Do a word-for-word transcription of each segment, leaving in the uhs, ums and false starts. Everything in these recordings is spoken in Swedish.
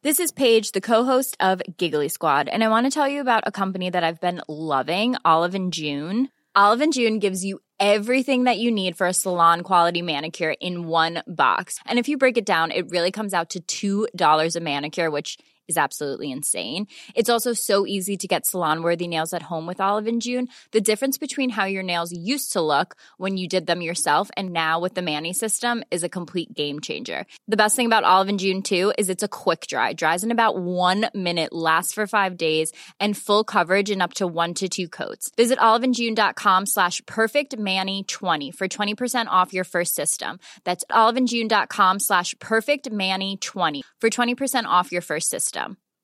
This is Paige, the co-host of Giggly Squad, and I want to tell you about a company that I've been loving, Olive and June. Olive and June gives you everything that you need for a salon-quality manicure in one box. And if you break it down, it really comes out to two dollars a manicure, which is absolutely insane. It's also so easy to get salon-worthy nails at home with Olive and June. The difference between how your nails used to look when you did them yourself and now with the Mani system is a complete game changer. The best thing about Olive and June, too, is it's a quick dry. Dries in about one minute, lasts for five days, and full coverage in up to one to two coats. Visit oliveandjune.com slash perfectmani20 for twenty percent off your first system. That's oliveandjune.com slash perfectmani20 for twenty percent off your first system.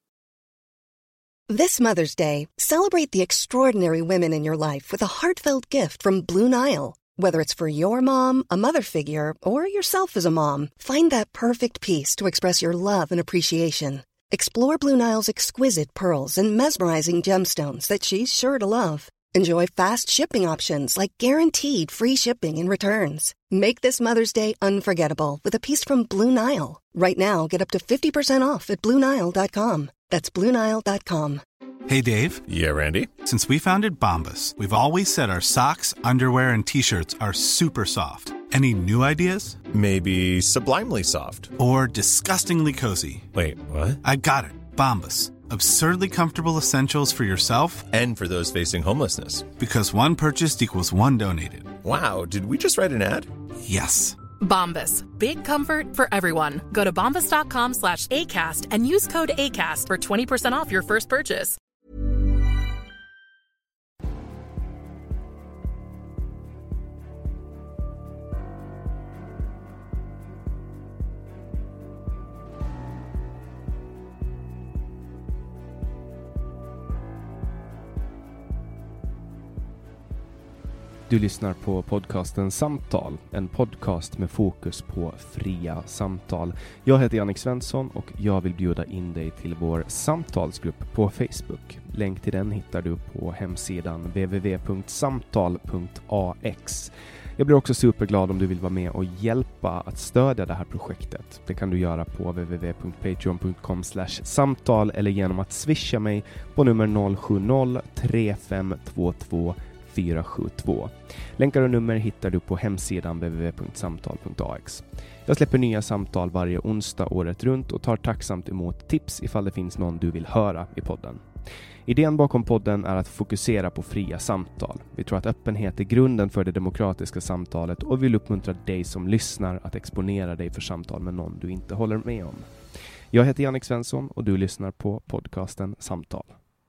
This Mother's Day, celebrate the extraordinary women in your life with a heartfelt gift from Blue Nile. Whether it's for your mom, a mother figure, or yourself as a mom, find that perfect piece to express your love and appreciation. Explore Blue Nile's exquisite pearls and mesmerizing gemstones that she's sure to love. Enjoy fast shipping options like guaranteed free shipping and returns. Make this Mother's Day unforgettable with a piece from Blue Nile. Right now, get up to fifty percent off at blue nile dot com. That's blue nile dot com. Hey, Dave. Yeah, Randy. Since we founded Bombas, we've always said our socks, underwear, and T-shirts are super soft. Any new ideas? Maybe sublimely soft. Or disgustingly cozy. Wait, what? I got it. Bombas. Absurdly comfortable essentials for yourself and for those facing homelessness. Because one purchased equals one donated. Wow, did we just write an ad? Yes. Bombas. Big comfort for everyone. Go to bombas.com slash ACAST and use code ACAST for twenty percent off your first purchase. Du lyssnar på podcasten Samtal, en podcast med fokus på fria samtal. Jag heter Jannik Svensson och jag vill bjuda in dig till vår samtalsgrupp på Facebook. Länk till den hittar du på hemsidan w w w punkt samtal punkt a x. Jag blir också superglad om du vill vara med och hjälpa att stödja det här projektet. Det kan du göra på w w w punkt patreon punkt com slash samtal eller genom att swisha mig på nummer noll sju noll tre fem två två fyra sju två. Länkar och nummer hittar du på hemsidan w w w punkt samtal punkt a x. Jag släpper nya samtal varje onsdag året runt och tar tacksamt emot tips ifall det finns någon du vill höra i podden. Idén bakom podden är att fokusera på fria samtal. Vi tror att öppenhet är grunden för det demokratiska samtalet och vill uppmuntra dig som lyssnar att exponera dig för samtal med någon du inte håller med om. Jag heter Jannik Svensson och du lyssnar på podcasten Samtal.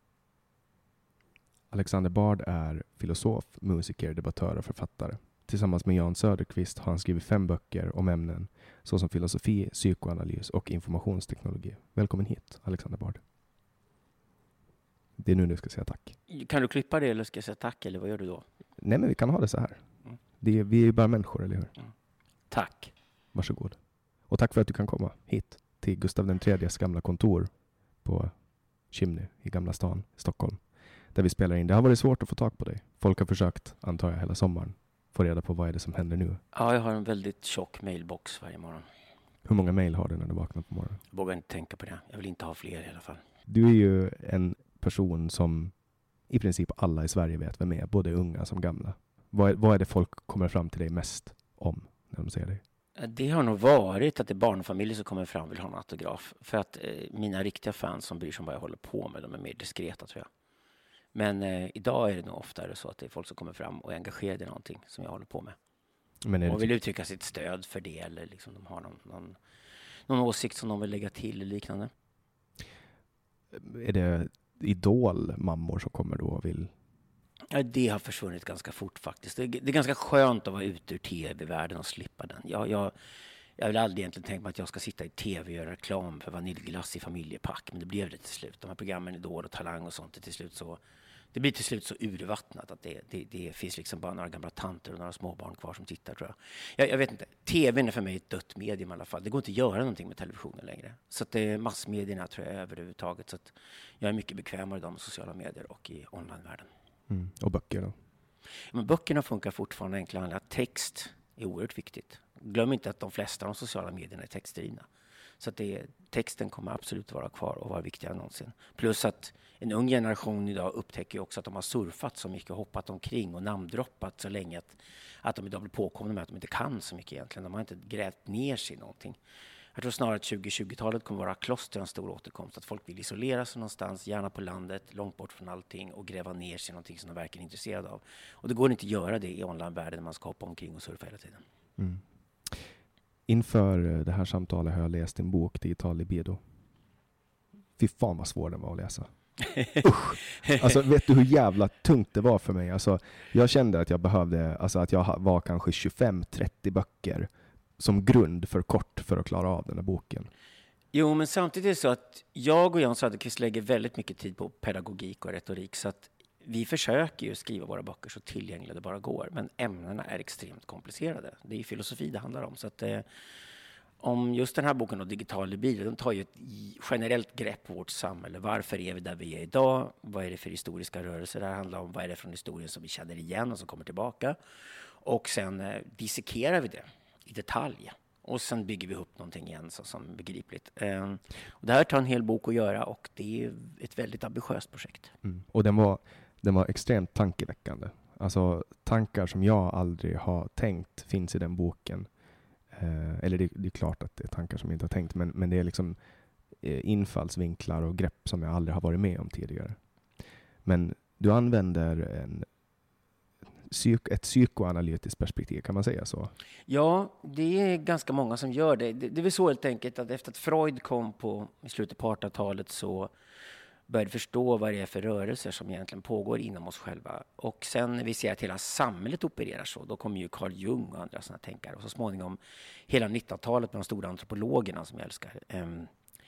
Alexander Bard är filosof, musiker, debattör och författare. Tillsammans med Jan Söderqvist har han skrivit fem böcker om ämnen såsom filosofi, psykoanalys och informationsteknologi. Välkommen hit, Alexander Bard. Det är nu du ska säga tack. Kan du klippa det eller ska jag säga tack eller vad gör du då? Nej, men vi kan ha det så här. Mm. Det är, vi är ju bara människor, eller hur? Mm. Tack. Varsågod. Och tack för att du kan komma hit till Gustav den tredjes gamla kontor på Chimney i Gamla stan i Stockholm. Där vi spelar in. Det har varit svårt att få tag på dig. Folk har försökt, antar jag, hela sommaren. Få reda på vad är det som händer nu. Ja, jag har en väldigt tjock mailbox varje morgon. Hur många mail har du när du vaknar på morgonen? Jag vågar inte tänka på det. Jag vill inte ha fler i alla fall. Du är ju en person som i princip alla i Sverige vet vem är. Både unga som gamla. Vad är, vad är det folk kommer fram till dig mest om när de ser dig? Det har nog varit att det är barnfamiljer som kommer fram och vill ha en autograf. För att eh, mina riktiga fans som bryr sig om vad jag håller på med, de är mer diskreta tror jag. Men eh, idag är det nog oftare så att det är folk som kommer fram och är engagerade i någonting som jag håller på med. Men och vill uttrycka sitt stöd för det eller liksom de har någon, någon, någon åsikt som de vill lägga till eller liknande. Är det idolmammor som kommer då och vill? Ja, det har försvunnit ganska fort faktiskt. Det är, det är ganska skönt att vara ute ur tv-världen och slippa den. Jag, jag, jag vill aldrig egentligen tänka mig att jag ska sitta i tv och göra reklam för vaniljglass i familjepack. Men det blev det till slut. De här programmen Idol och Talang och sånt är till slut så... Det blir till slut så urvattnat att det, det, det finns liksom bara några gamla tanter och några småbarn kvar som tittar tror jag. jag. Jag vet inte. Tvn är för mig ett dött medium i alla fall. Det går inte att göra någonting med televisionen längre. Så att det är massmedierna tror jag överhuvudtaget. Så att jag är mycket bekvämare i de sociala medier och i onlinevärlden. Mm. Och böcker då? Men böckerna funkar fortfarande enkelt. Text är oerhört viktigt. Glöm inte att de flesta av de sociala medierna är textdrivna. Så att det, texten kommer absolut vara kvar och vara viktigare än någonsin. Plus att en ung generation idag upptäcker ju också att de har surfat så mycket och hoppat omkring och namndroppat så länge att, att de idag blir påkomna med att de inte kan så mycket egentligen. De har inte grävt ner sig i någonting. Jag tror snarare att tjugo-tjugotalet kommer vara kloster en stor återkomst. Att folk vill isolera sig någonstans, gärna på landet, långt bort från allting och gräva ner sig i någonting som de verkar intresserade av. Och det går inte att göra det i online-världen när man ska hoppa omkring och surfa hela tiden. Mm. Inför det här samtalet har jag läst din bok Digital Libido. Fy fan vad svår den var att läsa. Usch. Alltså vet du hur jävla tungt det var för mig? Alltså, jag kände att jag behövde, alltså att jag var kanske tjugofem trettio böcker som grund för kort för att klara av den här boken. Jo, men samtidigt är det så att jag och Jan Söderqvist lägger väldigt mycket tid på pedagogik och retorik, så att vi försöker ju skriva våra böcker så tillgängliga det bara går, men ämnena är extremt komplicerade. Det är ju filosofi det handlar om, så att eh, om just den här boken och Digital Libido, de tar ju ett generellt grepp på vårt samhälle. Varför är vi där vi är idag? Vad är det för historiska rörelser det här handlar om? Vad är det från historien som vi känner igen och som kommer tillbaka? Och sen eh, dissekerar vi det i detalj. Och sen bygger vi upp någonting igen så som begripligt. Eh, och det här tar en hel bok att göra och det är ett väldigt ambitiöst projekt. Mm. Och den var, den var extremt tankeväckande. Alltså tankar som jag aldrig har tänkt finns i den boken. Eh, eller det, det är klart att det är tankar som jag inte har tänkt, men, men det är liksom eh, infallsvinklar och grepp som jag aldrig har varit med om tidigare. Men du använder en, psyk, ett psykoanalytiskt perspektiv, kan man säga så? Ja, det är ganska många som gör det. Det, det är väl så helt enkelt att efter att Freud kom på i slutet på artonhundratalet så började förstå vad det är för rörelser som egentligen pågår inom oss själva. Och sen när vi ser att hela samhället opererar så, då kommer ju Carl Jung och andra sådana tänkare. Och så småningom hela nittonhundratalet med de stora antropologerna som jag älskar. Um,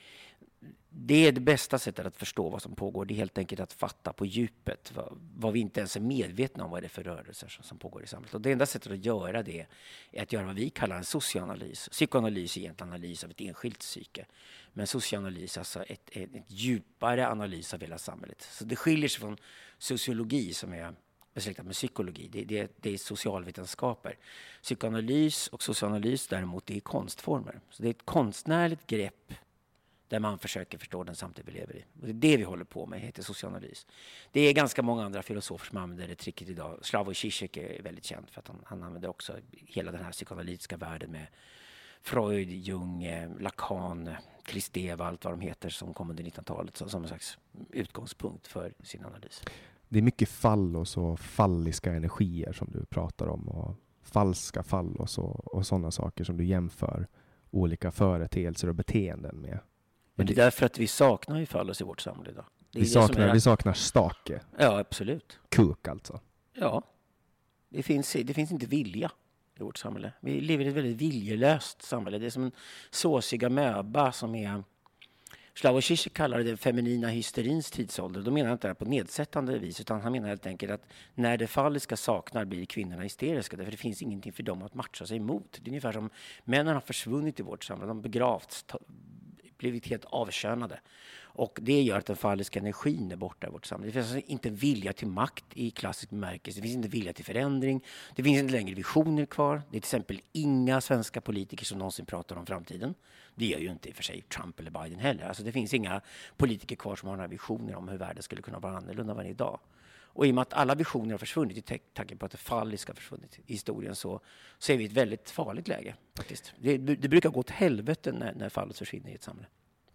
det är det bästa sättet att förstå vad som pågår. Det är helt enkelt att fatta på djupet vad, vad vi inte ens är medvetna om vad det är för rörelser som, som pågår i samhället. Och det enda sättet att göra det är att göra vad vi kallar en socioanalys. Psykoanalys är egentligen analys av ett enskilt psyke. Men socioanalys, alltså ett, ett, ett djupare analys av hela samhället. Så det skiljer sig från sociologi som är besläktat med psykologi. Det, det, det är socialvetenskaper. Psykoanalys och socioanalys däremot det är konstformer. Så det är ett konstnärligt grepp där man försöker förstå den samtid vi lever i. Och det är det vi håller på med, heter socioanalys. Det är ganska många andra filosofer som använder det tricket idag. Slavoj Žižek är väldigt känd för att han, han använder också hela den här psykoanalytiska världen med Freud, Jung, Lacan, Kristeva, allt vad de heter som kom under nittonhundratalet som en slags utgångspunkt för sin analys. Det är mycket fallos och falliska energier som du pratar om och falska fallos och, och sådana saker som du jämför olika företeelser och beteenden med. Men det är därför att vi saknar ju fallos i vårt samhälle idag. Det är vi, det saknar, är... vi saknar stake. Ja, absolut. Kuk alltså. Ja. Det finns, det finns inte vilja i vårt samhälle. Vi lever i ett väldigt viljelöst samhälle. Det är som en såsig amöba som är... Slavoj Žižek kallar det den feminina hysterins tidsålder. Då menar han inte det på nedsättande vis, utan han menar helt enkelt att när det falliska saknar blir kvinnorna hysteriska. Därför det finns ingenting för dem att matcha sig emot. Det är ungefär som männen har försvunnit i vårt samhälle. De har begravts, blivit helt avkönade. Och det gör att den falliska energin är borta i vårt samhälle. Det finns alltså inte vilja till makt i klassisk bemärkelse. Det finns inte vilja till förändring. Det finns inte längre visioner kvar. Det är till exempel inga svenska politiker som någonsin pratar om framtiden. Det gör ju inte i och för sig Trump eller Biden heller. Alltså det finns inga politiker kvar som har några visioner om hur världen skulle kunna vara annorlunda varje dag. Och i och med att alla visioner har försvunnit i tanken på att det falliska har försvunnit i historien så, så är vi i ett väldigt farligt läge faktiskt. Det, det brukar gå åt helvete när, när fallet försvinner i ett samhälle.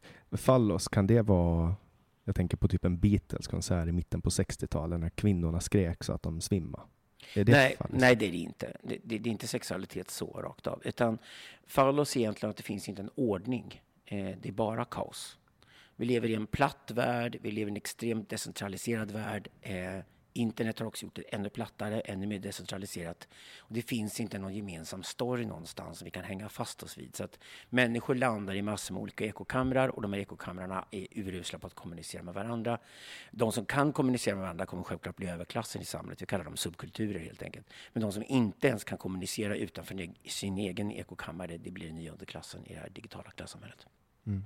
Fallos, kan det vara, jag tänker på typ en Beatles-konsert i mitten på sextiotalet när kvinnorna skrek så att de svimmade. Är det nej, nej, det är det inte. Det, det, det är inte sexualitet så rakt av. Utan fallos är egentligen att det finns inte en ordning. Eh, det är bara kaos. Vi lever i en platt värld. Vi lever i en extremt decentraliserad värld. Eh, internet har också gjort det ännu plattare, ännu mer decentraliserat. Och det finns inte någon gemensam story någonstans som vi kan hänga fast oss vid. Så att människor landar i massor med olika ekokamrar och de här ekokamrarna är urusla på att kommunicera med varandra. De som kan kommunicera med varandra kommer självklart bli överklassen i samhället. Vi kallar dem subkulturer helt enkelt. Men de som inte ens kan kommunicera utanför sin egen ekokammare, det blir den nya underklassen i det här digitala klassamhället. Mm.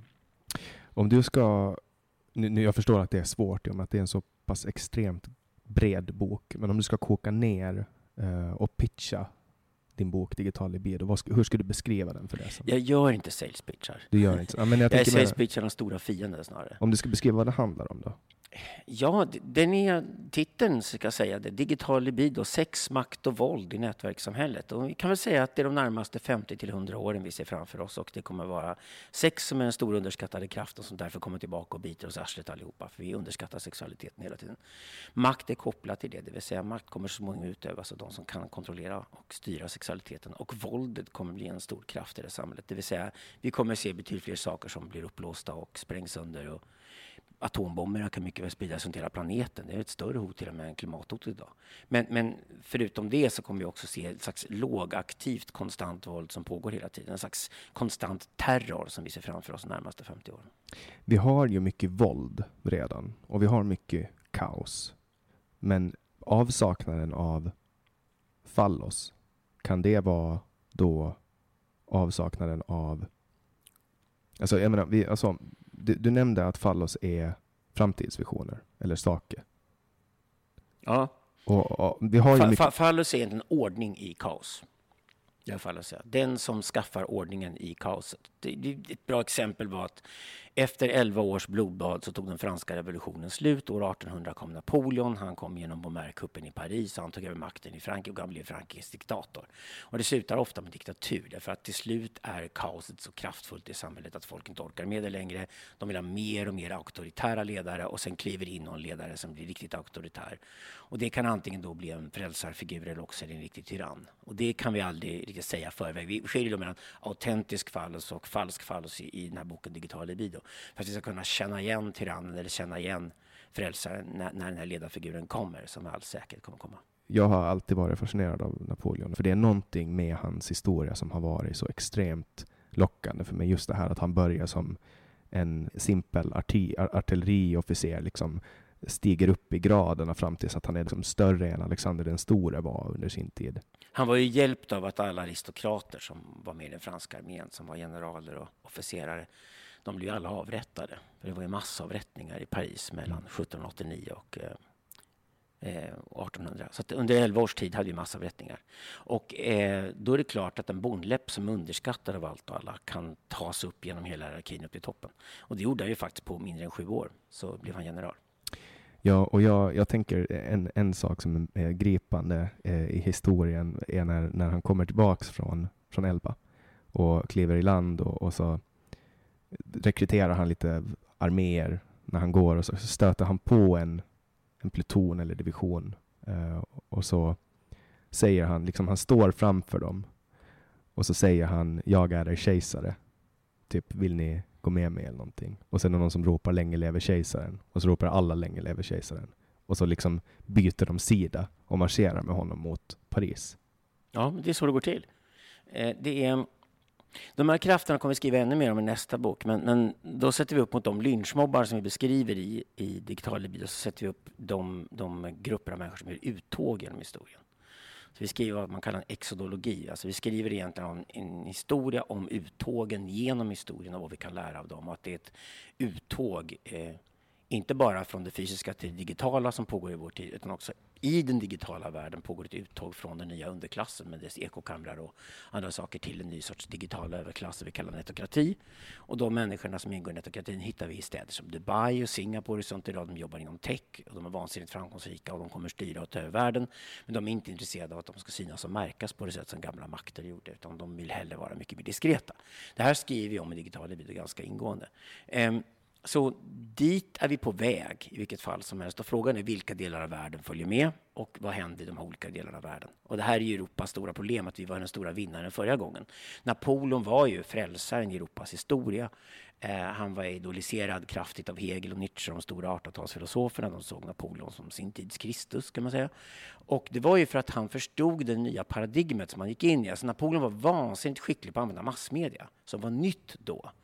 Om du ska, nu jag förstår att det är svårt i och med att det är en så pass extremt bred bok, men om du ska koka ner uh, och pitcha din bok Digital Libido. Vad sk- hur skulle du beskriva den för det? Som? Jag gör inte sales pitchar. Du gör inte. Ja, men jag jag är tänker sales pitcharnas stora fiende snarare. Om du ska beskriva vad det handlar om då? Ja, den är titeln ska jag säga det. Digital libido, sex, makt och våld i nätverkssamhället. Och vi kan väl säga att det är de närmaste femtio till hundra åren vi ser framför oss. Och det kommer vara sex som är den stora underskattade kraften som därför kommer tillbaka och biter oss arslet allihopa. För vi underskattar sexualiteten hela tiden. Makt är kopplat till det. Det vill säga makt kommer så småningom utövas av de som kan kontrollera och styra sexualiteten. Och våldet kommer bli en stor kraft i det samhället. Det vill säga vi kommer se betydligt fler saker som blir upplåsta och sprängs sönder. Och atombomberna kan mycket väl spridas runt hela planeten. Det är ett större hot till och med än klimathotet idag. Men, men förutom det så kommer vi också se ett slags lågaktivt konstant våld som pågår hela tiden. En slags konstant terror som vi ser framför oss de närmaste femtio åren. Vi har ju mycket våld redan och vi har mycket kaos. Men avsaknaden av fallos, kan det vara då avsaknaden av... Alltså, jag menar, vi, alltså, du, du nämnde att fallos är framtidsvisioner eller saker. Ja. Och, och vi har ju Fa- mycket... fa- fallos är en ordning i kaos. Jag fallos säga. Den som skaffar ordningen i kaoset. Det, det, ett bra exempel var att efter elva års blodbad så tog den franska revolutionen slut. År artonhundra kom Napoleon. Han kom genom Brumaire-kuppen i Paris. Han tog över makten i Frankrike och han blev Frankrikes diktator. Och det slutar ofta med diktatur. Därför att till slut är kaoset så kraftfullt i samhället att folk inte orkar med det längre. De vill ha mer och mer auktoritära ledare och sen kliver in någon ledare som blir riktigt auktoritär. Och det kan antingen då bli en frälsarfigur eller också en riktig tyrann. Och det kan vi aldrig riktigt säga förväg. Vi skiljer mellan autentisk fallos och falsk fallos i, i den här boken Digital Libido. För att vi ska kunna känna igen tyrannen eller känna igen frälsaren när, när den här ledarfiguren kommer, som med all säkerhet kommer komma. Jag har alltid varit fascinerad av Napoleon. För det är någonting med hans historia som har varit så extremt lockande för mig. Just det här att han börjar som en simpel arti- artilleriofficer, liksom stiger upp i graderna fram tills att han är liksom större än Alexander den store var under sin tid. Han var ju hjälpt av att alla aristokrater som var med i den franska armén, som var generaler och officerare, de blev alla avrättade. För det var ju massavrättningar i Paris mellan sjutton åttionio och eh, artonhundra. Så att under elva års tid hade vi massavrättningar. Och eh, då är det klart att en bondläpp som underskattar av allt och alla kan tas upp genom hela hierarkin upp till toppen. Och det gjorde han ju faktiskt på mindre än sju år. Så blev han general. Ja, och jag, jag tänker en, en sak som är gripande eh, i historien är när, när han kommer tillbaks från, från Elba och kliver i land och, och så rekryterar han lite arméer när han går och så stöter han på en, en pluton eller division eh, och så säger han, liksom han står framför dem och så säger han, jag är er kejsare, typ vill ni gå med mig eller någonting. Och sen är det någon som ropar länge lever kejsaren. Och så ropar alla länge lever kejsaren. Och så liksom byter de sida och marscherar med honom mot Paris. Ja, det är så det går till. Eh, det är, de här krafterna kommer vi skriva ännu mer om i nästa bok. Men, men då sätter vi upp mot de lynchmobbar som vi beskriver i, i Digital Libido. Så sätter vi upp de, de grupper av människor som gör uttåg genom historien. Så vi skriver vad man kallar en exodologi. Alltså vi skriver egentligen om en historia om uttågen genom historien och vad vi kan lära av dem. Och att det är ett uttåg, eh, inte bara från det fysiska till det digitala som pågår i vår tid, utan också i den digitala världen pågår ett uttåg från den nya underklassen med dess ekokamrar och andra saker till en ny sorts digital överklass som vi kallar netokrati. Och de människorna som ingår i netokratin hittar vi i städer som Dubai och Singapore och sånt idag. De jobbar inom tech och de är vansinnigt framgångsrika och de kommer styra och ta över världen. Men de är inte intresserade av att de ska synas och märkas på det sätt som gamla makter gjorde, utan de vill hellre vara mycket mer diskreta. Det här skriver vi om i Digital Libido ganska ingående. Um, Så dit är vi på väg i vilket fall som helst. Och frågan är vilka delar av världen följer med och vad händer i de olika delarna av världen. Och det här är ju Europas stora problem, att vi var den stora vinnaren förra gången. Napoleon var ju frälsaren i Europas historia. Eh, han var idoliserad kraftigt av Hegel och Nietzsche, de stora artonhundratalsfilosoferna. De såg Napoleon som sin tids Kristus, kan man säga. Och det var ju för att han förstod det nya paradigmet som han gick in i. Alltså Napoleon var vansinnigt skicklig på att använda massmedia, som var nytt då.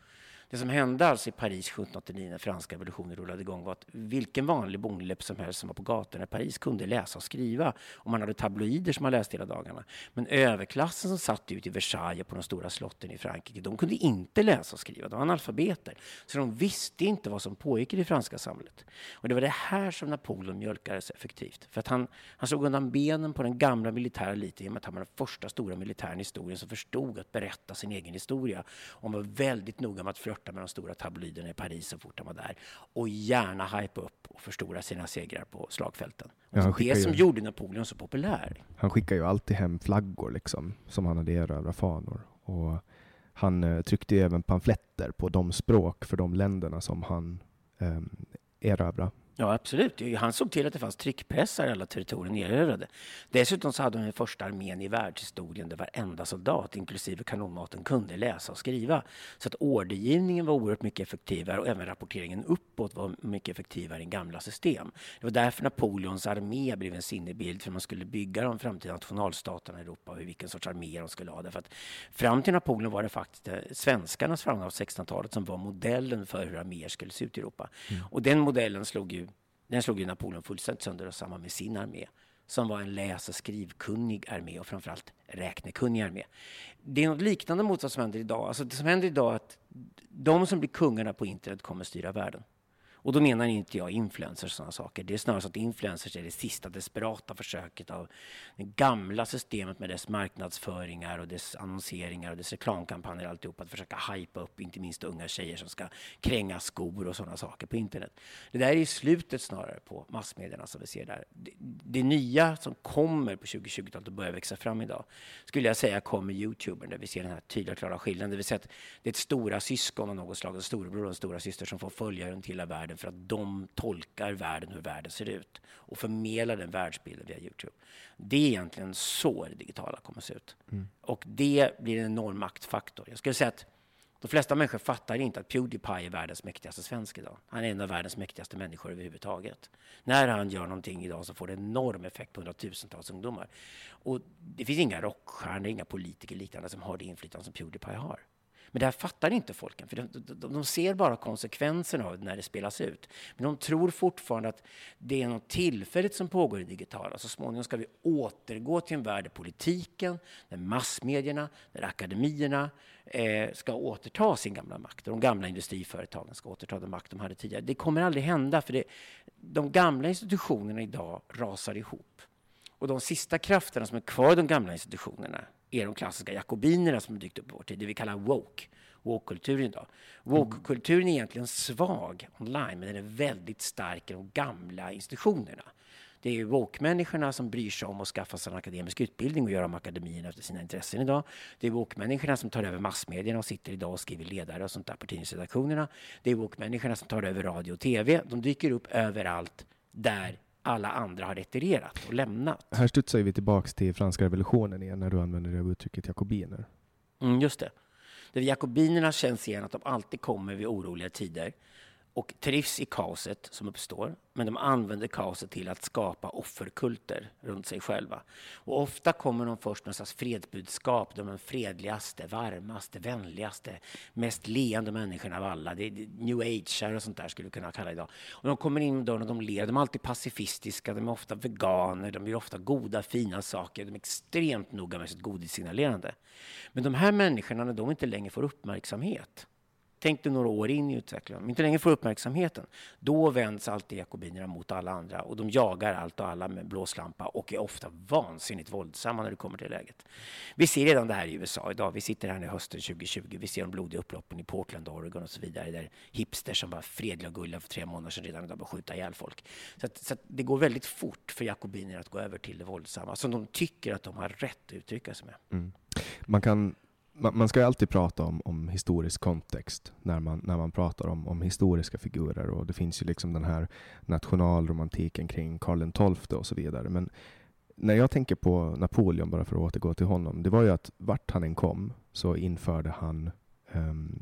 Det som hände alltså i Paris sjutton åttionio när franska revolutionen rullade igång var att vilken vanlig bondeläpp som helst som var på gatorna i Paris kunde läsa och skriva. Och man hade tabloider som man läste hela dagarna. Men överklassen som satt ut i Versailles på de stora slotten i Frankrike, de kunde inte läsa och skriva. De var analfabeter. Så de visste inte vad som pågick i det franska samhället. Och det var det här som Napoleon mjölkade så effektivt. För att han, han slog undan benen på den gamla militära eliten genom att han var den första stora militären i historien som förstod att berätta sin egen historia. Och han var väldigt noga med att flörta med de stora tabloiderna i Paris så fort han var där. Och gärna hype upp och förstora sina segrar på slagfälten. Och ja, det som ju, gjorde Napoleon så populär. Han skickar ju alltid hem flaggor liksom, som han hade erövrat fanor. Och han eh, tryckte ju även pamfletter på de språk för de länderna som han eh, erövrade. Ja, absolut. Han såg till att det fanns tryckpressar i alla territorier erövrade. Dessutom så hade de den första armén i världshistorien där varenda soldat, inklusive kanonmaten, kunde läsa och skriva. Så att ordergivningen var oerhört mycket effektivare och även rapporteringen uppåt var mycket effektivare än gamla system. Det var därför Napoleons armé blev en sinnebild för man skulle bygga de framtida nationalstaterna i Europa och vilken sorts armé de skulle ha. Därför att fram till Napoleon var det faktiskt svenskarnas framgång av sextonhundratalet som var modellen för hur arméer skulle se ut i Europa. Mm. Och den modellen slog ju Den slog ju Napoleon fullständigt sönder och samman med sin armé. Som var en läs- och skrivkunnig armé och framförallt räknekunnig armé. Det är något liknande mot vad som händer idag. Alltså det som händer idag är att de som blir kungarna på internet kommer styra världen. Och då menar inte jag influencers och sådana saker. Det är snarare så att influencers är det sista desperata försöket av det gamla systemet med dess marknadsföringar och dess annonseringar och dess reklamkampanjer och alltihop. Att försöka hypa upp inte minst unga tjejer som ska kränga skor och sådana saker på internet. Det där är ju slutet snarare på massmedierna som vi ser där. Det, det nya som kommer på tjugohundratjugotalet och börjar växa fram idag skulle jag säga kommer YouTuber där vi ser den här tydliga klara skillnaden. Det vill säga att det är ett stora syskon av något slag, en storebror och en stora syster som får följa runt hela världen för att de tolkar världen hur världen ser ut och förmedlar den världsbilden via YouTube. Det är egentligen så det digitala kommer att se ut. Mm. Och det blir en enorm maktfaktor. Jag skulle säga att de flesta människor fattar inte att PewDiePie är världens mäktigaste svensk idag. Han är en av världens mäktigaste människor överhuvudtaget. När han gör någonting idag så får det enorm effekt på hundratusentals ungdomar. Och det finns inga rockstjärnor, inga politiker liknande som har det inflytande som PewDiePie har. Men det här fattar inte folken, för de, de, de ser bara konsekvenserna av det när det spelas ut. Men de tror fortfarande att det är något tillfälligt som pågår i digitala. Så småningom ska vi återgå till en värld där politiken, där massmedierna, där akademierna eh, ska återta sin gamla makt. Och de gamla industriföretagen ska återta den makt de hade tidigare. Det kommer aldrig hända, för det, de gamla institutionerna idag rasar ihop. Och de sista krafterna som är kvar i de gamla institutionerna är de klassiska jakobinerna som har dykt upp i vår tid. Det vi kallar woke. Woke-kulturen idag. Woke-kulturen är egentligen svag online, men den är väldigt stark i de gamla institutionerna. Det är woke-människorna som bryr sig om att skaffa sig en akademisk utbildning och göra om akademin efter sina intressen idag. Det är woke-människorna som tar över massmedierna och sitter idag och skriver ledare och sånt där på tidningsredaktionerna. Det är woke-människorna som tar över radio och tv. De dyker upp överallt där alla andra har retirerat och lämnat. Här studsar vi tillbaka till franska revolutionen igen när du använder det uttrycket jakobiner. Mm, just det. Det jakobinerna känns igen att de alltid kommer vid oroliga tider och trivs i kaoset som uppstår, men de använder kaoset till att skapa offerkulter runt sig själva. Och ofta kommer de först med en slags fredsbudskap, de är de fredligaste, varmaste, vänligaste, mest leende människorna av alla. Det är new age och sånt där skulle vi kunna kalla idag. Och de kommer in med dörren och de ler, de är alltid pacifistiska, de är ofta veganer, de gör ofta goda, fina saker, de är extremt noga med sitt godissignalerande. Men de här människorna, när de inte längre får uppmärksamhet, tänk dig några år in i utvecklingen. Om inte längre får uppmärksamheten, då vänds alltid jakobinerna mot alla andra. Och de jagar allt och alla med blåslampa och är ofta vansinnigt våldsamma när det kommer till läget. Vi ser redan det här i U S A idag. Vi sitter här nu hösten tjugohundratjugo. Vi ser de blodiga upploppen i Portland, Oregon och så vidare. Där hipsters som var fredliga och gulliga för tre månader sedan redan idag bara skjuta ihjäl folk. Så, att, så att det går väldigt fort för jakobiner att gå över till det våldsamma. Som de tycker att de har rätt att uttrycka sig med. Mm. Man kan... Man ska ju alltid prata om, om historisk kontext när man, när man pratar om, om historiska figurer, och det finns ju liksom den här nationalromantiken kring Karl den tolfte och så vidare. Men när jag tänker på Napoleon, bara för att återgå till honom, det var ju att vart han än kom så införde han um,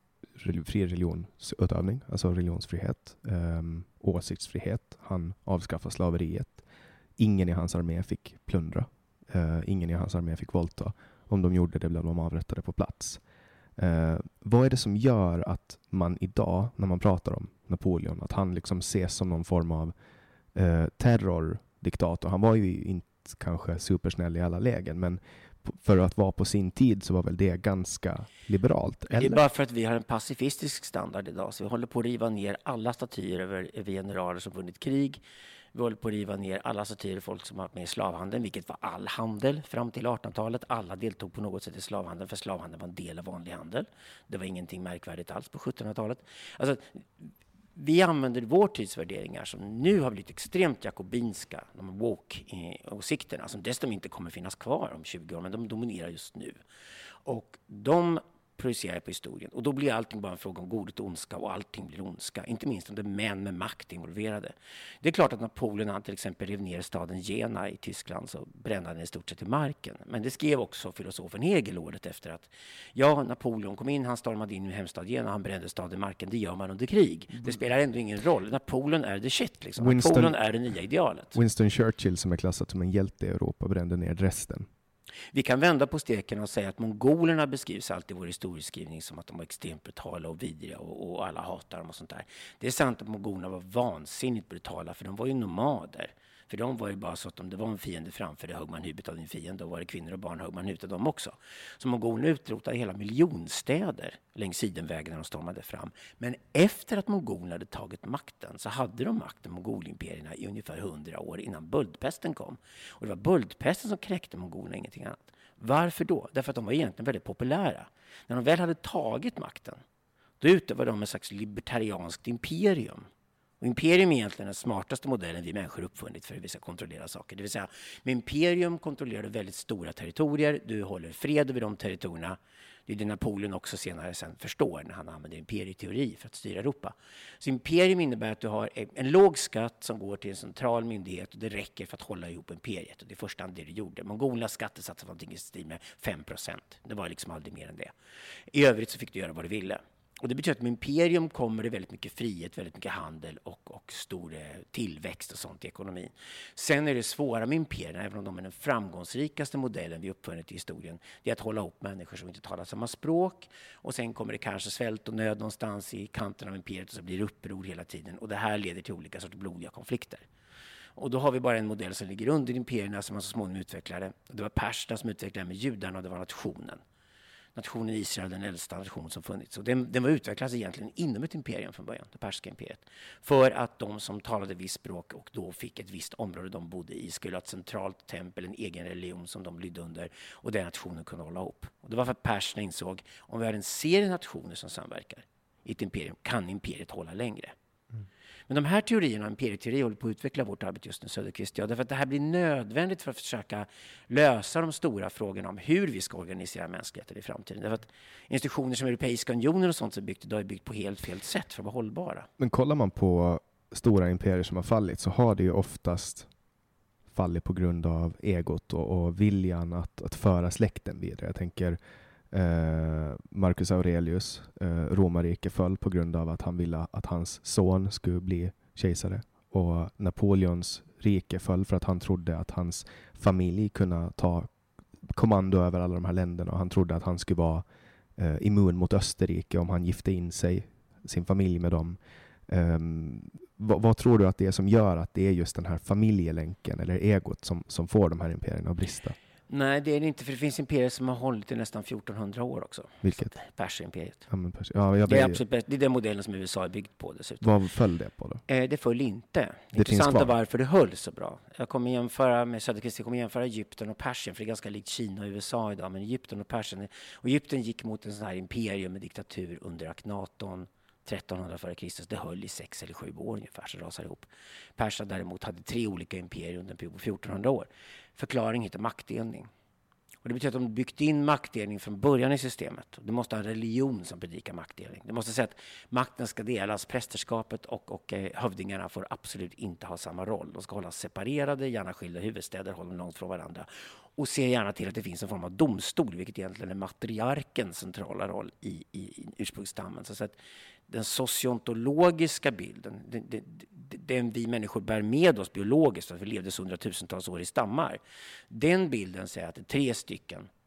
fri religionsutövning, alltså religionsfrihet, um, åsiktsfrihet. Han avskaffade slaveriet. Ingen i hans armé fick plundra. Uh, ingen i hans armé fick våldta. Om de gjorde det blev de avrättade på plats. Eh, vad är det som gör att man idag, när man pratar om Napoleon, att han liksom ses som någon form av eh, terrordiktator? Han var ju inte kanske supersnäll i alla lägen, men för att vara på sin tid så var väl det ganska liberalt, eller? Det är bara för att vi har en pacifistisk standard idag, så vi håller på att riva ner alla statyer över, över generaler som vunnit krig. Vi håller på att riva ner alla statyer av folk som har varit med i slavhandeln, vilket var all handel fram till artonhundratalet. Alla deltog på något sätt i slavhandeln, för slavhandeln var en del av vanlig handel. Det var ingenting märkvärdigt alls på sjuttonhundratalet. Alltså, vi använder vår tids värderingar som nu har blivit extremt jakobinska, de woke-åsikterna, som dessutom inte kommer finnas kvar om tjugo år, men de dominerar just nu. Och de projicerar på historien. Och då blir allting bara en fråga om godet och ondska, och allting blir ondska. Inte minst om det är män med makt involverade. Det är klart att Napoleon, han till exempel rev ner staden Jena i Tyskland, så brände han i stort sett i marken. Men det skrev också filosofen Hegel året efter att ja, Napoleon kom in, han stormade in i hemstad Jena, han brände staden i marken. Det gör man under krig. Det spelar ändå ingen roll. Napoleon är the shit liksom. Winston, Napoleon är det nya idealet. Winston Churchill, som är klassad som en hjälte i Europa, brände ner Dresden. Vi kan vända på steken och säga att mongolerna beskrivs alltid i vår historieskrivning som att de var extremt brutala och vidriga, och, och alla hatar dem och sånt där. Det är sant att mongolerna var vansinnigt brutala, för de var ju nomader. För de var ju bara så att om det var en fiende framför det, högg man huvudet av din fiende, och var det kvinnor och barn, högg man huvudet av dem också. Så mongolerna utrotade hela miljonstäder längs sidenvägen när de stormade fram. Men efter att mongolerna hade tagit makten, så hade de makten, mongolimperierna, i ungefär hundra år innan böldpesten kom. Och det var böldpesten som knäckte mongolerna, ingenting annat. Varför då? Därför att de var egentligen väldigt populära. När de väl hade tagit makten, då utövade de en slags libertarianskt imperium. Och imperium är egentligen den smartaste modellen vi människor uppfunnit för hur vi ska kontrollera saker. Det vill säga, med imperium kontrollerar du väldigt stora territorier. Du håller fred över de territorierna. Det är det Napoleon också senare sen förstår när han använder imperieteori för att styra Europa. Så imperium innebär att du har en låg skatt som går till en central myndighet, och det räcker för att hålla ihop imperiet. Och det är först det du gjorde. Mongolernas skattesats var någonting i stil med fem procent. Det var liksom aldrig mer än det. I övrigt så fick du göra vad du ville. Och det betyder att med imperium kommer det väldigt mycket frihet, väldigt mycket handel och, och stor tillväxt och sånt i ekonomin. Sen är det svåra med imperierna, även om de är den framgångsrikaste modellen vi uppfunnit i historien, det är att hålla ihop människor som inte talar samma språk. Och sen kommer det kanske svält och nöd någonstans i kanten av imperiet, och så blir det uppror hela tiden. Och det här leder till olika sorters blodiga konflikter. Och då har vi bara en modell som ligger under imperierna som man så småningom utvecklade. Det var perserna som utvecklade med judarna, och det var nationen. Nationen Israel, den äldsta nation som funnits. Och den, den var utvecklad egentligen inom ett imperium från början, det persiska imperiet. För att de som talade visst språk och då fick ett visst område de bodde i skulle ha ett centralt tempel, en egen religion som de lydde under, och den nationen kunde hålla ihop. Och det var för att perserna insåg, om vi har en serie nationer som samverkar i ett imperium, kan imperiet hålla längre. Mm. Men de här teorierna, imperieteori, håller på att utveckla vårt arbete just nu, Söderqvist. Ja, därför att det här blir nödvändigt för att försöka lösa de stora frågorna om hur vi ska organisera mänskligheten i framtiden. Därför att institutioner som Europeiska unionen och sånt som är byggt idag är byggt på helt fel sätt för att vara hållbara. Men kollar man på stora imperier som har fallit, så har det ju oftast fallit på grund av egot och, och viljan att, att föra släkten vidare. Jag tänker Eh, Marcus Aurelius, eh, romarrike föll på grund av att han ville att hans son skulle bli kejsare, och Napoleons rike föll för att han trodde att hans familj kunde ta kommando över alla de här länderna, och han trodde att han skulle vara eh, immun mot Österrike om han gifte in sig, sin familj med dem. Eh, vad, vad tror du att det är som gör att det är just den här familjelänken eller egot som, som får de här imperierna att brista? Nej, det är det inte, för det finns imperier som har hållit i nästan fjortonhundra år också. Vilket? Persimperiet. Ja, men pers- ja, jag det, är absolut bäst. Det är den modellen som U S A är byggt på dessutom. Vad föll det på då? Eh, det föll inte. Det, det intressant är varför det höll så bra. Jag kommer jämföra med Söderqvist, jag kommer jämföra Egypten och Persien, för det är ganska likt Kina och U S A idag. Men Egypten och Persien, och Egypten gick mot en sån här imperium med diktatur under Akhenaton trettonhundra före Kristus. Det höll i sex eller sju år ungefär, så rasade ihop. Perserna däremot hade tre olika imperier under en period på fjortonhundra år. Förklaring heter maktdelning. Och det betyder att de byggt in maktdelning från början i systemet. Du måste ha en religion som predikar maktdelning. Du måste säga att makten ska delas, prästerskapet och, och eh, hövdingarna får absolut inte ha samma roll. De ska hållas separerade, gärna skilda huvudstäder, hålla långt från varandra. Och se gärna till att det finns en form av domstol, vilket egentligen är matriarkens centrala roll i, i, i ursprungsstammen. Så att den sociontologiska bilden, den, den, den vi människor bär med oss biologiskt, att vi levde så hundratusentals år i stammar, den bilden säger att det är tre stycken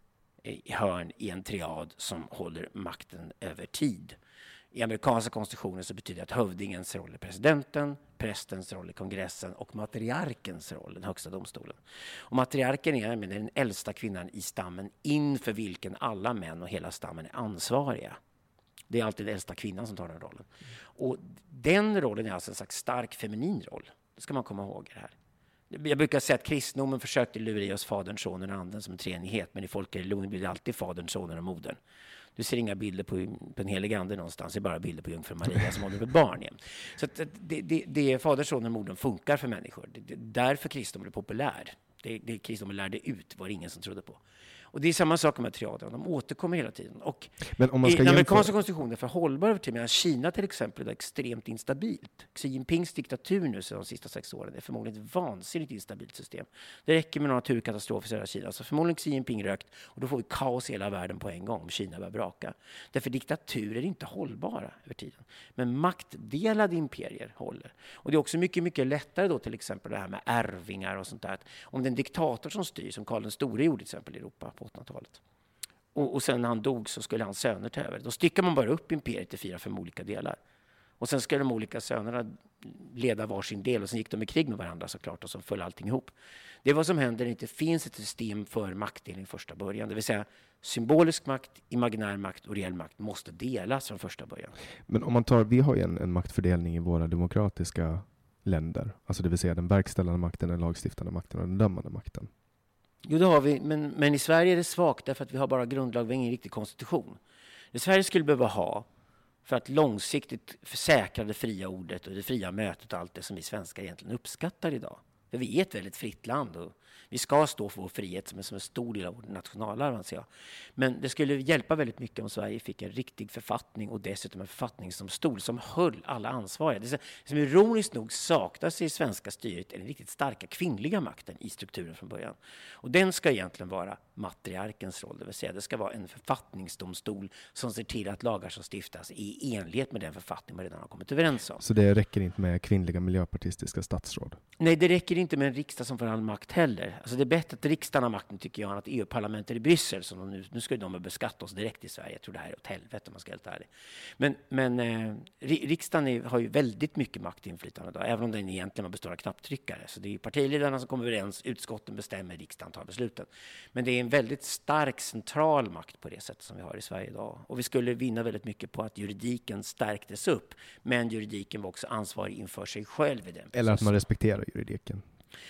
i hörn i en triad som håller makten över tid. I amerikanska konstitutionen så betyder det att hövdingens roll är presidenten, prästens roll är kongressen och matriarkens roll, den högsta domstolen. Och matriarken är den äldsta kvinnan i stammen inför vilken alla män och hela stammen är ansvariga. Det är alltid den äldsta kvinnan som tar den rollen. Och den rollen är alltså en slags stark feminin roll. Det ska man komma ihåg det här. Jag brukar säga att kristendomen försökte lura i oss fadern, sonen och anden som en treenighet, men i folkreligionen blir det alltid fadern, sonen och modern. Du ser inga bilder på, på en helig ande någonstans, det är bara bilder på jungfru Maria som håller med barn igen. Så att det, det, det fadern, sonen och modern funkar för människor. Det, det, därför kristendomen är populär. Det, det kristendomen lärde ut var det ingen som trodde på. Och det är samma sak med triaderna, de återkommer hela tiden. Och men om man ska i den jämföra... amerikanska konstitutionen är för hållbar över tid, medan Kina till exempel är extremt instabilt. Xi Jinpings diktatur nu så de sista sex åren är förmodligen ett vansinnigt instabilt system. Det räcker med några naturkatastrofer i södra Kina. Så förmodligen Xi Jinping rökt och då får vi kaos i hela världen på en gång om Kina börjar braka. Därför diktaturer är inte hållbara över tiden. Men maktdelade imperier håller. Och det är också mycket, mycket lättare då till exempel det här med ärvingar och sånt där. Att om det är en diktator som styr, som Karl den store gjorde till exempel i Europa på åttiotalet. Och, och sen när han dog så skulle hans söner ta över. Då styckar man bara upp imperiet i fyra, fem olika delar. Och sen skulle de olika sönerna leda varsin del och sen gick de i krig med varandra såklart och så föll allting ihop. Det är vad som händer när det inte finns ett system för maktdelning första början. Det vill säga symbolisk makt, imaginär makt och reell makt måste delas från första början. Men om man tar, vi har ju en, en maktfördelning i våra demokratiska länder. Alltså det vill säga den verkställande makten, den lagstiftande makten och den dömande makten. Jo, det har vi. Men, men i Sverige är det svagt därför att vi har bara grundlag, vi har ingen riktig konstitution. Det Sverige skulle behöva ha för att långsiktigt försäkra det fria ordet och det fria mötet och allt det som vi svenskar egentligen uppskattar idag. För vi är ett väldigt fritt land och vi ska stå för vår frihet som är som en stor del av vår nationalarv, anser jag. Men det skulle hjälpa väldigt mycket om Sverige fick en riktig författning och dessutom en författningsdomstol som höll alla ansvariga. Det som ironiskt nog saknas i svenska styret är den riktigt starka kvinnliga makten i strukturen från början. Och den ska egentligen vara matriarkens roll, det vill säga det ska vara en författningsdomstol som ser till att lagar som stiftas i enlighet med den författning man redan har kommit överens om. Så det räcker inte med kvinnliga miljöpartistiska statsråd? Nej, det räcker inte med en riksdag som får all makt heller. Alltså det är bättre att riksdagen har makten, tycker jag, än att E U-parlamentet i Bryssel, som de nu, nu ska de beskatta oss direkt i Sverige. Jag tror det här är åt helvete om man ska helt ärlig. Men, men eh, riksdagen är, har ju väldigt mycket maktinflytande då, även om den egentligen består av knapptryckare. Så det är partiledarna som kommer överens, utskotten bestämmer, riksdagen tar besluten. Men det är en väldigt stark central makt på det sättet som vi har i Sverige idag. Och vi skulle vinna väldigt mycket på att juridiken stärktes upp, men juridiken var också ansvarig inför sig själv i den processen. Eller att man respekterar juridiken.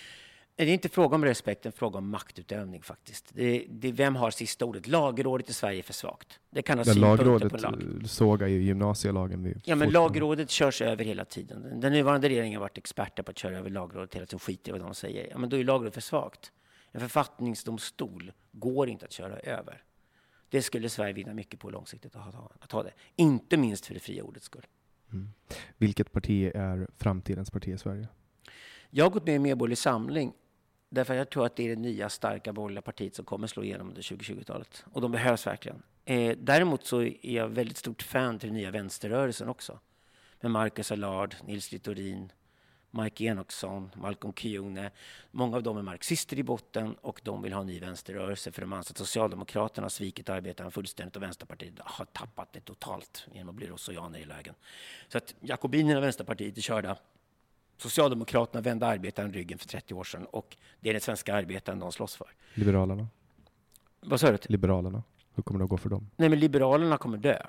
Det är inte fråga om respekt, det är fråga om maktutövning faktiskt. Det, det, vem har sista ordet? Lagrådet i Sverige är för svagt. Det kan ha synpunkter på lag. Sågar ju gymnasielagen. Vid ja, men lagrådet körs över hela tiden. Den nuvarande regeringen har varit experter på att köra över lagrådet hela tiden, skiter i vad de säger. Ja, men då är lagrådet för svagt. En författningsdomstol går inte att köra över. Det skulle Sverige vinna mycket på långsiktigt att ha, att ha det. Inte minst för det fria ordets skull. Mm. Vilket parti är framtidens parti i Sverige? Jag har gått med i Medborgerlig Samling därför att jag tror att det är det nya starka borgerliga partiet som kommer slå igenom under tjugohundratjugotalet. Och de behövs verkligen. Eh, däremot så är jag väldigt stort fan till den nya vänsterrörelsen också. Med Marcus Allard, Nils Littorin, Mike Enoksson, Malcolm Kyone. Många av dem är marxister i botten och de vill ha en ny vänsterrörelse för de anser att Socialdemokraterna har svikit arbetarna fullständigt och Vänsterpartiet har tappat det totalt genom att bli rossorianer i lägen. Så att Jakobinerna och Vänsterpartiet är körda. Socialdemokraterna vände arbetaren ryggen för trettio år sedan och det är den svenska arbetaren de slåss för. Liberalerna? Vad sa du? Liberalerna. Hur kommer det att gå för dem? Nej, men Liberalerna kommer dö.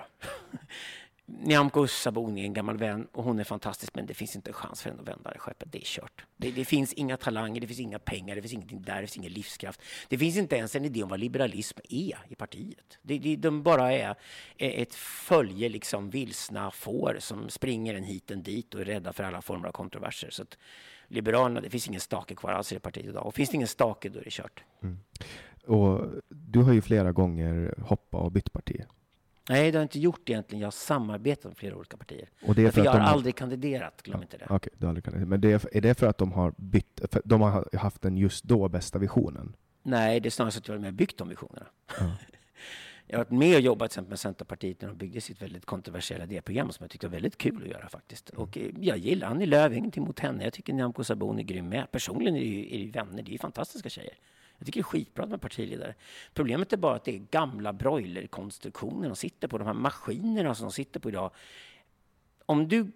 Nyamko Sabuni är en gammal vän och hon är fantastisk, men det finns inte en chans för henne att vända det skeppet. Det är kört. Det, det finns inga talanger, det finns inga pengar, det finns ingenting där, det finns ingen livskraft. Det finns inte ens en idé om vad liberalism är i partiet. Det, det, de bara är ett följe liksom vilsna får som springer en hit en dit och är rädda för alla former av kontroverser. Så att Liberalerna, det finns ingen stake kvar alls i det partiet idag. Och finns det ingen stake, då är det kört. Mm. Och du har ju flera gånger hoppat och bytt parti. Nej, det har jag inte gjort egentligen. Jag har samarbetat med flera olika partier. Och det är för jag att har de... aldrig kandiderat, glöm ja, inte det. Okej, okay, du har aldrig kandiderat. Men det är, är det för att de har bytt, för de har haft den just då bästa visionen? Nej, det är snarare så att jag har med byggt de visionerna. Ja. Jag har varit med och jobbat till exempel med Centerpartiet när de byggde sitt väldigt kontroversiella idéprogram som jag tyckte var väldigt kul att göra faktiskt. Mm. Och jag gillar Annie Lööf, ingenting mot henne. Jag tycker Nyamko Sabuni är grym med. Personligen är det ju, är det ju vänner, det är ju fantastiska tjejer. Jag tycker det är skitbra med partiledare. Problemet är bara att det är gamla broilerkonstruktioner de sitter på, de här maskinerna som de sitter på idag. Om du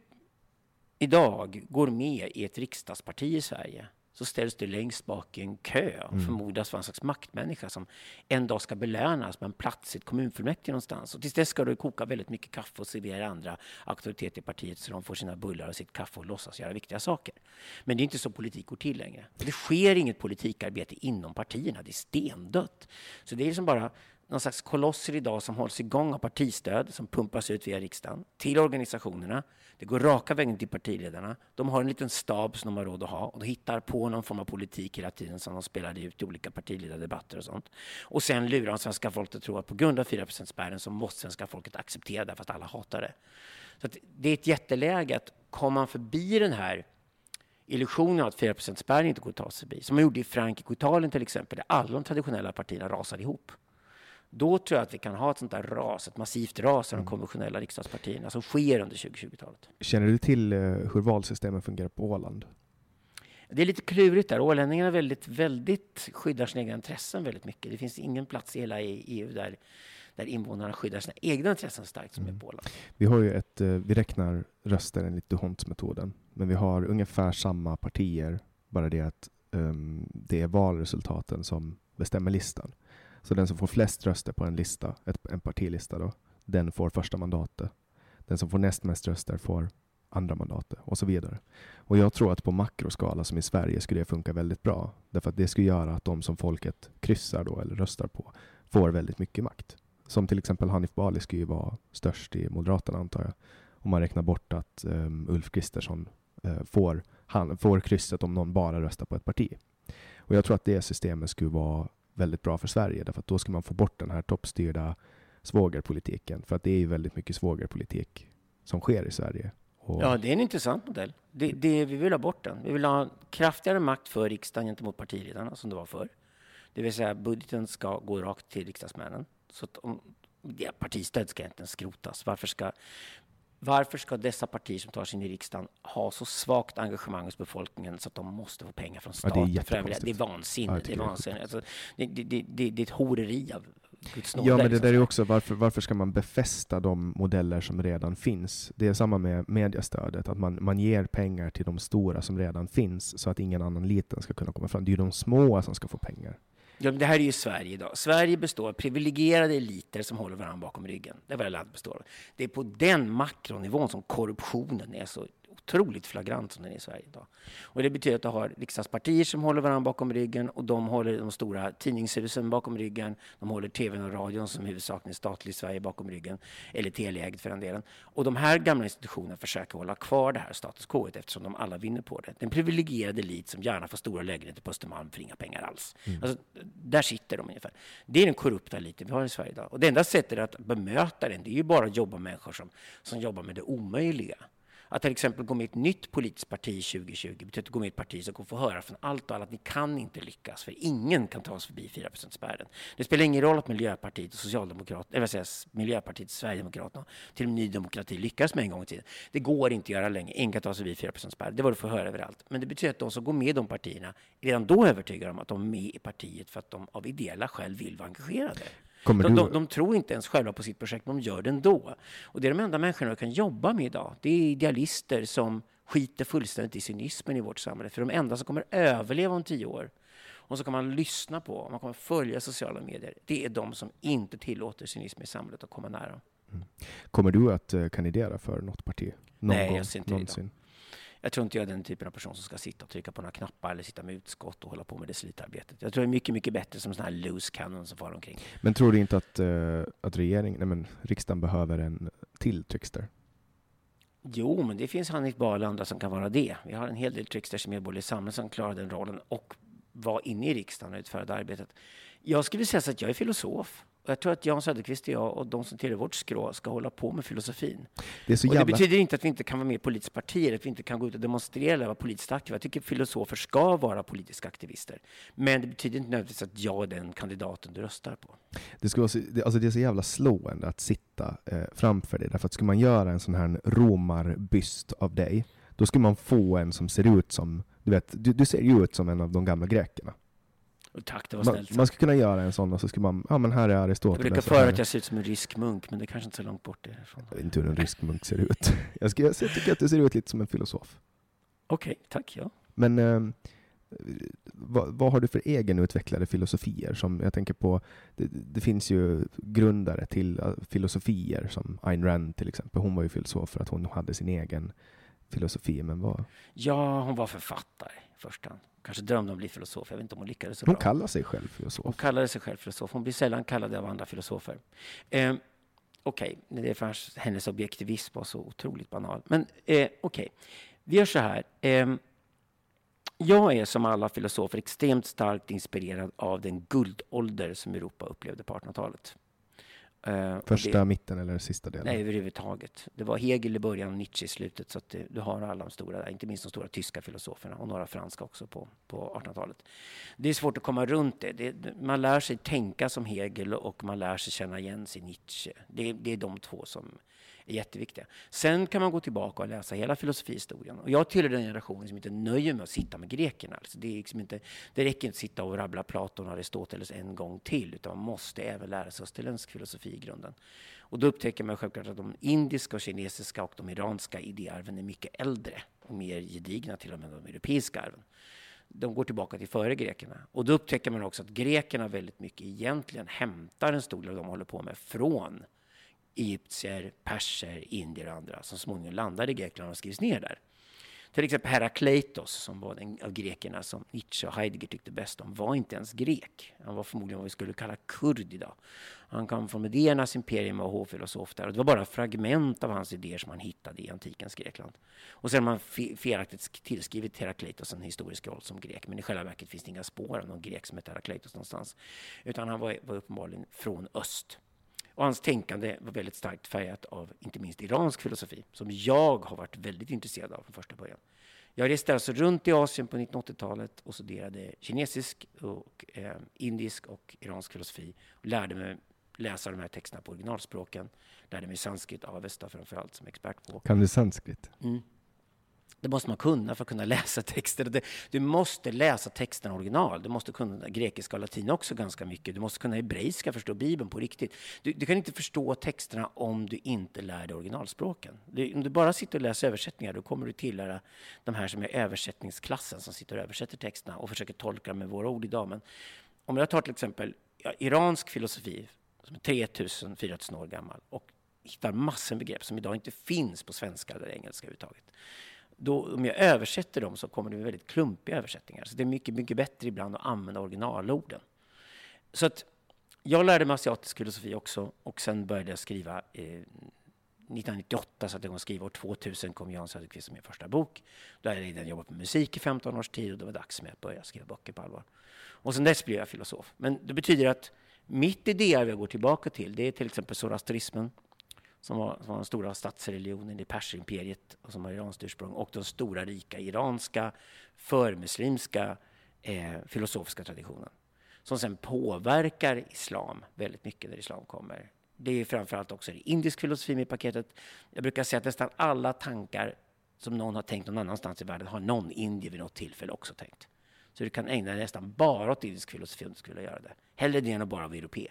idag går med i ett riksdagsparti i Sverige så ställs du längst bak i en kö och mm. förmodas vara en slags maktmänniska som en dag ska belönas med en plats i ett kommunfullmäktige någonstans. Och tills dess ska du koka väldigt mycket kaffe och servera andra auktoriteter i partiet så de får sina bullar och sitt kaffe och låtsas göra viktiga saker. Men det är inte så politik går till längre. Det sker inget politikarbete inom partierna, det är stendött. Så det är liksom bara någon slags kolosser idag som hålls igång av partistöd som pumpas ut via riksdagen till organisationerna. Det går raka vägen till partiledarna. De har en liten stab som de har råd att ha och de hittar på någon form av politik hela tiden som de spelade ut i olika partiledardebatter och sånt. Och sen lurar de svenska folket att tro att på grund av fyra procent-spärren så måste svenska folket acceptera det för att alla hatar det. Så att det är ett jätteläge att komma man förbi den här illusionen att fyra procent-spärren inte går att ta sig förbi. Som man gjorde i Frankrike och Italien till exempel där alla de traditionella partierna rasade ihop. Då tror jag att vi kan ha ett sånt där ras, ett massivt ras av de konventionella riksdagspartierna som sker under tjugohundra-talet. Känner du till hur valsystemet fungerar på Åland? Det är lite klurigt där. Ålänningarna väldigt, väldigt skyddar sina egna intressen väldigt mycket. Det finns ingen plats i hela E U där, där invånarna skyddar sina egna intressen starkt som mm. är på Åland. Vi har ju ett, vi räknar röster enligt Duhont-metoden. Men vi har ungefär samma partier, bara det att um, det är valresultaten som bestämmer listan. Så den som får flest röster på en lista, ett, en partilista då, den får första mandatet. Den som får näst mest röster får andra mandatet och så vidare. Och jag tror att på makroskala som i Sverige skulle det funka väldigt bra. Därför att det skulle göra att de som folket kryssar då eller röstar på får väldigt mycket makt. Som till exempel Hanif Bali skulle ju vara störst i Moderaterna antar jag. Om man räknar bort att um, Ulf Kristersson uh, får, han, får krysset om någon bara röstar på ett parti. Och jag tror att det systemet skulle vara väldigt bra för Sverige därför att då ska man få bort den här toppstyrda svågerpolitiken för att det är ju väldigt mycket svågerpolitik som sker i Sverige. Och ja, det är en intressant modell. Det, det, vi vill ha bort den. Vi vill ha kraftigare makt för riksdagen gentemot partiledarna som det var förr. Det vill säga budgeten ska gå rakt till riksdagsmännen. Så att om, ja, partistöd ska inte skrotas. Varför ska, varför ska dessa partier som tar sig in i riksdagen ha så svagt engagemang hos befolkningen så att de måste få pengar från staten? Ja, det, är det är vansinne. Ja, det, är vansinne. Alltså, det, det, det, det, det är ett horeri av Guds nåde. Ja, men det där är också varför, varför ska man befästa de modeller som redan finns? Det är samma med mediestödet. Att man, man ger pengar till de stora som redan finns så att ingen annan liten ska kunna komma fram. Det är ju de små som ska få pengar. Ja, det här är ju Sverige idag. Sverige består av privilegierade eliter som håller varandra bakom ryggen. Det är vad landet består av. Det är på den makronivån som korruptionen är så otroligt flagrant som den är i Sverige idag. Och det betyder att du har riksdagspartier som håller varandra bakom ryggen och de håller de stora tidningshusen bakom ryggen. De håller tvn och radion som huvudsakligen är statlig i Sverige bakom ryggen. Eller teleägd för den delen. Och de här gamla institutionerna försöker hålla kvar det här status quo eftersom de alla vinner på det. Det är en privilegierad elit som gärna får stora lägenheter på Östermalm för inga pengar alls. Mm. Alltså, där sitter de ungefär. Det är den korrupta eliten vi har i Sverige idag. Och det enda sättet att bemöta den det är ju bara att jobba med människor som, som jobbar med det omöjliga. Att till exempel gå med ett nytt politiskt parti tjugo tjugo betyder att gå med ett parti som kommer få höra från allt och alla att ni kan inte lyckas för ingen kan ta oss förbi fyra procent-spärren. Det spelar ingen roll att Miljöpartiet och Socialdemokraterna, eller vad säger Miljöpartiet, Sverigedemokraterna till Ny Demokrati lyckas med en gång i tiden. Det går inte att göra länge. Ingen kan ta oss förbi fyra procent-spärren. Det var du får höra överallt. Men det betyder att de som går med i de partierna redan då övertygar om att de är med i partiet för att de av ideella skäl vill vara engagerade. De, de, de tror inte ens själva på sitt projekt, men de gör det ändå. Och det är de enda människorna vi kan jobba med idag. Det är idealister som skiter fullständigt i cynismen i vårt samhälle. För de enda som kommer överleva om tio år och så kan man lyssna på, man kommer följa sociala medier. Det är de som inte tillåter cynism i samhället att komma nära. Mm. Kommer du att uh, kandidera för något parti? Någon Nej, gång, jag ser inte någonsin. Jag tror inte jag är den typen av person som ska sitta och trycka på några knappar eller sitta med utskott och hålla på med det slitarbetet. Jag tror det är mycket, mycket bättre som sån här loose cannon som far omkring. Men tror du inte att, uh, att regeringen, nej men riksdagen behöver en till trickster? Jo, men det finns Hanif Bali och andra som kan vara det. Vi har en hel del tricksters i medborgerlig samhälle som klarar den rollen och var inne i riksdagen och utförde arbetet. Jag skulle säga så att jag är filosof. Och jag tror att Jan Söderqvist och jag och de som tillhör vårt skrå ska hålla på med filosofin. Det, är så och jävla... det betyder inte att vi inte kan vara med i politiska partier, att vi inte kan gå ut och demonstrera eller vara politiskt aktiva. Jag tycker filosofer ska vara politiska aktivister. Men det betyder inte nödvändigtvis att jag är den kandidaten du röstar på. Det, ska vara så, det, alltså det är så jävla slående att sitta eh, framför dig. Därför att ska man göra en sån här romarbyst av dig, då ska man få en som ser ut som, du vet, du, du ser ju ut som en av de gamla grekerna. Och tack, det var Man, snällt. man skulle kunna göra en sån och så skulle man, ja men här är Aristoteles. Jag brukar föra att jag ser ut som en rysk munk, men det är kanske inte så långt bort därifrån. Jag vet inte hur en rysk munk ser ut. Jag, ska, jag tycker att du ser ut lite som en filosof. Okej, okay, tack, ja. Men eh, vad, vad har du för egenutvecklade filosofier? Som jag tänker på, det, det finns ju grundare till uh, filosofier som Ayn Rand till exempel. Hon var ju filosof för att hon hade sin egen filosofi, men vad? Ja, hon var författare först. Kanske drömde om att bli filosof. Jag vet inte om hon lyckades så hon bra. Hon kallar sig själv filosof. Hon kallade sig själv filosof. Hon blir sällan kallad av andra filosofer. Eh, okej, okay. Det är för hennes objektivism var så otroligt banal. Men eh, okej, okay. Vi gör så här. Eh, jag är som alla filosofer extremt starkt inspirerad av den guldålder som Europa upplevde på artonhundratalet. Uh, Första det, mitten eller sista delen? Nej, överhuvudtaget. Det var Hegel i början och Nietzsche i slutet, så att det, du har alla de stora där, inte minst de stora tyska filosoferna och några franska också på, på artonhundratalet. Det är svårt att komma runt det. det. Man lär sig tänka som Hegel och man lär sig känna igen sig Nietzsche. Det, det är de två som är jätteviktiga. Sen kan man gå tillbaka och läsa hela filosofihistorien. Och jag tillhör den generationen som inte nöjer med att sitta med grekerna. Alltså det, är liksom inte, det räcker inte att sitta och rabbla Platon och Aristoteles en gång till, utan man måste även lära sig österländsk filosofi i grunden. Och då upptäcker man självklart att de indiska, och kinesiska och de iranska idéarven är mycket äldre och mer gedigna till och med de europeiska arven. De går tillbaka till före grekerna. Och då upptäcker man också att grekerna väldigt mycket egentligen hämtar en stor del av de håller på med från egyptier, perser, indier och andra som småningom landade i Grekland och skrivs ner där. Till exempel Herakleitos, som var den av grekerna som Nietzsche och Heidegger tyckte bäst om, var inte ens grek. Han var förmodligen vad vi skulle kalla kurd idag. Han kom från Mediernas imperium och hovfilosof där. Och det var bara fragment av hans idéer som man hittade i antikens Grekland. Och sen har man felaktigt tillskrivit Herakleitos en historisk roll som grek. Men i själva verket finns det inga spår av någon grek som heter Herakleitos någonstans. Utan han var, var uppenbarligen från öst. Och hans tänkande var väldigt starkt färgat av inte minst iransk filosofi, som jag har varit väldigt intresserad av från första början. Jag reste alltså runt i Asien på nittonhundraåttiotalet och studerade kinesisk, och, eh, indisk och iransk filosofi. Och lärde mig läsa de här texterna på originalspråken. Lärde mig sanskrit av Avesta framförallt som expert på. Kan du sanskrit? Mm. Det måste man kunna för att kunna läsa texter. Du måste läsa texten original. Du måste kunna grekiska och latin också ganska mycket. Du måste kunna hebreiska, förstå Bibeln på riktigt. Du, du kan inte förstå texterna om du inte lär dig originalspråken. Du, om du bara sitter och läser översättningar, då kommer du tillhöra de här som är översättningsklassen som sitter och översätter texterna och försöker tolka med våra ord idag. Men om jag tar till exempel ja, iransk filosofi som är tre tusen fyra tusen år gammal och hittar massor av begrepp som idag inte finns på svenska eller engelska överhuvudtaget. Då, om jag översätter dem så kommer det med väldigt klumpiga översättningar. Så det är mycket, mycket bättre ibland att använda originalorden. Så att jag lärde mig asiatisk filosofi också. Och sen började jag skriva eh, nittonhundranittioåtta, så att jag skriva år tvåtusen kom Jan Söderqvist som min första bok. Då hade jag redan jobbat med musik i femton års tid och det var dags med att börja skriva böcker på allvar. Och sen dess blev jag filosof. Men det betyder att mitt idéarv jag går tillbaka till, det är till exempel zoroastrismen. Som var, som var den stora statsreligionen i Persimperiet och som har iranskt ursprung. Och den stora rika iranska förmuslimska eh, filosofiska traditionen. Som sen påverkar islam väldigt mycket när islam kommer. Det är framförallt också det indisk filosofi med paketet. Jag brukar säga att nästan alla tankar som någon har tänkt någon annanstans i världen har någon indier vid något tillfälle också tänkt. Så du kan ägna dig nästan bara åt indisk filosofi om du skulle göra det. Hellre det än att bara vara europé.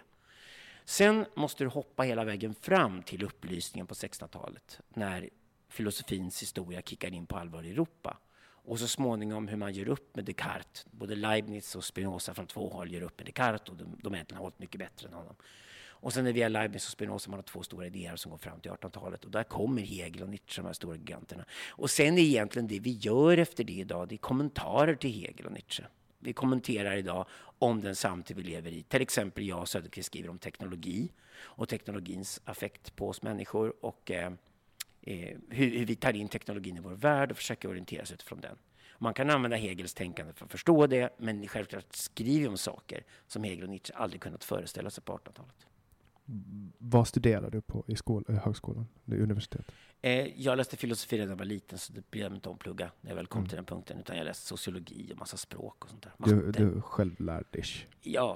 Sen måste du hoppa hela vägen fram till upplysningen på sextonhundratalet när filosofins historia kickar in på allvar i Europa. Och så småningom hur man gör upp med Descartes. Både Leibniz och Spinoza från två håll gör upp med Descartes och de, de egentligen har hållit mycket bättre än honom. Och sen är via Leibniz och Spinoza man har två stora idéer som går fram till artonhundratalet. Och där kommer Hegel och Nietzsche, de här stora giganterna. Och sen är egentligen det vi gör efter det idag, det är kommentarer till Hegel och Nietzsche. Vi kommenterar idag om den samtid vi lever i. Till exempel jag och Söderqvist skriver om teknologi och teknologins affekt på oss människor och eh, hur, hur vi tar in teknologin i vår värld och försöker orientera sig utifrån den. Man kan använda Hegels tänkande för att förstå det, men självklart skriver om saker som Hegel och Nietzsche aldrig kunnat föreställa sig på artonhundratalet. Vad studerade du på i skol- högskolan, i universitet? Eh, jag läste filosofi redan när jag var liten, så det blev inte omplugga när jag väl kom mm. till den punkten. Utan jag läste sociologi och massa språk och sånt där. Du, du självlärdish? Ja.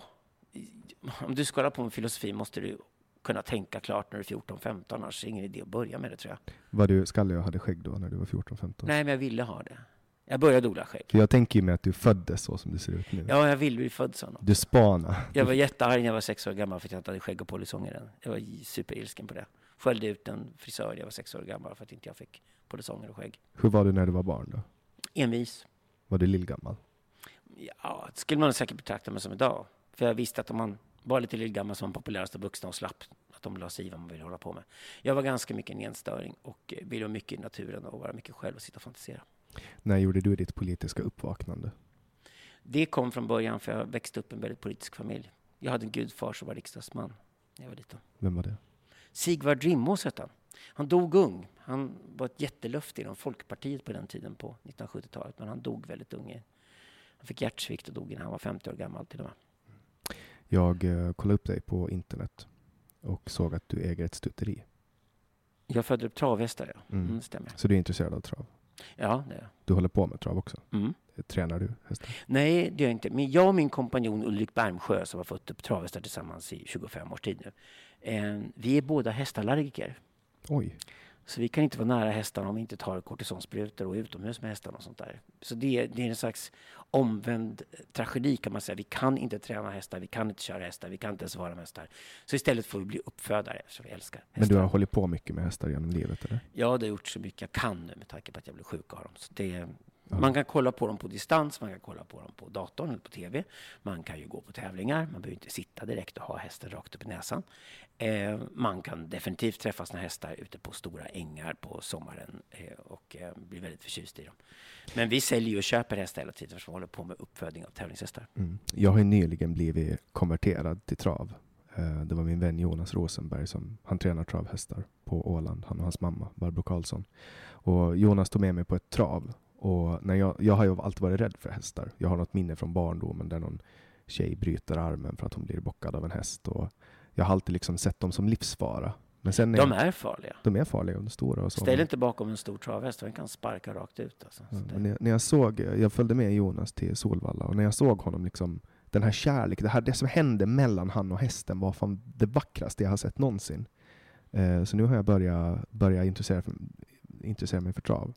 Om du ska hålla på med filosofi måste du kunna tänka klart när du är fjorton femton. Annars är det ingen idé att börja med det, tror jag. Var du skallig och hade skägg då när du var fjorton femton? Nej, men jag ville ha det. Jag började odla skägg. För jag tänker ju med att du föddes så som du ser ut nu. Ja, jag vill bli född så. Du spana. Jag var jättearg när jag var sex år gammal för att jag inte hade skägg och polisonger än. Jag var superilsken på det. Skällde ut en frisör när jag var sex år gammal för att inte jag fick polisonger och skägg. Hur var du när du var barn då? Envis. Var du lillgammal? Ja, det skulle man säkert betrakta mig som idag. För jag visste att om man var lite lillgammal som man populärast av vuxna och slapp att de la sig i vad man ville hålla på med. Jag var ganska mycket en enstöring och ville vara mycket i naturen och vara mycket själv och sitta och fantisera. När gjorde du ditt politiska uppvaknande? Det kom från början för jag växte upp i en väldigt politisk familj. Jag hade en gudfar som var riksdagsman när jag var liten. Vem var det? Sigvard Rimås hette han. Han dog ung. Han var ett jättelöfte inom Folkpartiet på den tiden på nittonhundrasjuttiotalet. Men han dog väldigt ung. Han fick hjärtsvikt och dog innan han var femtio år gammal till och med. Jag uh, kollade upp dig på internet och såg att du äger ett stutteri. Jag födde upp travhästar, ja. Mm. Mm, stämmer. Så du är intresserad av trav? Ja, det är jag. Du håller på med trav också? Mm. Tränar du hästar? Nej, det gör jag inte. Men jag och min kompanjon Ulrik Bermsjö som har fått upp travhästar tillsammans i tjugofem års tid nu. Eh, vi är båda hästallergiker. Oj. Så vi kan inte vara nära hästarna om vi inte tar kortisonsprutor och utomhus med hästarna och sånt där. Så det, det är en slags omvänd tragedi kan man säga. Vi kan inte träna hästar, vi kan inte köra hästar, vi kan inte ens vara med hästar. Så istället får vi bli uppfödare eftersom vi älskar hästar. Men du har hållit på mycket med hästar genom livet, eller? Ja, det har gjort så mycket jag kan nu med tanke på att jag blev sjuk av dem. Så det, ja. Man kan kolla på dem på distans, man kan kolla på dem på datorn eller på tv. Man kan ju gå på tävlingar, man behöver inte sitta direkt och ha hästen rakt upp i näsan. Eh, man kan definitivt träffa sina hästar ute på stora ängar på sommaren eh, och eh, bli väldigt förtjust i dem. Men vi säljer och köper hästar hela tiden för vi håller på med uppfödning av tävlingshästar. Mm. Jag har nyligen blivit konverterad till trav. Eh, det var min vän Jonas Rosenberg som han tränar travhästar på Åland. Han och hans mamma Barbro Karlsson. Och Jonas tog med mig på ett trav. Och när jag, jag har ju alltid varit rädd för hästar. Jag har något minne från barndomen där någon tjej bryter armen för att hon blir bockad av en häst. Och jag har alltid liksom sett dem som livsfara. Men sen är de är farliga. De är farliga och de stora. Och så. Ställ inte bakom en stor travhäst. Den kan sparka rakt ut. Alltså. Ja, det... när, jag, när jag såg, jag följde med Jonas till Solvalla. Och när jag såg honom liksom, den här kärleken, det, här, det som hände mellan han och hästen var fan det vackraste jag har sett någonsin. Eh, så nu har jag börjat, börjat intressera, för, intressera mig för trav.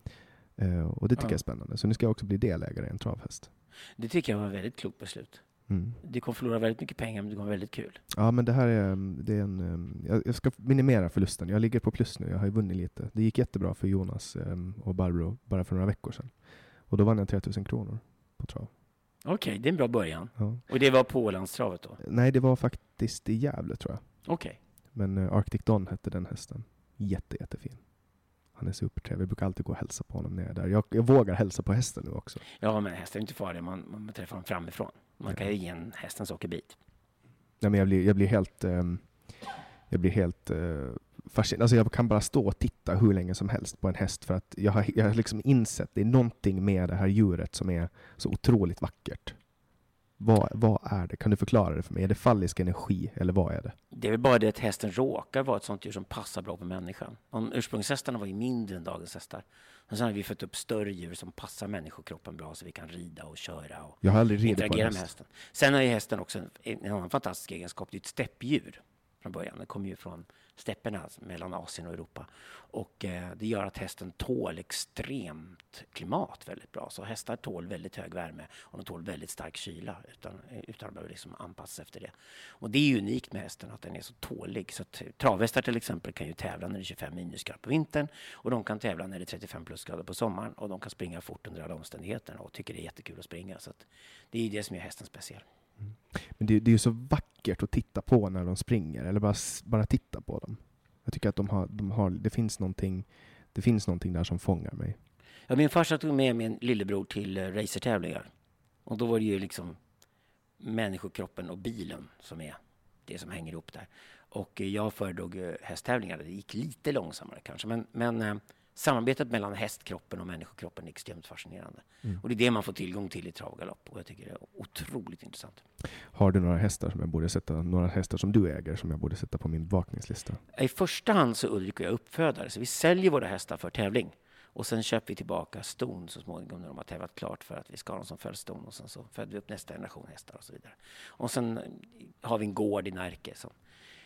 Uh, och det tycker ja. jag är spännande. Så nu ska jag också bli delägare i en travhäst. Det tycker jag var ett väldigt klokt beslut. Mm. Du kommer förlora väldigt mycket pengar men det kommer väldigt kul. Ja, men det här är, det är en... Jag ska minimera förlusten. Jag ligger på plus nu. Jag har ju vunnit lite. Det gick jättebra för Jonas um, och Barbro bara för några veckor sedan. Och då vann jag tre tusen kronor på trav. Okej, okay, det är en bra början. Ja. Och det var på Ålandstravet då? Nej, det var faktiskt i Gävle tror jag. Okej. Okay. Men uh, Arctic Don hette den hästen. Jätte, jättefin. Han är supertrevlig. Jag brukar alltid gå och hälsa på honom när jag är där. Jag, jag vågar hälsa på hästen nu också. Ja, men hästen är inte farlig. Man, man träffar dem framifrån. Man ja. kan ju ge en hästens åkerbit. Nej, men jag blir, jag blir helt... Um, jag blir helt uh, fascinerad. Alltså jag kan bara stå och titta hur länge som helst på en häst. För att jag har, jag har liksom insett det är någonting med det här djuret som är så otroligt vackert. Vad, vad är det? Kan du förklara det för mig? Är det fallisk energi eller vad är det? Det är väl bara det att hästen råkar vara ett sånt djur som passar bra på människan. De ursprungshästarna var ju mindre än dagens hästar. Och sen har vi fått upp större djur som passar människokroppen bra så vi kan rida och köra och Jag har aldrig ridit interagera på en med häst. hästen. Sen har ju hästen också en, en annan fantastisk egenskap. Det är ett steppdjur från början. Det kommer ju från stepperna mellan Asien och Europa. Och eh, det gör att hästen tål extremt klimat väldigt bra. Så hästar tål väldigt hög värme och de tål väldigt stark kyla utan, utan att behöva liksom anpassa efter det. Och det är ju unikt med hästen att den är så tålig. Så att travhästar till exempel kan ju tävla när det är tjugofem minusgrader på vintern och de kan tävla när det är trettiofem plusgrader på sommaren och de kan springa fort under alla omständigheter och tycker det är jättekul att springa. Så att det är ju det som gör hästen speciell. Mm. Men det, det är ju så vackert att titta på när de springer eller bara, bara titta på dem. Jag tycker att de har, de har, det, finns någonting, det finns någonting där som fångar mig. Ja, min farsa tog med min lillebror till uh, racertävlingar. Och då var det ju liksom människokroppen och bilen som är det som hänger ihop där. Och uh, jag föredrog uh, hästtävlingar. Det gick lite långsammare kanske. Men, men uh, samarbetet mellan hästkroppen och människokroppen är extremt fascinerande. Mm. Och det är det man får tillgång till i travgalopp. Och jag tycker det är otroligt intressant. Har du några hästar som jag borde sätta, några hästar som du äger som jag borde sätta på min bevakningslista? I första hand så Ulrik och jag uppfödare. Så vi säljer våra hästar för tävling. Och sen köper vi tillbaka ston så småningom när de har tävlat klart för att vi ska ha dem som följston. Och sen så föder vi upp nästa generation hästar och så vidare. Och sen har vi en gård i Närke som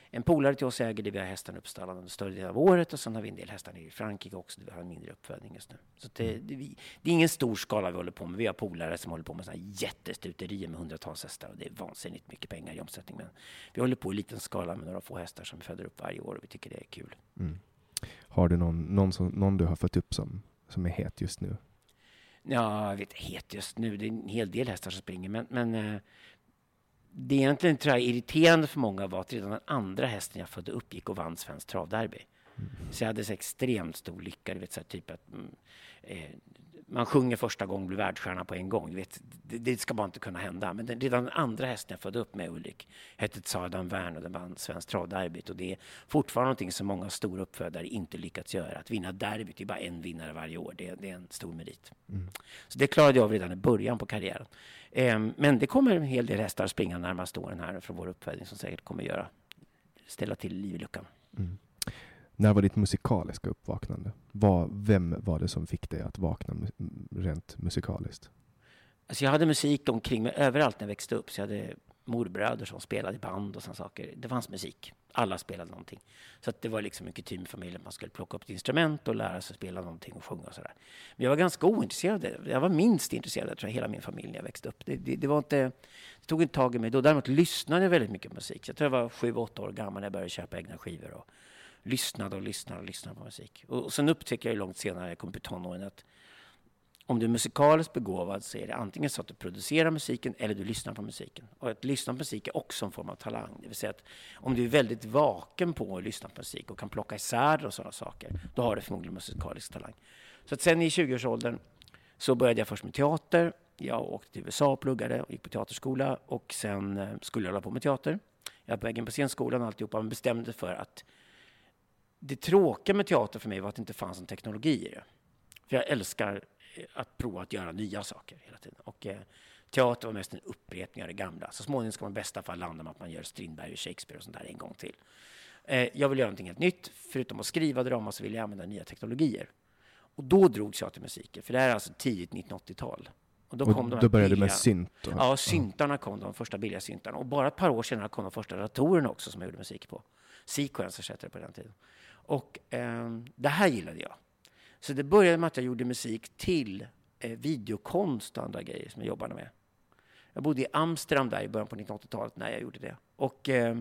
En polare till oss äger det, vi har hästarna uppstallade under större del av året och sen har vi en del hästar i Frankrike också, vi har en mindre uppfödning just nu. Så det, det, vi, det är ingen stor skala vi håller på med, vi har polare som håller på med sådana här jättestuterier med hundratals hästar och det är vansinnigt mycket pengar i omsättning. Men vi håller på i liten skala med några få hästar som vi föder upp varje år och vi tycker det är kul. Mm. Har du någon, någon, som, någon du har fått upp som, som är het just nu? Ja, jag vet het just nu, det är en hel del hästar som springer men, men eh, det är egentligen tror jag, irriterande för många var att redan den andra hästen jag födde upp gick och vann svensk travderby. Mm. Så jag hade så extremt stor lycka. Du vet, så här, typ att mm, eh, man sjunger första gången och blir världsstjärna på en gång. Du vet, det, det ska bara inte kunna hända. Men den, redan den andra hästen jag födde upp med Ulrik hette Tsardan Värn och den vann svensk travderbyt. Och det är fortfarande någonting som många stora uppfödare inte lyckats göra. Att vinna derbyt, det är bara en vinnare varje år. Det, det är en stor merit. Mm. Så det klarade jag av redan i början på karriären. Eh, men det kommer en hel del hästar springa närmaste åren här från vår uppfödning som säkert kommer göra ställa till liv i luckan. Mm. När var ditt musikaliska uppvaknande? Var, vem var det som fick dig att vakna rent musikaliskt? Alltså jag hade musik omkring mig överallt när jag växte upp. Så jag hade morbröder som spelade i band och såna saker. Det fanns musik. Alla spelade någonting. Så att det var liksom en kutym i familjen. Man skulle plocka upp ett instrument och lära sig spela någonting och sjunga och sådär. Men jag var ganska ointresserad. Jag var minst intresserad av tror jag, hela min familj när jag växte upp. Det, det, det var inte, det tog inte tag i mig då. Däremot lyssnade jag väldigt mycket på musik. Jag tror jag var sju, åtta år gammal när jag började köpa egna skivor och lyssnade och lyssnade och lyssnade på musik. Och, och sen upptäckte jag långt senare när jag kom på tonåren att om du är musikaliskt begåvad så är det antingen så att du producerar musiken eller du lyssnar på musiken. Och att lyssna på musik är också en form av talang. Det vill säga att om du är väldigt vaken på att lyssna på musik och kan plocka isär och sådana saker, då har du förmodligen musikalisk talang. Så att sen i tjugoårsåldern så började jag först med teater. Jag åkte till U S A och pluggade och gick på teaterskola och sen skulle jag hålla på med teater. Jag var på vägen på scenskolan och alltihopa, men bestämde för att det tråkiga med teater för mig var att det inte fanns en teknologi i det. För jag älskar att prova att göra nya saker hela tiden. Och eh, teater var mest en upprepning av det gamla. Så småningom ska man i bästa fall landa med att man gör Strindberg och Shakespeare och sånt där en gång till. Eh, jag vill göra någonting helt nytt. Förutom att skriva drama så vill jag använda nya teknologier. Och då drogs jag till musiken. För det här är alltså tidigt nittonhundratal. Och då, och kom då började billiga, med synt? Och, ja, syntarna kom, de första billiga syntarna. Och bara ett par år senare kom de första datorerna också som jag gjorde musik på. Sequencer hette det på den tiden. Och eh, det här gillade jag. Så det började med att jag gjorde musik till eh, videokonst och andra grejer som jag jobbade med. Jag bodde i Amsterdam där i början på nittonhundratalet när jag gjorde det. Och eh,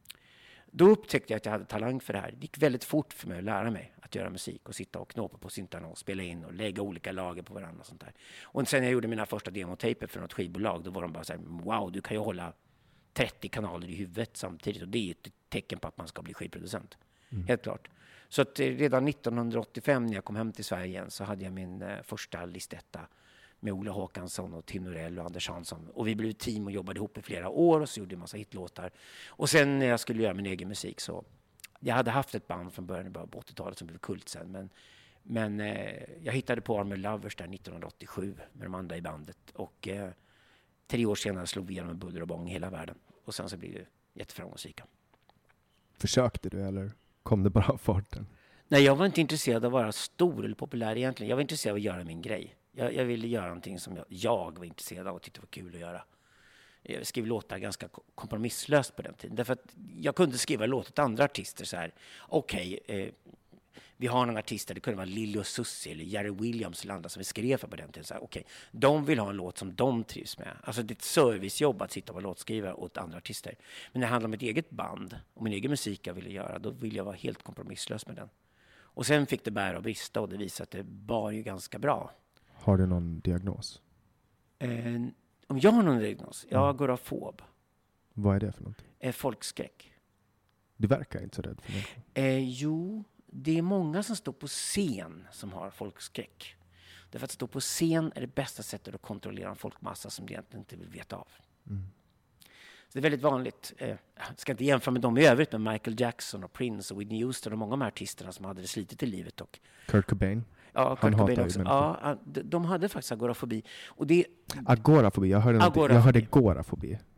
då upptäckte jag att jag hade talang för det här. Det gick väldigt fort för mig att lära mig att göra musik och sitta och knåpa på syntarna och spela in och lägga olika lager på varandra och sånt där. Och sen när jag gjorde mina första demotaper för något skivbolag, då var de bara så här, wow, du kan ju hålla trettio kanaler i huvudet samtidigt och det är ett tecken på att man ska bli skivproducent. Mm. Helt klart. Så att redan nittonhundraåttiofem när jag kom hem till Sverige igen så hade jag min eh, första listetta med Ola Håkansson och Tim Norell och Anders Hansson. Och vi blev ett team och jobbade ihop i flera år och så gjorde jag en massa hitlåtar. Och sen när jag skulle göra min egen musik så... Jag hade haft ett band från början på åttiotalet som blev kult sen. Men, men eh, jag hittade på Army Lovers där nittonhundraåttiosju med de andra i bandet. Och eh, tre år senare slog vi igenom en buller och bång i hela världen. Och sen så blev det jätteframgångsrika. Försökte du eller kom det bara av farten? Nej, jag var inte intresserad av att vara stor eller populär egentligen. Jag var intresserad av att göra min grej. Jag, jag ville göra någonting som jag, jag var intresserad av och tyckte var kul att göra. Jag skrev låtar ganska kompromisslöst på den tiden. Därför att jag kunde skriva låtar till andra artister så här. Okej, okay, eh, vi har några artister, det kunde vara Lili och Susie eller Jerry Williams eller andra som vi skrev för på den tiden. Så här, okej, okay, de vill ha en låt som de trivs med. Alltså det är ett servicejobb att sitta och vara låtskrivare åt andra artister. Men när det handlar om ett eget band och min egen musik jag ville göra, då ville jag vara helt kompromisslös med den. Och sen fick det bära och brista och det visade att det bar ju ganska bra. Har du någon diagnos? Eh, om jag har någon diagnos? Jag mm. går av fob. Vad är det för någonting? Eh, folkskräck. Du verkar inte så rädd för det. Eh, jo, det är många som står på scen som har folkskräck. Därför att stå på scen är det bästa sättet att kontrollera en folkmassa som du egentligen inte vill veta av. Mm. Så det är väldigt vanligt. Eh, jag ska inte jämföra med dem i övrigt, men Michael Jackson och Prince och Whitney Houston och många av de här artisterna som hade det slitet i livet. Och Kurt Cobain. Ja, Kurt Cobain också. Ja, de hade faktiskt agorafobi. Och det... Agorafobi? Jag hörde, agorafobi. Jag hörde agorafobi.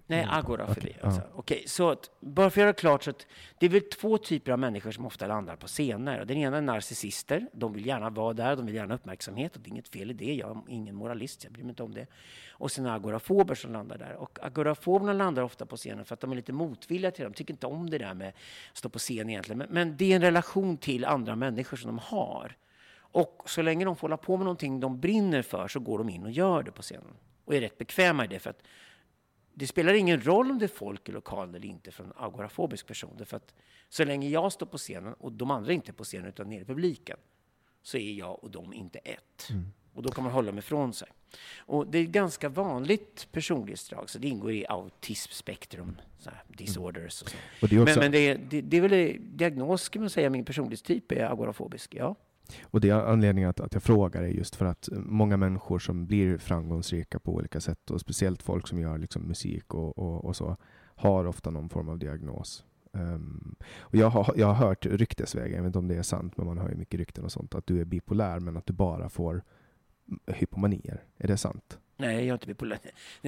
Nej, Mm. agorafobi. Okej, Alltså. ja. Okej, så att, bara för att göra klart så att det är väl två typer av människor som ofta landar på scener. Den ena är narcissister. De vill gärna vara där, de vill gärna ha uppmärksamhet och det är inget fel i det. Jag är ingen moralist, jag bryr mig inte om det. Och sen agorafober som landar där. Och agorafoberna landar ofta på scenen för att de är lite motvilliga till det. De tycker inte om det där med att stå på scen egentligen. Men, men det är en relation till andra människor som de har. Och så länge de får hålla på med någonting de brinner för så går de in och gör det på scenen. Och är rätt bekväma i det för att det spelar ingen roll om det är folk i lokalen eller inte för en agorafobisk person. För att så länge jag står på scenen och de andra inte är på scenen utan nere i publiken så är jag och de inte ett. Mm. Och då kan man hålla dem ifrån sig. Och det är ganska vanligt personlighetsdrag. Så det ingår i autismspektrum, så här, disorders och så. Och det är också... Men, men det, är, det, det är väl en diagnos kan man säga, min personlighetstyp är agorafobisk, ja. Och det är anledningen att, att jag frågar är just för att många människor som blir framgångsrika på olika sätt och speciellt folk som gör liksom musik och, och, och så har ofta någon form av diagnos. Um, och jag har, jag har hört ryktesvägen, jag vet inte om det är sant men man hör ju mycket rykten och sånt att du är bipolär men att du bara får hypomanier. Är det sant? Nej, jag är inte bipolär.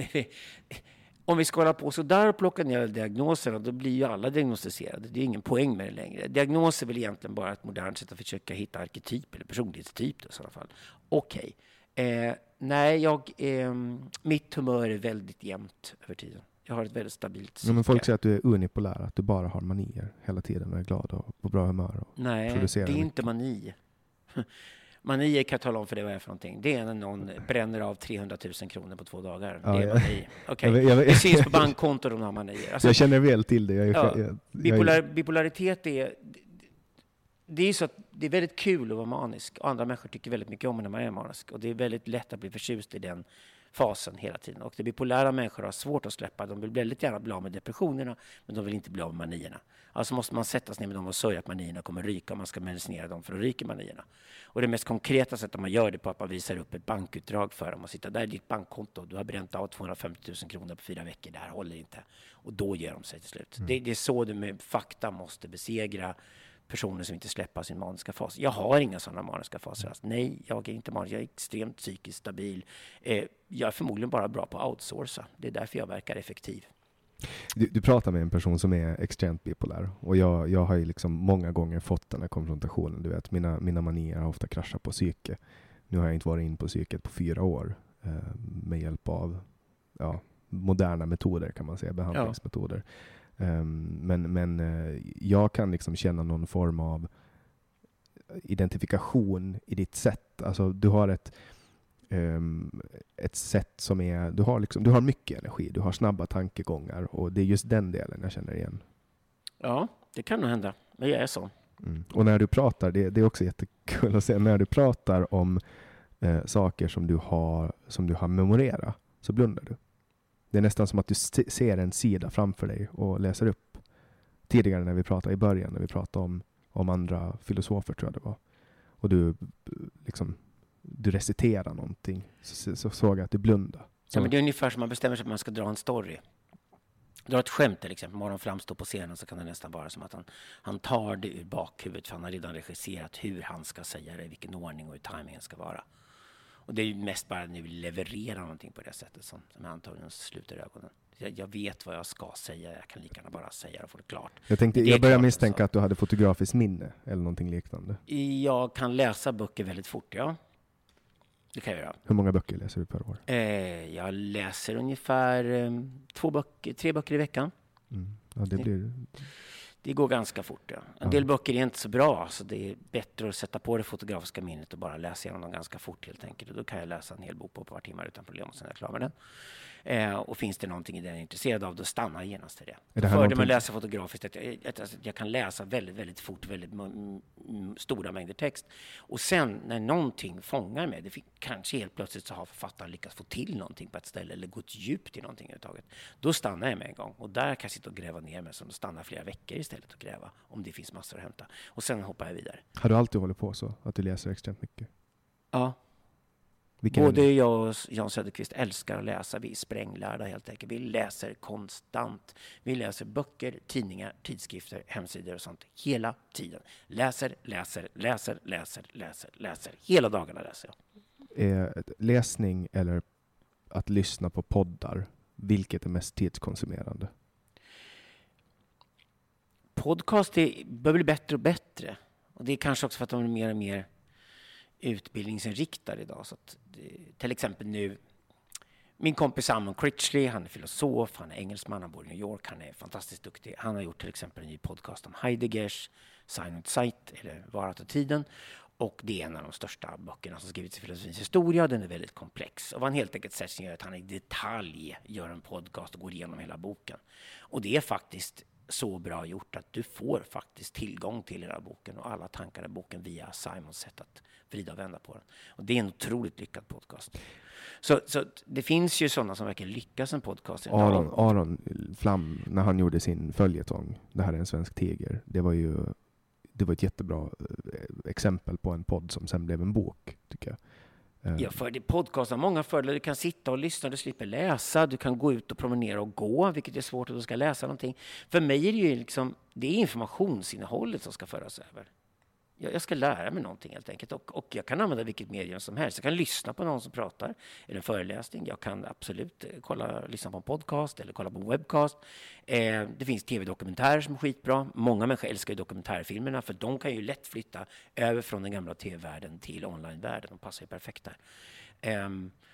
Om vi ska hålla på så där och plocka ner diagnoserna, då blir ju alla diagnostiserade. Det är ingen poäng med det längre. Diagnos är väl egentligen bara ett modernt sätt att försöka hitta arketyp eller personlighetstyp då, i sådana fall. Okej. Okay. Eh, nej, jag, eh, mitt humör är väldigt jämnt över tiden. Jag har ett väldigt stabilt psyke. Ja, men folk säger att du är unipolär, att du bara har manier hela tiden och är glad och på bra humör. Och nej, det är mycket. inte mani. Manier kan jag tala om för det vad är för någonting. Det är när någon bränner av trehundratusen kronor på två dagar. Ja, det är ja. mani. Okay. Jag, jag, det syns på bankkontor de har manier. Alltså, jag känner väl till det. Jag, ja, jag, bipolar, jag, bipolaritet är... Det är så att det är väldigt kul att vara manisk. Och andra människor tycker väldigt mycket om när man är manisk. Och det är väldigt lätt att bli förtjust i den fasen hela tiden. Och det bipolära människor har svårt att släppa. De vill väldigt gärna bli av med depressionerna, men de vill inte bli av med manierna. Alltså måste man sätta sig ner med dem och sörja att manierna kommer ryka och man ska medicinera dem för att ryka manierna. Och det mest konkreta sättet man gör det på att man visar upp ett bankutdrag för dem och sitter där är ditt bankkonto. Du har bränt av tvåhundrafemtio tusen kronor på fyra veckor. Det här håller inte. Och då ger de sig till slut. Mm. Det, det är så du med fakta måste besegra personer som inte släpper sin maniska fas. Jag har inga sådana maniska faser. Alltså, nej, jag är inte manisk. Jag är extremt psykiskt stabil. Eh, jag är förmodligen bara bra på att outsourca. Det är därför jag verkar effektiv. Du, du pratar med en person som är extremt bipolär. Och jag, jag har ju liksom många gånger fått den här konfrontationen. Du vet, mina, mina manier har ofta kraschat på psyke. Nu har jag inte varit in på psyket på fyra år. Eh, med hjälp av ja, moderna metoder kan man säga. Behandlingsmetoder. Ja. Um, men men uh, jag kan liksom känna någon form av identifikation i ditt sätt. Alltså du har ett um, ett sätt som är du har liksom du har mycket energi, du har snabba tankegångar och det är just den delen jag känner igen. Ja, det kan nog hända. Men jag är så. Mm. Och när du pratar, det, det är också jättekul att se när du pratar om uh, saker som du har som du har memorerat så blundar du. Det är nästan som att du ser en sida framför dig och läser upp. Tidigare när vi pratade i början, när vi pratade om, om andra filosofer tror jag det var. Och du liksom, du reciterar någonting. Så, så såg jag att du blundade. Ja, men det är ungefär som man bestämmer sig att man ska dra en story. Dra ett skämt till exempel. Morgon framstår på scenen så kan det nästan vara som att han, han tar det ur bakhuvudet. För han har redan regisserat hur han ska säga det, vilken ordning och hur timingen ska vara. Och det är ju mest bara när vi levererar någonting på det sättet som, som antagligen sluter ögonen. Jag, jag vet vad jag ska säga, jag kan lika gärna bara säga och få det klart. Jag, tänkte, jag börjar misstänka så. Att du hade fotografiskt minne eller någonting liknande. Jag kan läsa böcker väldigt fort, ja. Det kan jag göra. Hur många böcker läser du per år? Eh, jag läser ungefär eh, två böcker, tre böcker i veckan. Mm. Ja, det blir... Det går ganska fort, ja. En del böcker är inte så bra, så det är bättre att sätta på det fotografiska minnet och bara läsa igenom dem ganska fort helt enkelt. Och då kan jag läsa en hel bok på ett par timmar utan problem och sen är jag klar med den. Eh, och finns det någonting i den jag är intresserad av, då stannar jag genast till det. Är det Fördelen någonting... med att läsa fotografiskt att jag, att, att jag kan läsa väldigt, väldigt fort, väldigt m- m- stora mängder text. Och sen när någonting fångar mig, det fick, kanske helt plötsligt så har författaren lyckats få till någonting på ett ställe eller gått djupt i någonting överhuvudtaget. Då stannar jag med en gång. Och där kan jag sitta och gräva ner mig, som stannar flera veckor istället och gräva om det finns massor att hämta. Och sen hoppar jag vidare. Har du alltid hållit på så? Att du läser extremt mycket? Ja. Vilken Både jag och Jan Söderqvist älskar att läsa. Vi är spränglärda helt enkelt. Vi läser konstant. Vi läser böcker, tidningar, tidskrifter, hemsidor och sånt. Hela tiden. Läser, läser, läser, läser, läser, läser. Hela dagarna läser jag. Är läsning eller att lyssna på poddar vilket är mest tidskonsumerande? Podcast är, bör bli bättre och bättre. Och det är kanske också för att de är mer och mer utbildningsinriktade idag. Så att, till exempel nu, min kompis Simon Critchley, han är filosof, han är engelsman, han bor i New York, han är fantastiskt duktig. Han har gjort till exempel en ny podcast om Heideggers Sein und Zeit, eller Varat och tiden. Och det är en av de största böckerna som skrivits i filosofins historia. Den är väldigt komplex. Och vad han helt enkelt säger som gör att han i detalj gör en podcast och går igenom hela boken. Och det är faktiskt så bra gjort att du får faktiskt tillgång till hela boken och alla tankar i boken via Simons sätt att vrida och vända på den. Och det är en otroligt lyckad podcast. Så, så det finns ju sådana som verkligen lyckas en podcast. Aron, Aron Flam, när han gjorde sin följetong, det här är en svensk tiger, det var ju det var ett jättebra exempel på en podd som sen blev en bok, tycker jag. Ja, för det podcast har många fördelar. Du kan sitta och lyssna, du slipper läsa, du kan gå ut och promenera och gå, vilket är svårt att du ska läsa någonting. För mig är det ju liksom, det är informationsinnehållet som ska föras över. Jag, jag ska lära mig någonting helt enkelt. Och, och jag kan använda vilket medium som helst. Jag kan lyssna på någon som pratar, eller en föreläsning. Jag kan absolut kolla, lyssna på en podcast eller kolla på en webcast. Eh, det finns tv-dokumentärer som är skitbra. Många människor älskar ju dokumentärfilmerna, för de kan ju lätt flytta över från den gamla tv-världen till online-världen. De passar ju perfekt där. Eh,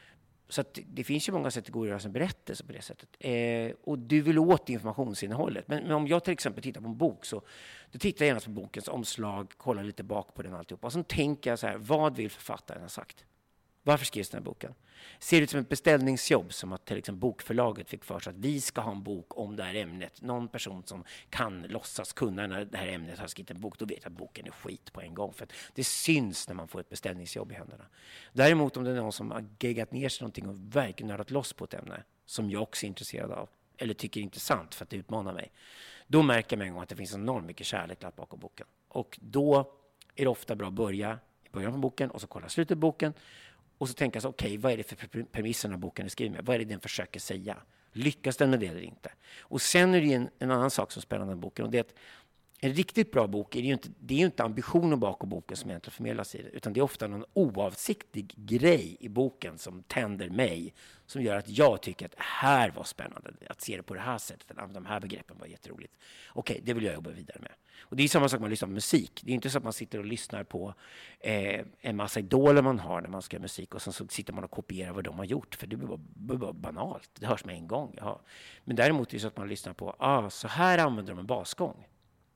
Så att det finns ju många sätt att gå och göra en berättelse på det sättet. Eh, och du vill åt informationsinnehållet. Men, men om jag till exempel tittar på en bok, så då tittar jag gärna på bokens omslag, kollar lite bak på den alltihopa. Och så tänker jag så här, vad vill författaren ha sagt? Varför skrivs den här boken? Ser det ut som ett beställningsjobb, som att till exempel bokförlaget fick för sig att vi ska ha en bok om det här ämnet. Någon person som kan låtsas kunna när det här ämnet har skrivit en bok, då vet jag att boken är skit på en gång. För att det syns när man får ett beställningsjobb i händerna. Däremot om det är någon som har geggat ner sig någonting och verkligen nördat loss på ett ämne, som jag också är intresserad av, eller tycker är intressant för att det utmanar mig, då märker man en gång att det finns enormt mycket kärlek lagt bakom boken. Och då är det ofta bra att börja i början på boken och så kolla slutet på boken. Och så tänka så, okej, okay, vad är det för premisser när boken är skriven med? Vad är det den försöker säga? Lyckas den med det eller inte? Och sen är det en, en annan sak som är spännande med boken. Och det är att en riktigt bra bok är ju inte, det är ju inte ambitionen bakom boken som egentligen förmedlas i det. Utan det är ofta någon oavsiktlig grej i boken som tänder mig. Som gör att jag tycker att det här var spännande. Att se det på det här sättet. Att de här begreppen var jätteroligt. Okej, det vill jag jobba vidare med. Och det är samma sak man lyssnar på musik. Det är inte så att man sitter och lyssnar på eh, en massa idoler man har när man ska göra musik. Och sen så sitter man och kopierar vad de har gjort. För det blir bara, blir bara banalt. Det hörs med en gång. Ja. Men däremot är det så att man lyssnar på, ah, så här använder de en basgång.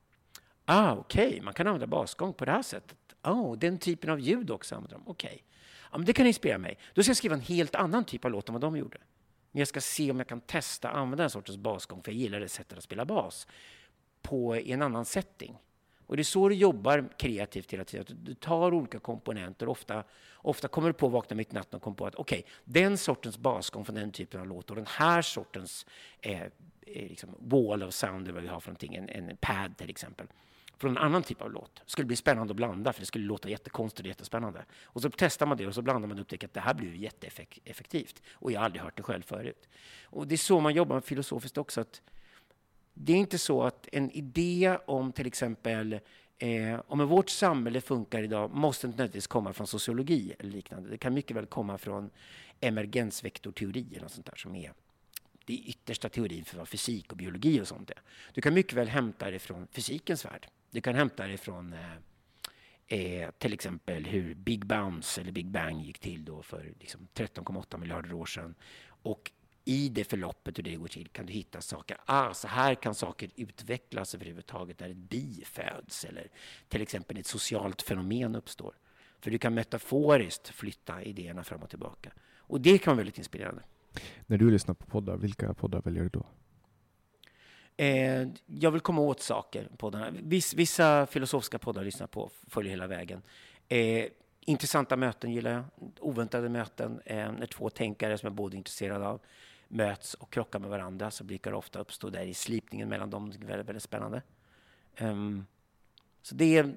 Ah, okej, okay. Man kan använda basgång på det här sättet. Oh, den typen av ljud också använder de. Okej. Okay. Ja, men det kan inspirera mig. Då ska jag skriva en helt annan typ av låt än vad de gjorde. Men jag ska se om jag kan testa att använda en sortens basgång, för jag gillar det sättet att spela bas på i en annan setting. Och det är så du jobbar kreativt hela tiden. Du tar olika komponenter. Ofta, ofta kommer du på att vakna mitt i natten och kommer på att okej, okay, den sortens basgång från den typen av låt och den här sortens eh, liksom wall of sound, vad vi har för någonting, en, en pad till exempel, från en annan typ av låt. Det skulle bli spännande att blanda, för det skulle låta jättekonstigt och jättespännande. Och så testar man det och så blandar man och upptäcker att det här blir jätteeffektivt. Och jag har aldrig hört det själv förut. Och det är så man jobbar filosofiskt också. Att det är inte så att en idé om till exempel eh, om vårt samhälle funkar idag måste inte nödvändigtvis komma från sociologi eller liknande. Det kan mycket väl komma från emergensvektorteori eller något sånt där som är det är yttersta teorin för vad fysik och biologi och sånt är. Du kan mycket väl hämta det från fysikens värld. Du kan hämta det från eh, eh, till exempel hur Big Bounce eller Big Bang gick till då för liksom, tretton komma åtta miljarder år sedan. Och i det förloppet hur det går till kan du hitta saker. Ah, så här kan saker utvecklas överhuvudtaget när ett bi föds eller till exempel ett socialt fenomen uppstår. För du kan metaforiskt flytta idéerna fram och tillbaka. Och det kan vara väldigt inspirerande. När du lyssnar på poddar, vilka poddar väljer du då? Eh, jag vill komma åt saker på den här. Viss, vissa filosofiska poddar lyssnar på, följer hela vägen. Eh, intressanta möten gillar jag. Oväntade möten. Eh, när två tänkare som är både intresserade av möts och krockar med varandra, så brukar det ofta uppstå där i slipningen mellan dem. Det är väldigt, väldigt spännande. Um, så det är,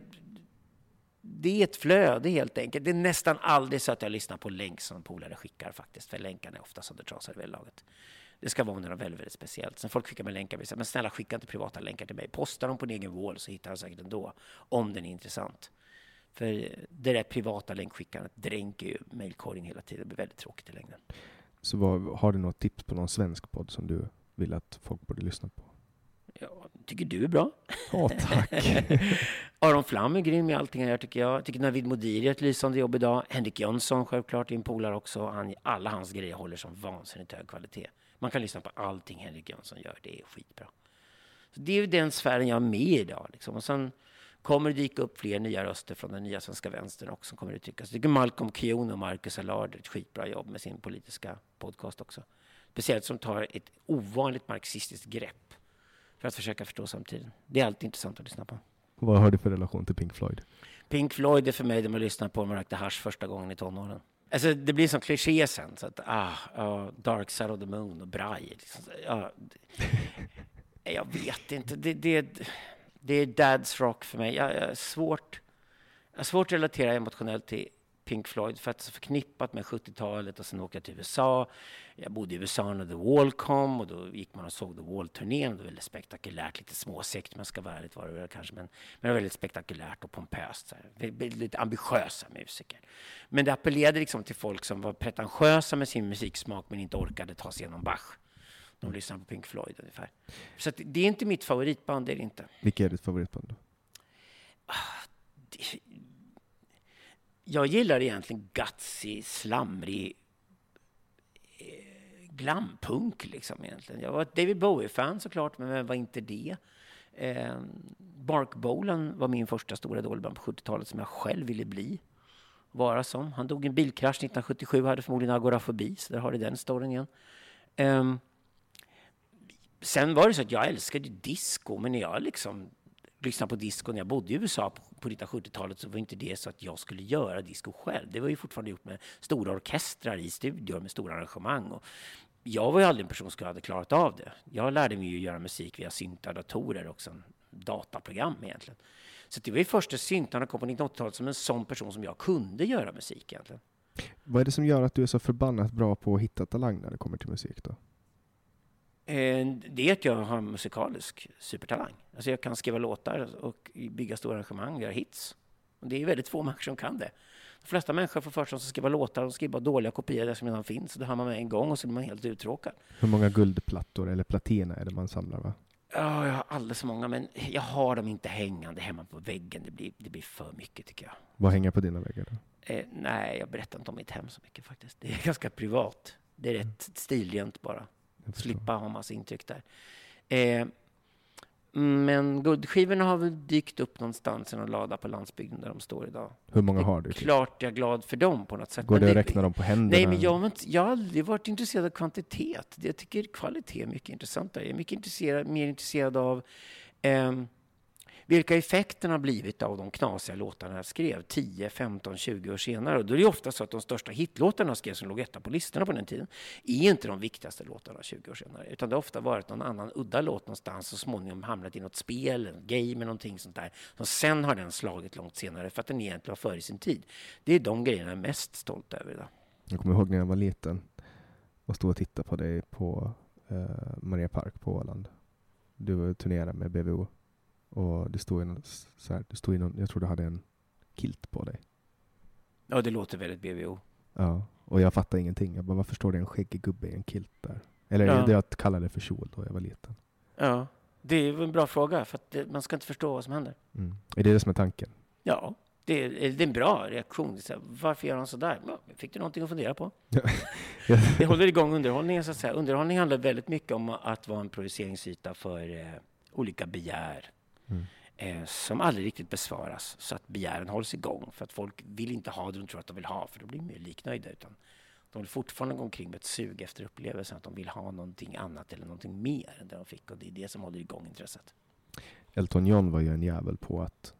det är ett flöde helt enkelt. Det är nästan aldrig så att jag lyssnar på länk som polare skickar faktiskt. För länkarna är ofta söndertrasade vid laget. Det ska vara något väldigt, väldigt speciellt. Sen folk skickar med länkar, vill säga, men snälla skicka inte privata länkar till mig. Posta dem på din egen wall så hittar jag säkert ändå. Om den är intressant. För det där privata länkskickandet dränker ju mejlkorgen hela tiden. Det blir väldigt tråkigt i längden. Så vad, har du något tips på någon svensk podd som du vill att folk borde lyssna på? Ja, tycker du är bra. Ja, tack. Aron Flam är grym i allting här tycker jag. Jag tycker Navid Modiri är ett lysande jobb idag. Henrik Jönsson självklart är en polare också. Han, alla hans grejer håller som vansinnigt hög kvalitet. Man kan lyssna på allting Henrik Jönsson gör. Det är skitbra. Så det är ju den sfären jag är med i idag. Liksom. Och sen kommer det dyka upp fler nya röster från den nya svenska vänstern också som kommer att tyckas. Jag tycker Malcolm Keown och Marcus Allard ett skitbra jobb med sin politiska podcast också. Speciellt som tar ett ovanligt marxistiskt grepp för att försöka förstå samtiden. Det är alltid intressant att lyssna på. Vad har du för relation till Pink Floyd? Pink Floyd är för mig det man lyssnar på när man rökte hasch första gången i tonåren. Alltså det blir som kliché sen. Så att, ah, ah, Dark Side of the Moon och Braille. Liksom, ah, det, jag vet inte. Det, det, det är dads rock för mig. Jag, jag, är svårt, jag är svårt att relatera emotionellt till Pink Floyd för att det är så förknippat med sjuttiotalet och sen åkte jag till U S A. Jag bodde i U S A när The Wall kom och då gick man och såg The Wall-turnén. Det var väldigt spektakulärt, lite småsekt men ska vara ärligt var det väl kanske, men, men det var väldigt spektakulärt och pompöst. Så här. Lite ambitiösa musiker. Men det appellerade liksom till folk som var pretentiösa med sin musiksmak men inte orkade ta sig igenom Bach. De lyssnade på Pink Floyd ungefär. Så att det är inte mitt favoritband, det är det inte. Vilka är ditt favoritband då? Ah, det, jag gillar egentligen gutsy, slamrig eh, glampunk liksom egentligen. Jag var ett David Bowie-fan såklart, men vem var inte det? Eh, Mark Bolan var min första stora idolband på sjuttiotalet som jag själv ville bli. Vara som. Han dog i en bilkrasch nittonhundrasjuttiosju, hade förmodligen agorafobi, så där har du den storyn igen. Eh, sen var det så att jag älskade disco, men när jag liksom lyssnade på disco när jag bodde i U S A på, på nittonhundrasjuttiotalet så var inte det så att jag skulle göra disco själv. Det var ju fortfarande gjort med stora orkestrar i studior med stora arrangemang. Och jag var ju aldrig en person som hade klarat av det. Jag lärde mig ju göra musik via syntar, datorer och sen dataprogram egentligen. Så det var ju första syntarna kom på nittonhundraåttiotalet som en sån person som jag kunde göra musik egentligen. Vad är det som gör att du är så förbannat bra på att hitta talang när det kommer till musik då? Det är att jag har musikalisk supertalang. Alltså jag kan skriva låtar och bygga stora arrangemang, göra hits. Och det är väldigt få människor som kan det. De flesta människor får för sig att skriva låtar och skriva dåliga kopior där som redan finns. Då hör man med en gång och så blir man helt uttråkad. Hur många guldplattor eller platina är det man samlar, va? Ja, jag har alldeles så många, men jag har dem inte hängande hemma på väggen. Det blir, det blir för mycket tycker jag. Vad hänger på dina väggar då? Eh, nej, jag berättar inte om mitt hem så mycket faktiskt. Det är ganska privat. Det är rätt mm. stilrent bara. Slippa ha massa intryck där. Eh, men guldskivorna har väl dykt upp någonstans i någon lada på landsbygden där de står idag. Hur många har du? Klart jag är glad för dem på något sätt. Går men det att det, räkna dem på händerna? Nej, men jag, jag har aldrig varit intresserad av kvantitet. Jag tycker kvalitet är mycket intressantare. Jag är mycket intresserad, mer intresserad av eh, vilka effekterna har blivit av de knasiga låtarna jag skrev tio, femton, tjugo år senare. Och då är det ofta så att de största hitlåtarna jag skrev som låg etta på listorna på den tiden är inte de viktigaste låtarna tjugo år senare. Utan det har ofta varit någon annan udda låt någonstans och småningom hamnat i något spel, en game eller någonting sånt där. Som sen har den slagit långt senare för att den egentligen var före sin tid. Det är de grejerna jag är mest stolt över idag. Jag kommer ihåg när jag var liten och stod och tittade på dig på eh, Maria Park på Åland. Du var turnerade med B V O. Och det stod i någon, så här, det stod i någon, jag tror du hade en kilt på dig. Ja, det låter väldigt B V O. Ja, och jag fattar ingenting. Jag bara, varför står det en skäggig gubbe i en kilt där? Eller ja. Det jag kallade för kjol då jag var liten. Ja, det är en bra fråga för att det, man ska inte förstå vad som händer. Mm. Är det det som är tanken? Ja, det är, det är en bra reaktion. Så här, varför gör han så där? Ja, fick du någonting att fundera på? Det håller igång underhållningen så att säga. Underhållning handlar väldigt mycket om att vara en projiceringsyta för eh, olika begär. Mm. Eh, som aldrig riktigt besvaras så att begären hålls igång för att folk vill inte ha det de tror att de vill ha för då blir de mer liknöjda utan de vill fortfarande gå omkring med ett sug efter upplevelsen att de vill ha någonting annat eller någonting mer än det de fick och det är det som håller igång intresset. Elton John var ju en jävel på att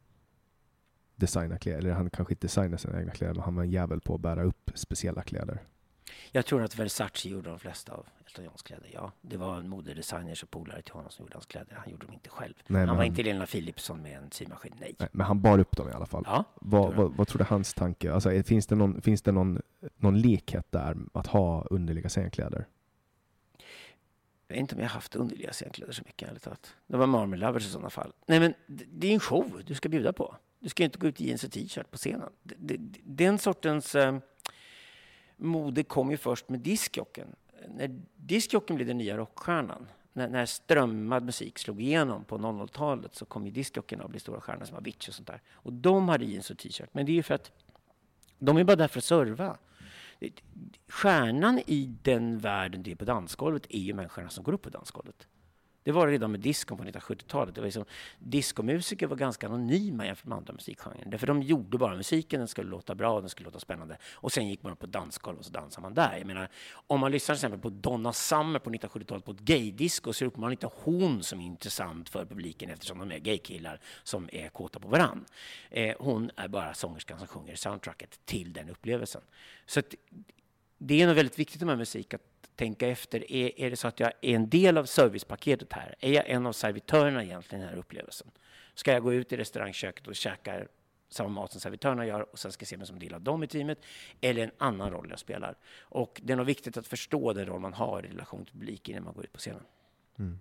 designa kläder, eller han kanske inte designade sina egna kläder men han var en jävel på att bära upp speciella kläder. Jag tror att Versace gjorde de flesta av Elton Johns kläder, ja. Det var en modedesigners och polare till honom som gjorde hans kläder. Han gjorde dem inte själv. Nej, han var han... inte Lena Philipsson med en symaskin, nej. nej. Men han bar upp dem i alla fall. Ja, vad, vad, vad tror du hans tanke? Alltså, finns det, någon, finns det någon, någon likhet där att ha underliga scenkläder? Jag vet inte om jag har haft underliga scenkläder så mycket, ärligt talat. Det var Marmor Lovers i sådana fall. Nej, men det är en show du ska bjuda på. Du ska inte gå ut i jeans och t-shirt på scenen. Det, det, den sortens... Eh, mode kom ju först med diskjocken. När diskjocken blev den nya rockstjärnan, när, när strömmad musik slog igenom på noll noll-talet, så kom ju diskjocken att bli stora stjärnor som Avicii och sånt där. Och de hade jeans och t-shirt. Men det är ju för att de är bara där för att serva. Stjärnan i den världen, det är på dansgolvet, är ju människorna som går upp på dansgolvet. Det var det redan med disco på nittonhundrasjuttiotalet. Det var liksom, diskomusiker var ganska anonyma jämfört med andra musikgenrer. Därför de gjorde bara musiken, den skulle låta bra, den skulle låta spännande. Och sen gick man upp på dansgolv och så dansade man där. Jag menar, om man lyssnar till exempel på Donna Summer på nittonhundrasjuttiotalet på ett gaydisco, så är det man inte hon som är intressant för publiken, eftersom de är gaykillar som är kåta på varann. Eh, hon är bara sångerskan som sjunger soundtracket till den upplevelsen. Så att, det är nog väldigt viktigt med musik att tänka efter. Är, är det så att jag är en del av servicepaketet här? Är jag en av servitörerna egentligen i den här upplevelsen? Ska jag gå ut i restaurangköket och käka samma mat som servitörerna gör och sen ska jag se mig som del av dem i teamet? Eller en annan roll jag spelar? Och det är nog viktigt att förstå den roll man har i relation till publiken när man går ut på scenen. Mm.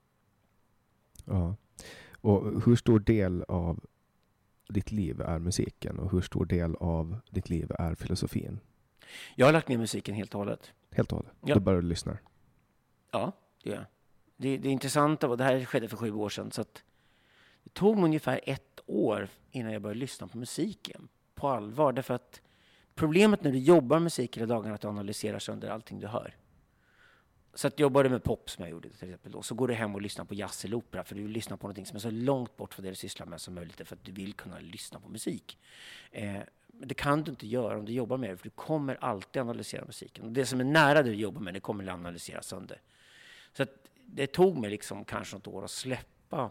Ja. Och hur stor del av ditt liv är musiken och hur stor del av ditt liv är filosofin? Jag har lagt ner musiken helt och hållet. Helt och hållet? Ja. Du bara lyssnar? Ja, det gör jag. Det, det är intressant, och det här skedde för sju år sedan, så att det tog mig ungefär ett år innan jag började lyssna på musiken på allvar. Därför att problemet när du jobbar med musik hela dagarna är att du analyserar sönder allting du hör. Så att jobbade med pop som jag gjorde till exempel då, så går du hem och lyssnar på jazz eller opera för du vill lyssna på någonting som är så långt bort från det du sysslar med som möjligt, för att du vill kunna lyssna på musik. Eh, men det kan du inte göra om du jobbar med det, för du kommer alltid analysera musiken. Och det som är nära det du jobbar med, det kommer att analysera sönder. Så att det tog mig liksom kanske något år att släppa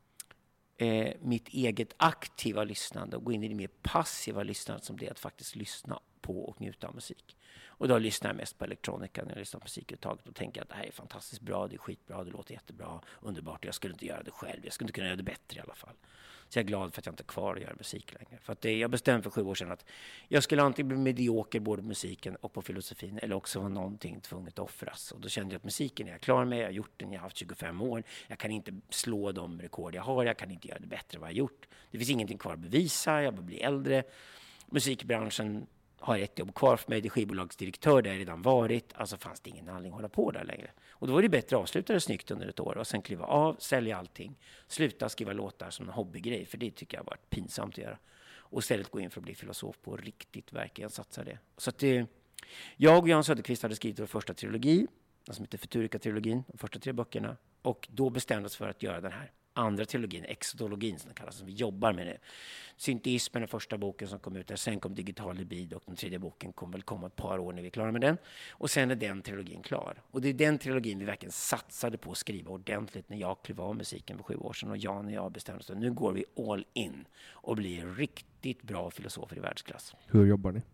eh, mitt eget aktiva lyssnande och gå in i det mer passiva lyssnandet som det är att faktiskt lyssna på och njuta av musik. Och då lyssnar jag mest på elektronika när jag lyssnar på musik uttaget och tänker att det här är fantastiskt bra, det är skitbra, det låter jättebra, underbart. Jag skulle inte göra det själv, jag skulle inte kunna göra det bättre i alla fall. Så jag är glad för att jag inte är kvar och göra musik längre. För att det, jag bestämde för sju år sedan att jag skulle antingen bli medioker både på musiken och på filosofin, eller också var någonting tvunget att offras. Och då kände jag att musiken är jag klar med, jag har gjort den, jag har haft tjugofem år. Jag kan inte slå de rekord jag har, jag kan inte göra det bättre än vad jag gjort. Det finns ingenting kvar att bevisa, jag börjar bli äldre. Musikbranschen har ett jobb kvar för mig, det är skivbolagsdirektör där jag redan varit, alltså fanns det ingen anledning att hålla på där längre. Och då var det bättre att avsluta det snyggt under ett år och sen kliva av, sälja allting, sluta skriva låtar som en hobbygrej, för det tycker jag har varit pinsamt att göra. Och istället gå in för att bli filosof på riktigt, verkligen satsa det. Så att det, jag och Jan Söderqvist hade skrivit vår första trilogi, som heter Futurika-trilogin, de första tre böckerna, och då bestämde oss för att göra den här andra trilogin, exotologin som det kallas, som vi jobbar med det. Synteismen är första boken som kom ut där, sen kom Digital Libido och den tredje boken kommer väl komma ett par år när vi är klara med den. Och sen är den trilogin klar. Och det är den trilogin vi verkligen satsade på att skriva ordentligt när jag klev av musiken för sju år sedan och Jan och jag bestämde oss. Nu går vi all in och blir riktigt bra filosofer i världsklass. Hur jobbar ni?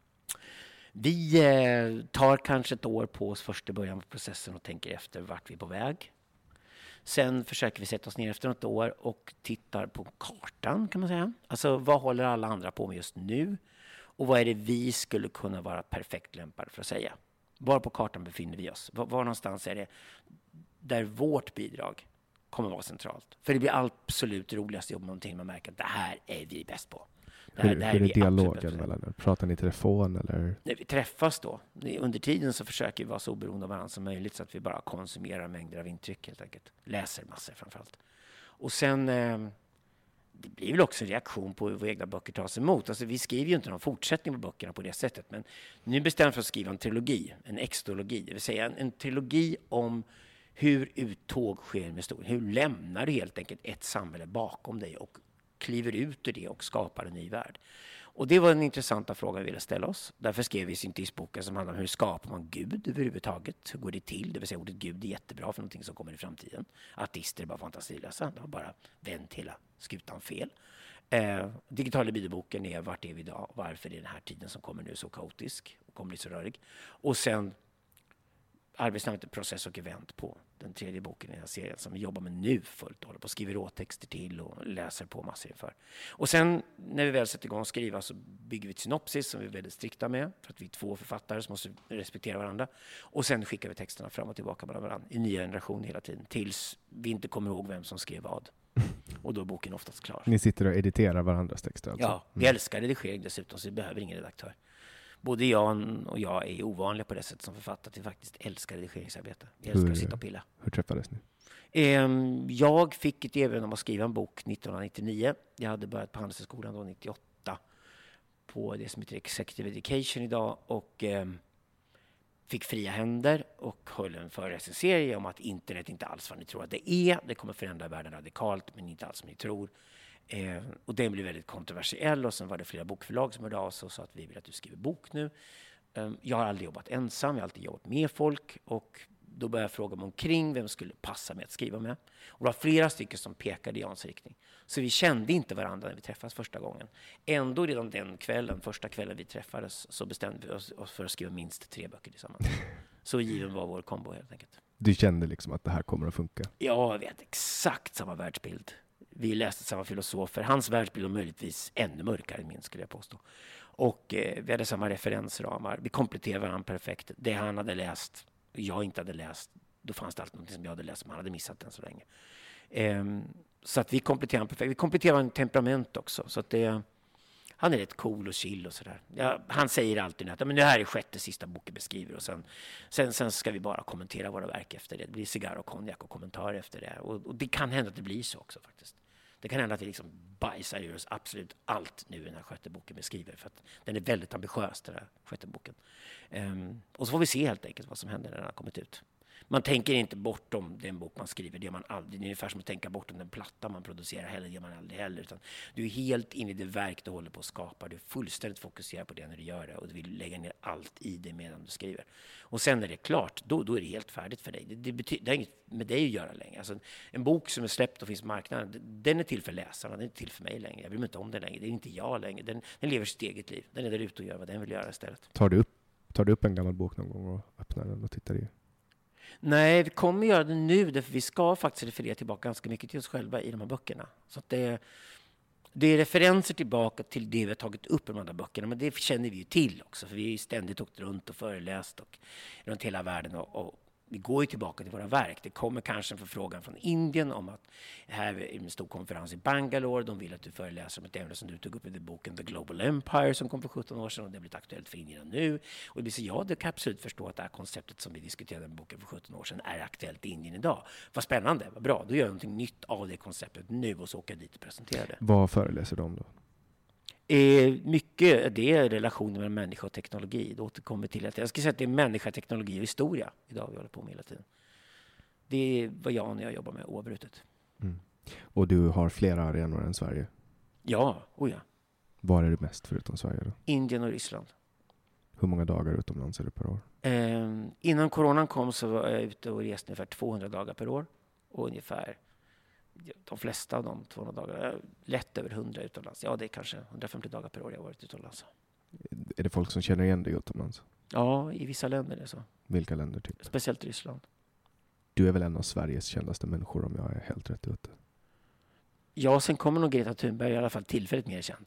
Vi eh, tar kanske ett år på oss först i början av processen och tänker efter vart vi är på väg. Sen försöker vi sätta oss ner efter något år och tittar på kartan, kan man säga. Alltså, vad håller alla andra på med just nu? Och vad är det vi skulle kunna vara perfekt lämpade för att säga? Var på kartan befinner vi oss? Var, var någonstans är det där vårt bidrag kommer vara centralt? För det blir absolut roligast jobb med någonting man märker att det här är vi bäst på. Det här, hur det här hur är, är dialogen mellan er? Pratar ni i telefon eller? När vi träffas då, under tiden så försöker vi vara så oberoende av varandra som möjligt så att vi bara konsumerar mängder av intryck helt enkelt. Läser massor framförallt. Och sen, eh, det blir väl också en reaktion på hur våra egna böcker tas emot. Alltså vi skriver ju inte någon fortsättning på böckerna på det sättet, men nu bestämmer vi för att skriva en trilogi, en extologi, det vill säga en, en trilogi om hur uttåg sker med historien. Hur lämnar du helt enkelt ett samhälle bakom dig och kliver ut ur det och skapar en ny värld. Och det var en intressanta fråga vi ville ställa oss. Därför skrev vi syntisboken som handlar om hur skapar man Gud överhuvudtaget? Hur går det till? Det vill säga ordet Gud är jättebra för någonting som kommer i framtiden. Artister är bara fantasilösa. De har bara vänt hela skutan fel. Eh, Digital Libido-boken är vart är vi idag? Varför är den här tiden som kommer nu så kaotisk och kommer bli så rörig? Och sen arbetsnamnet Process och Event på den tredje boken i den här serien som vi jobbar med nu fullt och håller på och skriver råtexter till och läser på massor inför. Och sen när vi väl sätter igång att skriva så bygger vi ett synopsis som vi är väldigt strikta med för att vi är två författare som måste respektera varandra. Och sen skickar vi texterna fram och tillbaka mellan varandra i nya generationer hela tiden tills vi inte kommer ihåg vem som skrev vad. Och då är boken oftast klar. Ni sitter och editerar varandras texter alltså? Ja, vi älskar redigering dessutom så vi behöver ingen redaktör. både Jan och jag är ovanliga på det sätt som författare att vi faktiskt älskar redigeringsarbete. Vi älskar hur, att sitta och pilla. Hur träffades ni? Um, jag fick ett erbjudande om att skriva en bok nittonhundranittionio. Jag hade börjat på Handelshögskolan då nittioåtta på det som heter Executive Education idag och um, fick fria händer och höll en föreläsningsserie om att internet inte alls vad ni tror att det är. Det kommer förändra världen radikalt men inte alls som ni tror. Eh, och den blev väldigt kontroversiell och sen var det flera bokförlag som hörde av sig och sa att vi vill att du skriver bok nu. Um, jag har aldrig jobbat ensam, jag har alltid jobbat med folk och då började jag fråga mig omkring vem skulle passa med att skriva med. Och det var flera stycken som pekade i Jans riktning. Så vi kände inte varandra när vi träffades första gången. Ändå redan den kvällen, första kvällen vi träffades, så bestämde vi oss för att skriva minst tre böcker tillsammans. Så given var vår kombo helt enkelt. Du kände liksom att det här kommer att funka? Ja, vi hade exakt samma världsbild. Vi läste samma filosofer. Hans världsbild var möjligtvis ännu mörkare än min, skulle jag påstå. Och eh, vi hade samma referensramar. Vi kompletterade varandra perfekt. Det han hade läst, jag inte hade läst, då fanns det alltid något som jag hade läst som han hade missat än så länge. Um, så att vi kompletterade perfekt. Vi kompletterade en temperament också. Så att det, han är rätt cool och chill och sådär. Ja, han säger alltid att men det här är sjätte sista boken beskriver och sen, sen, sen ska vi bara kommentera våra verk efter det. Det blir cigarr och konjak och kommentarer efter det. Och, och det kan hända att det blir så också faktiskt. Det kan hända att vi liksom bajsar ur oss absolut allt nu i den här sjätte boken beskriver. För att den är väldigt ambitiös, den här sjätte boken. Um, och så får vi se helt enkelt vad som händer när den har kommit ut. Man tänker inte bortom den bok man skriver. Det är man aldrig. Det är ungefär som att tänka bortom den platta man producerar heller. Det gör man aldrig heller. Utan du är helt inne i det verk du håller på att skapa. Du är fullständigt fokuserad på det när du gör det. Och du vill lägga ner allt i det medan du skriver. Och sen när det är klart, då, då är det helt färdigt för dig. Det, det, betyder, det har inget med dig att göra längre. Alltså, en bok som är släppt och finns på marknaden, den är till för läsarna. Den är inte till för mig längre. Jag bryr mig inte om den längre. Det är inte jag längre. Den, den lever sitt eget liv. Den är där ute och gör vad den vill göra istället. Tar du upp, tar du upp en gammal bok någon gång och öppnar den och tittar i? Nej, vi kommer göra det nu, därför vi ska faktiskt referera tillbaka ganska mycket till oss själva i de här böckerna. Så att det, det är referenser tillbaka till det vi har tagit upp i de andra böckerna, men det känner vi ju till också, för vi har ju ständigt åkt runt och föreläst och runt hela världen och, och vi går ju tillbaka till våra verk. Det kommer kanske en förfrågan från Indien om att här är en stor konferens i Bangalore. De vill att du föreläser om ett ämne som du tog upp i boken The Global Empire som kom för sjutton år sedan och det har blivit aktuellt för Indien nu. Och det blir så, ja, det kan absolut förstå att det här konceptet som vi diskuterade i boken för sjutton år sedan är aktuellt i Indien idag. Vad spännande, vad bra. Då gör jag någonting nytt av det konceptet nu och så åker jag dit och presenterar det. Vad föreläser de då? Eh, mycket det är relationen mellan människa och teknologi. Det återkommer till att jag ska säga att det är människa, teknologi och historia idag vi håller på med hela tiden. Det är vad jag och jag jobbar med oavbrutet. Mm. Och du har flera arenor än Sverige? Ja, oh ja. Var är det mest förutom Sverige då? Indien och Ryssland. Hur många dagar utomlands är det per år? Eh, innan coronan kom så var jag ute och reste ungefär tvåhundra dagar per år. Och ungefär de flesta av de tvåhundra dagarna, lätt över hundra utomlands. Ja, det är kanske hundrafemtio dagar per år jag har varit utomlands. Är det folk som känner igen dig utomlands? Ja, i vissa länder är det så. Vilka länder typ? Speciellt Ryssland. Du är väl en av Sveriges kändaste människor om jag är helt rätt ute? Ja, sen kommer nog Greta Thunberg i alla fall tillfälligt mer känd.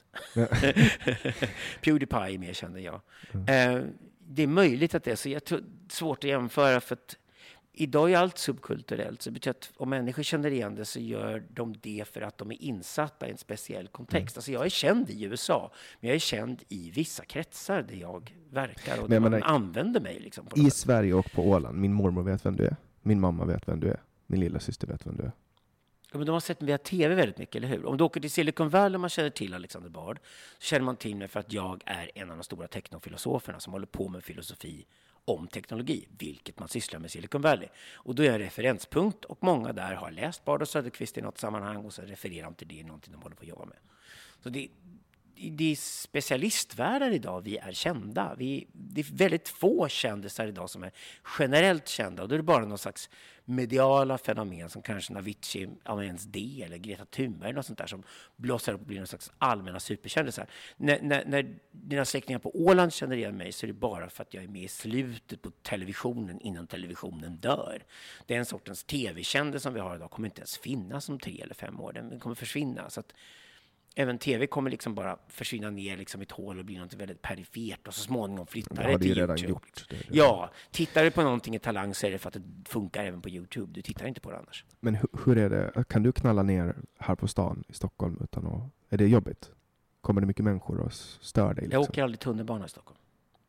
Pewdiepie är mer känd än jag. Mm. Eh, det är möjligt att det är så. Jag tror, svårt att jämföra för att idag är allt subkulturellt. Så det betyder att om människor känner igen det så gör de det för att de är insatta i en speciell kontext. Mm. Alltså jag är känd i U S A, men jag är känd i vissa kretsar där jag verkar och där man menar, använder mig. Liksom, på I Sverige och på Åland. Min mormor vet vem du är. Min mamma vet vem du är. Min lilla syster vet vem du är. Ja, men de har sett mig via tv väldigt mycket, eller hur? Om du åker till Silicon Valley och man känner till Alexander Bard så känner man till mig för att jag är en av de stora teknofilosoferna som håller på med filosofi om teknologi, vilket man sysslar med i Silicon Valley. Och då är jag en referenspunkt och många där har läst Bard och Söderqvist i något sammanhang och så refererar de till det i någonting de håller på att jobba med. Så det, det är specialistvärldar idag vi är kända. Vi, det är väldigt få kändisar idag som är generellt kända och då är det bara någon slags mediala fenomen som kanske Avicii, Amens D eller Greta Thunberg något sånt där som blossar upp och blir någon slags allmänna superkändisar. När, när, när dina släktingar på Åland känner igen mig så är det bara för att jag är med i slutet på televisionen innan televisionen dör. Den sortens tv-kändis som vi har idag kommer inte ens finnas om tre eller fem år. Den kommer försvinna. Så att även tv kommer liksom bara försvinna ner liksom i ett hål och bli något väldigt perifert och så småningom flyttar det, det till YouTube. Redan gjort. Det, det. Ja, tittar du på någonting i Talang så är det för att det funkar även på YouTube. Du tittar inte på det annars. Men hur, hur är det? Kan du knalla ner här på stan i Stockholm utan att... Är det jobbigt? Kommer det mycket människor och stör dig? Liksom? Jag åker aldrig tunnelbana i Stockholm.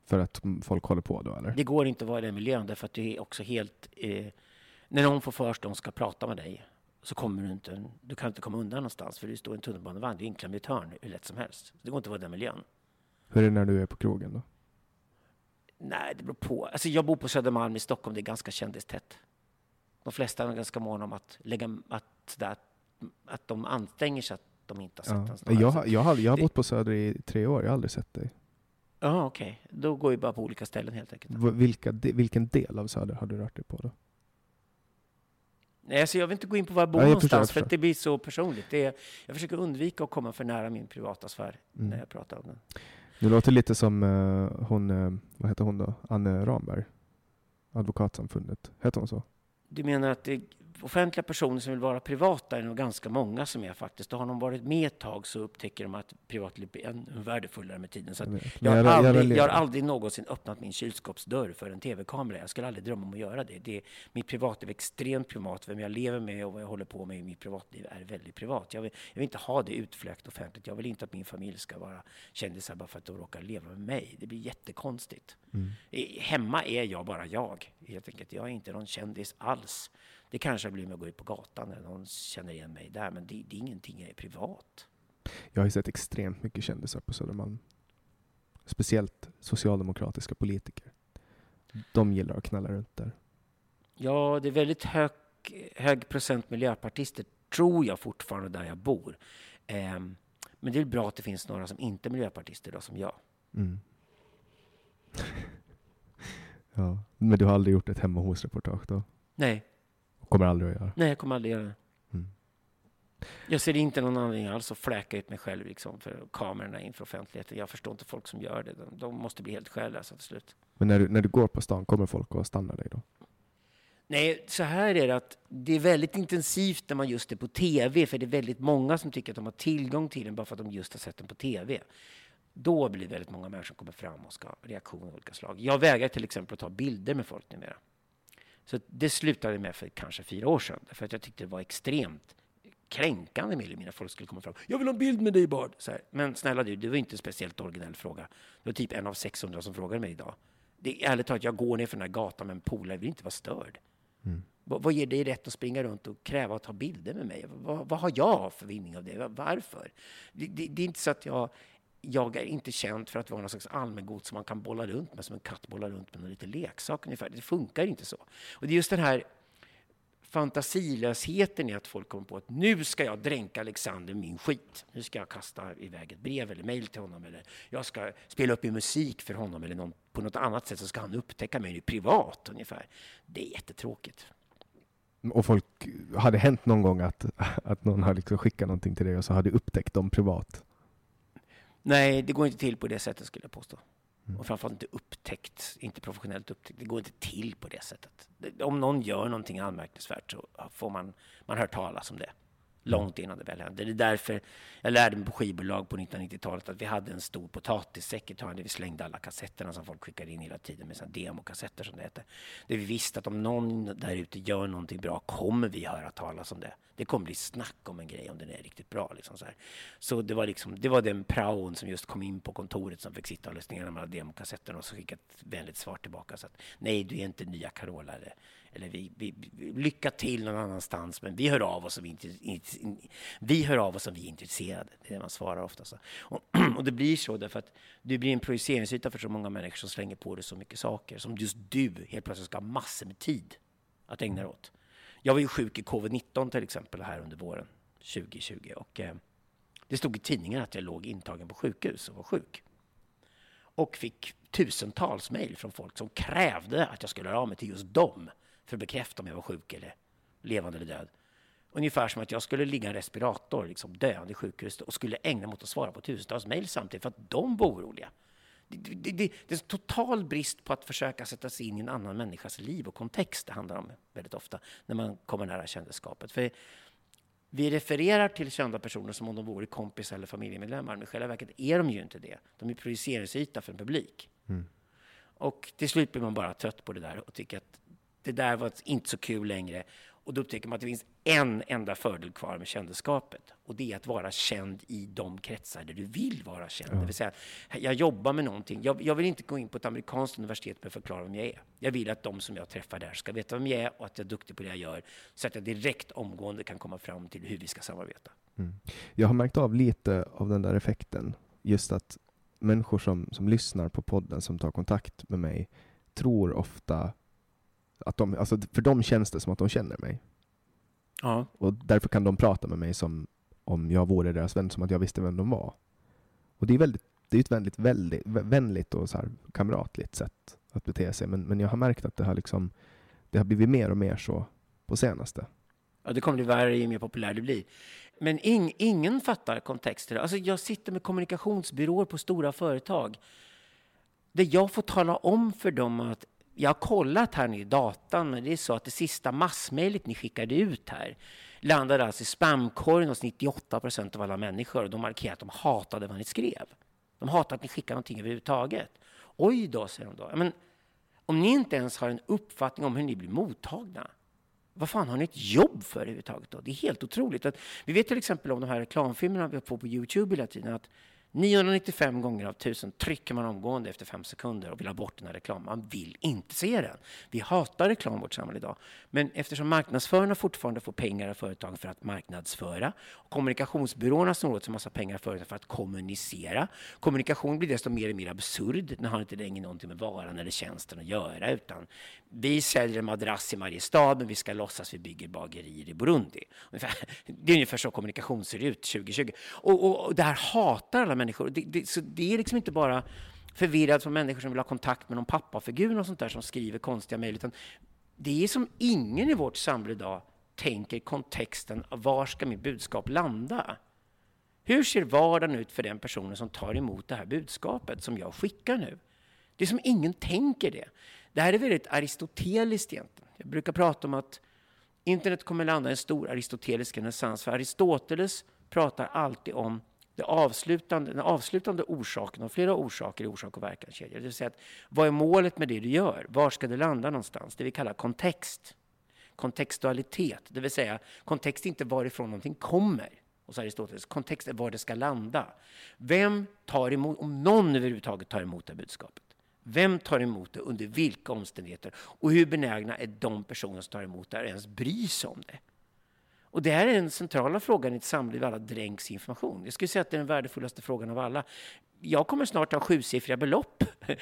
För att folk håller på då, eller? Det går inte att vara i den miljön därför att du är också helt... Eh, när någon får för sig att de ska prata med dig så kommer du inte... Du kan inte komma undan någonstans för du står i en tunnelbanevagn. Du är inklämd i ett hörn hur lätt som helst. Det går inte att vara i den miljön. Hur är det när du är på krogen då? Nej, det beror på. Alltså jag bor på Södermalm i Stockholm. Det är ganska kändistätt. De flesta är ganska måna om att lägga... Att, där, att de anstränger sig att de inte har sett Ja. den. Jag, har, jag, har, jag har det... bott på Söder i tre år. Jag har aldrig sett dig. Ja, okej. Okay. Då går vi bara på olika ställen helt enkelt. V- vilka, de, vilken del av Söder har du rört dig på då? Nej, alltså jag vill inte gå in på var jag bor ja, jag någonstans förstår, för att det blir så personligt. Det är, jag försöker undvika att komma för nära min privata sfär mm. när jag pratar om den. Det låter lite som uh, hon, uh, vad heter hon då? Anne Ramberg. Advokatsamfundet. Heter hon så? Du menar att det offentliga personer som vill vara privata är nog ganska många som är faktiskt. Då har de varit med ett tag så upptäcker de att privatliv blir ännu värdefullare med tiden. Så att jag, har jag, aldrig, jag, jag har aldrig någonsin öppnat min kylskåpsdörr för en tv-kamera. Jag skulle aldrig drömma om att göra det. det är, mitt privatliv är extremt privat. Vem jag lever med och vad jag håller på med i mitt privatliv är väldigt privat. Jag vill, jag vill inte ha det utfläkt offentligt. Jag vill inte att min familj ska vara kändisar bara för att de råkar leva med mig. Det blir jättekonstigt. Mm. Hemma är jag bara jag. Helt enkelt. Jag är inte någon kändis alls. Det kanske blir med att gå ut på gatan när någon känner igen mig där. Men det, det är ingenting jag är privat. Jag har ju sett extremt mycket kändisar på Södermalm. Speciellt socialdemokratiska politiker. De gillar att knalla runt där. Ja, det är väldigt hög, hög procent miljöpartister tror jag fortfarande där jag bor. Eh, men det är bra att det finns några som inte är miljöpartister då, som jag. Mm. Ja, men du har aldrig gjort ett hemma hos-reportage då? Nej. Kommer aldrig att göra? Nej, jag kommer aldrig göra det. Mm. Jag ser inte någon anledning alls att fläka ut mig själv liksom, för kamerorna inför offentligheten. Jag förstår inte folk som gör det. De, de måste bli helt själlösa till slut. Men när du, när du går på stan, kommer folk att stanna dig då? Nej, så här är det att det är väldigt intensivt när man just är på tv. För det är väldigt många som tycker att de har tillgång till den bara för att de just har sett den på tv. Då blir det väldigt många människor som kommer fram och ska ha reaktioner av olika slag. Jag vägrar till exempel att ta bilder med folk numera. Så det slutade med för kanske fyra år sedan. För att jag tyckte det var extremt kränkande med mina folk skulle komma fram. Jag vill ha en bild med dig, Bard. Så här. Men snälla du, det var inte en speciellt originell fråga. Det var typ en av sexhundra som frågade mig idag. Det är ärligt talat, jag går ner för den här gatan med en polare. Jag vill inte vara störd. Mm. Vad, vad ger dig rätt att springa runt och kräva att ta bilder med mig? Vad, vad har jag för vinning av det? Varför? Det, det, det är inte så att jag... Jag är inte känd för att vara någon slags allmängods som man kan bolla runt med, som en katt bollar runt med en liten leksak ungefär. Det funkar inte så. Och det är just den här fantasilösheten i att folk kommer på att nu ska jag dränka Alexander min skit. Nu ska jag kasta iväg ett brev eller mejl till honom, eller jag ska spela upp i musik för honom, eller någon, på något annat sätt så ska han upptäcka mig privat ungefär. Det är jättetråkigt. Och folk, hade hänt någon gång att, att någon har liksom skickat någonting till dig och så hade upptäckt dem privat? Nej, det går inte till på det sättet skulle jag påstå. Mm. Och framförallt inte upptäckt, inte professionellt upptäckt. Det går inte till på det sättet. Om någon gör någonting anmärkningsvärt så får man, man hör talas om det. Långt innan det väl hände. Det är därför jag lärde mig på skivbolag på nittonhundranittiotalet att vi hade en stor potatissäck där vi slängde alla kassetterna som folk skickade in hela tiden med såna demokassetter som det heter. Där vi visste att om någon där ute gör någonting bra kommer vi höra talas om det. Det kommer bli snack om en grej om den är riktigt bra. Liksom så här. Så det var, liksom, det var den praon som just kom in på kontoret som fick sitta och lyssna igenom alla demokassetterna och så skicka ett väldigt svar tillbaka. Så att, nej, du är inte nya Carola eller, eller vi, vi, vi lycka till någon annanstans, men vi hör av oss om vi inte, inte vi hör av oss om vi är intresserade. Det är det man svarar ofta. Så. Och, och det blir så därför att du blir en projiceringsyta för så många människor som slänger på dig så mycket saker som just du helt plötsligt ska ha massor med tid att ägna dig åt. Jag var ju sjuk i covid nitton till exempel här under våren tjugo tjugo och eh, det stod i tidningen att jag låg intagen på sjukhus och var sjuk. Och fick tusentals mejl från folk som krävde att jag skulle höra av mig till just dem för att bekräfta om jag var sjuk eller levande eller död. Ungefär som att jag skulle ligga i en respirator, liksom döende i sjukhus och skulle ägna mig åt att svara på tusentals mejl samtidigt för att de var oroliga. Det, det, det, det är en total brist på att försöka sätta sig in i en annan människas liv och kontext det handlar om väldigt ofta när man kommer nära kändisskapet. För vi refererar till kända personer som om de vore kompis eller familjemedlemmar, men i själva verket är de ju inte det. De är projiceringsyta för en publik. Mm. Och till slut blir man bara trött på det där och tycker att det där var inte så kul längre. Och då upptäcker man att det finns en enda fördel kvar med kändisskapet. Och det är att vara känd i de kretsar där du vill vara känd. Mm. Det vill säga, jag jobbar med någonting. Jag, jag vill inte gå in på ett amerikanskt universitet för att förklara vem jag är. Jag vill att de som jag träffar där ska veta vem jag är och att jag är duktig på det jag gör. Så att jag direkt omgående kan komma fram till hur vi ska samarbeta. Mm. Jag har märkt av lite av den där effekten. Just att människor som, som lyssnar på podden, som tar kontakt med mig, tror ofta att de, alltså för dem känns det som att de känner mig. Ja. Och därför kan de prata med mig som om jag vore deras vän, som att jag visste vem de var. Och det är väldigt, det är ett väldigt, väldigt vänligt och så här kamratligt sätt att bete sig. Men, men jag har märkt att det har liksom, det har blivit mer och mer så på senaste. Ja, det kommer bli värre ju mer populär det blir. Men ing, ingen fattar kontexter. Alltså jag sitter med kommunikationsbyråer på stora företag. Där jag får tala om för dem att jag har kollat här nu i datan, men det är så att det sista massmejlet ni skickade ut här landade alltså i spamkorgen hos nittioåtta procent av alla människor. Och de markerade att de hatade vad ni skrev. De hatade att ni skickade någonting överhuvudtaget. Oj då, säger de då. Men om ni inte ens har en uppfattning om hur ni blir mottagna, vad fan har ni ett jobb för överhuvudtaget då? Det är helt otroligt. Att, vi vet till exempel om de här reklamfilmerna vi får på YouTube hela tiden, att niohundranittiofem gånger av tusen trycker man omgående efter fem sekunder och vill ha bort den här reklamen. Man vill inte se den. Vi hatar reklam i vårt samhälle idag. Men eftersom marknadsförarna fortfarande får pengar av företagen för att marknadsföra, och kommunikationsbyråerna som åt sig massa pengar av företagen för att kommunicera. Kommunikation blir desto mer och mer absurd. Den har inte längre någonting med varan eller tjänsten att göra, utan vi säljer en madrass i Mariestad, men vi ska låtsas vi bygger bagerier i Burundi. Det är ungefär så kommunikation ser ut tjugo tjugo. Och, och, och det här hatar alla människor. Det, det, så det är liksom inte bara förvirrad som människor som vill ha kontakt med någon pappafigur och sånt där som skriver konstiga mejl, utan det är som ingen i vårt samhälle idag tänker kontexten av var ska min budskap landa? Hur ser vardagen ut för den personen som tar emot det här budskapet som jag skickar nu? Det är som ingen tänker det. Det här är väldigt aristoteliskt egentligen. Jag brukar prata om att internet kommer landa i en stor aristotelisk renässans, för Aristoteles pratar alltid om det avslutande, den avslutande orsaken, och flera orsaker i orsak- och verkanskedjor. Det vill säga att vad är målet med det du gör? Var ska det landa någonstans? Det vi kallar kontext. Kontextualitet. Det vill säga kontext är inte varifrån någonting kommer. Och så Aristoteles, kontext är var det ska landa. Vem tar emot, om någon överhuvudtaget tar emot det budskapet? Vem tar emot det, under vilka omständigheter? Och hur benägna är de personer som tar emot det att ens bry sig om det? Och det här är den centrala frågan i ett samhälle där alla dränks information. Jag skulle säga att det är den värdefullaste frågan av alla. Jag kommer snart ha sjusiffriga belopp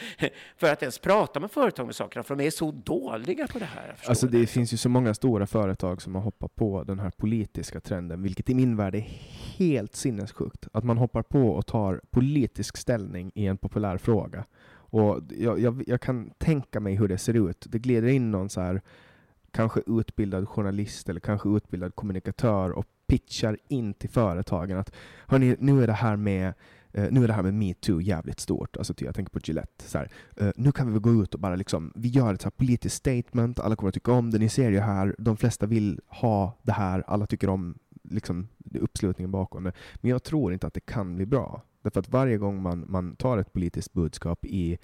för att ens prata med företag med sakerna, för de är så dåliga på det här. Alltså det, det finns ju så många stora företag som har hoppat på den här politiska trenden, vilket i min värld är helt sinnessjukt. Att man hoppar på och tar politisk ställning i en populär fråga. Och jag, jag, jag kan tänka mig hur det ser ut. Det glider in någon så här kanske utbildad journalist eller kanske utbildad kommunikatör och pitchar in till företagen att hörni, nu är det här med uh, nu är det här med MeToo jävligt stort. Alltså jag tänker på Gillette så här, uh, nu kan vi väl gå ut och bara liksom, vi gör ett så här politiskt statement, alla kommer att tycka om det, ni ser ju här, de flesta vill ha det här, alla tycker om liksom uppslutningen bakom det. Men jag tror inte att det kan bli bra. Därför att varje gång man, man tar ett politiskt budskap i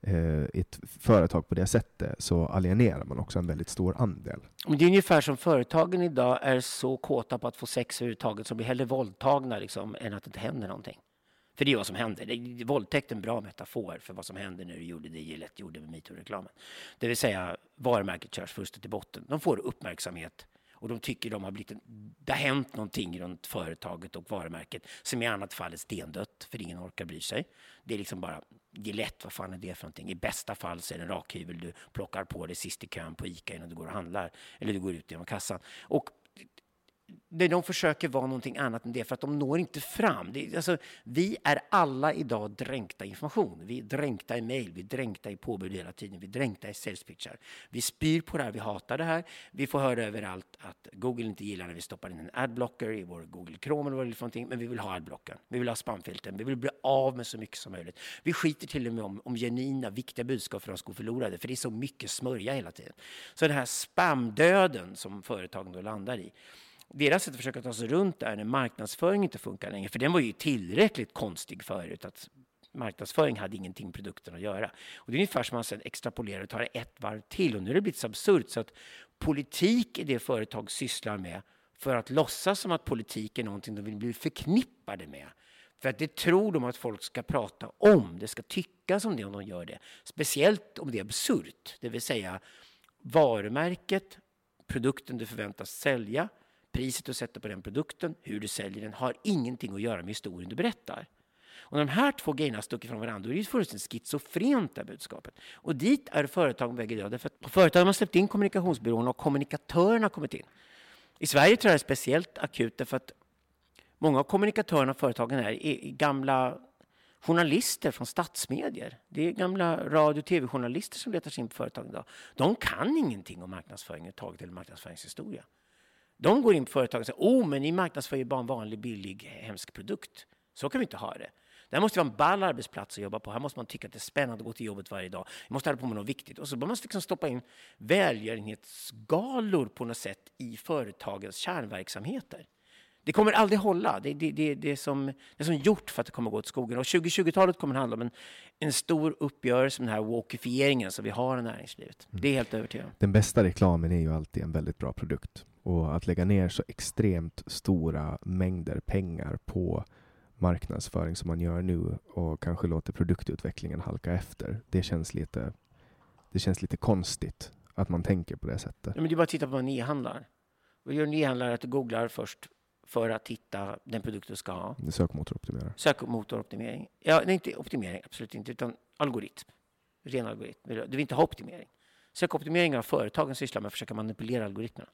ett företag på det sättet, så alienerar man också en väldigt stor andel. Det är ungefär som företagen idag är så kåta på att få sex överhuvudtaget som blir hellre våldtagna liksom, än att det inte händer någonting. För det är vad som händer. Det är, våldtäkt är en bra metafor för vad som händer när du gjorde det Gillette gjorde med MeToo-reklamen. Det vill säga varumärket körs först till botten. De får uppmärksamhet och de tycker de har blivit en, det har hänt någonting runt företaget och varumärket som i annat fall är stendött, för ingen orkar bry sig. Det är liksom bara Gillette, vad fan är det för någonting? I bästa fall så är det en rakhyvel du plockar på dig sist i kön på ICA innan du går och handlar, eller du går ut genom kassan. Och det de försöker vara någonting annat än det, för att de når inte fram. Det, alltså, vi är alla idag dränkta i information. Vi är dränkta i mejl, vi är dränkta i påbud hela tiden, vi är dränkta i salespitchar. Vi spyr på det här, vi hatar det här. Vi får höra överallt att Google inte gillar när vi stoppar in en adblocker i vår Google Chrome eller vad det är för någonting, men vi vill ha adblockern. Vi vill ha spamfiltern, vi vill bli av med så mycket som möjligt. Vi skiter till och med om, om genuina, viktiga budskap för att de ska gå förlorade, för det är så mycket smörja hela tiden. Så den här spamdöden som företagen då landar i, deras sätt att försöka ta sig runt är när marknadsföring inte funkar längre. För den var ju tillräckligt konstig förut. Att marknadsföring hade ingenting med produkten att göra. Och det är ungefär som man sen extrapolerar och tar det ett varv till. Och nu är det blivit så absurt så att politik är det företag sysslar med för att låtsas som att politik är någonting de vill bli förknippade med. För att det tror de att folk ska prata om. Det ska tyckas om det om de gör det. Speciellt om det är absurt. Det vill säga varumärket, produkten du förväntas sälja, priset du sätter på den produkten, hur du säljer den, har ingenting att göra med historien du berättar. Och när de här två grejerna stuckar från varandra, då är det fullständigt schizofrent det budskapet. Och dit är företagen väg idag. Därför att företagen har släppt in kommunikationsbyråerna och kommunikatörerna har kommit in. I Sverige tror jag det är speciellt akut därför att många av kommunikatörerna och företagen är, är gamla journalister från statsmedier. Det är gamla radio- och tv-journalister som letar sig in på företagen idag. De kan ingenting om marknadsföring taget eller marknadsföringshistoria. De går in på företagen och säger, åh, men ni marknadsför ju bara en vanlig, billig, hemsk produkt. Så kan vi inte ha det. Det här måste vara en ball arbetsplats att jobba på. Här måste man tycka att det är spännande att gå till jobbet varje dag. Vi måste ha på med något viktigt. Och så man måste liksom stoppa in välgörenhetsgalor på något sätt i företagens kärnverksamheter. Det kommer aldrig hålla. Det är det, det, det, som, det är som gjort för att det kommer gå åt skogen. Och tjugo-tjugotalet kommer det handla om en, en stor uppgörelse med den här wokifieringen som vi har i näringslivet. Mm. Det är helt övertygande. Den bästa reklamen är ju alltid en väldigt bra produkt. Och att lägga ner så extremt stora mängder pengar på marknadsföring som man gör nu och kanske låter produktutvecklingen halka efter. Det känns lite, det känns lite konstigt att man tänker på det sättet. Ja, men det är bara att titta på vad ni handlar. Vad gör ni handlar att du googlar först för att hitta den produkt du ska ha. Sökmotoroptimering. Sökmotoroptimering. Ja, det är inte optimering, absolut inte, utan algoritm. Ren algoritm. Du vill inte ha optimering. Sökoptimering av företagen sysslar med att försöka manipulera algoritmerna.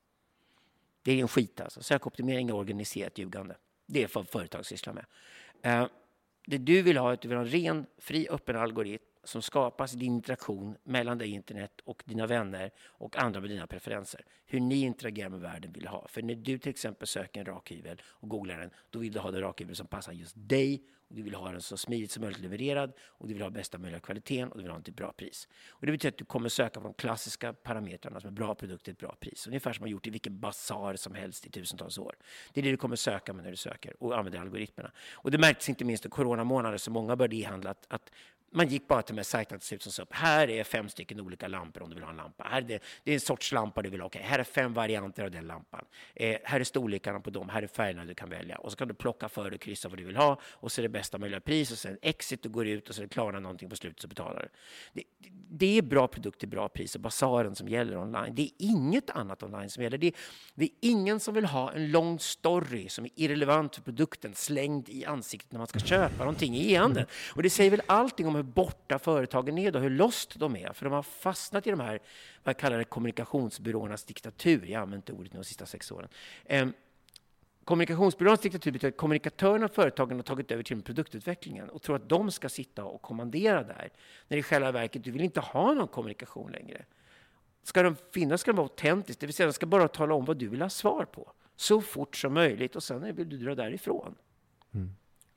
Det är en skit alltså. Sökoptimering är organiserat ljugande. Det är vad företag sysslar med. Uh, det du vill ha är att du vill ha en ren, fri, öppen algoritm som skapas i din interaktion mellan dig internet och dina vänner och andra med dina preferenser. Hur ni interagerar med världen vill du ha. För när du till exempel söker en rakhyvel och googlar den, då vill du ha den rakhyvel som passar just dig. Och du vill ha den så smidigt som möjligt levererad och du vill ha bästa möjliga kvaliteten och du vill ha den till bra pris. Och det betyder att du kommer söka på de klassiska parametrarna som är bra produkt till ett bra pris. Ungefär som man gjort i vilken basar som helst i tusentals år. Det är det du kommer söka med när du söker och använder algoritmerna. Och det märktes inte minst i coronamånader så många började e-handla att, att man gick bara till med sajten att se ut som så upp. Här är fem stycken olika lampor om du vill ha en lampa. Här är det, det är en sorts lampa du vill ha. Okay. Här är fem varianter av den lampan. Eh, här är storlekarna på dem. Här är färgerna du kan välja. Och så kan du plocka för och kryssa vad du vill ha. Och så är det bästa möjliga pris. Och sen exit, du går ut och så är det klarna någonting på slutet så betalar du. Det, det är bra produkt till bra pris och basaren som gäller online. Det är inget annat online som gäller. Det är, det är ingen som vill ha en lång story som är irrelevant för produkten slängd i ansiktet när man ska köpa någonting i e-handeln. Och det säger väl allting om hur borta företagen är och hur lost de är. För de har fastnat i de här, vad jag kallar det, kommunikationsbyråernas diktatur. Jag har använt ordet de sista sex åren. Eh, kommunikationsbyråernas diktatur betyder att kommunikatörerna och företagen har tagit över till produktutvecklingen och tror att de ska sitta och kommandera där. När i själva verket du vill inte ha någon kommunikation längre. Ska de finnas ska de vara autentiskt. Det vill säga de ska bara tala om vad du vill ha svar på. Så fort som möjligt och sen vill du dra därifrån. Mm.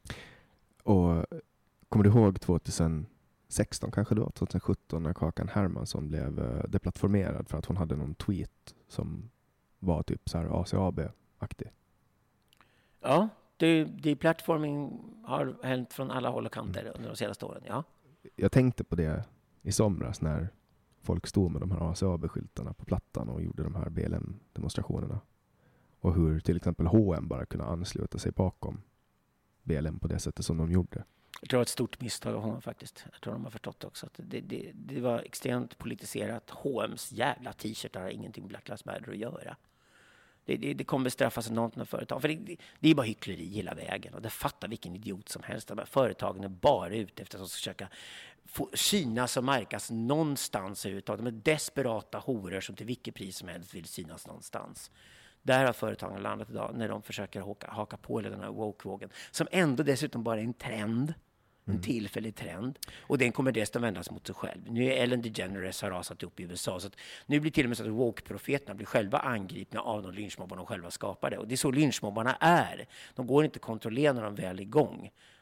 Och kommer du ihåg tjugohundrasexton kanske då, tjugosjutton när Kakan Hermansson blev uh, deplattformerad för att hon hade någon tweet som var typ så här A C A B-aktig? Ja, det, det plattforming har hänt från alla håll och kanter mm. under de senaste åren, ja. Jag tänkte på det i somras när folk stod med de här A C A B-skyltarna på plattan och gjorde de här B L M-demonstrationerna. Och hur till exempel H och M bara kunde ansluta sig bakom B L M på det sättet som de gjorde. Jag tror det var ett stort misstag av honom faktiskt. Jag tror de har förstått också att det, det, det var extremt politiserat. H och M's jävla t-shirtar har ingenting med Black Lives Matter att göra. Det, det, det kommer bestraffas enormt med företag. För det, det, det är bara hyckleri hela vägen. Och det fattar vilken idiot som helst. De här företagen är bara ute efter att de ska försöka få synas och märkas någonstans överhuvudtaget. De är desperata horor som till vilket pris som helst vill synas någonstans. Där har företagen landat idag när de försöker haka, haka på den här woke-vågen. Som ändå dessutom bara är en trend. En mm. tillfällig trend. Och den kommer dessutom vändas mot sig själv. Nu är Ellen DeGeneres har rasat upp i U S A. Så att nu blir till och med så att woke-profeterna blir själva angripna av de lynchmobbarna de själva skapade. Och det är så lynchmobbarna är. De går inte att kontrollera när de väl är igång.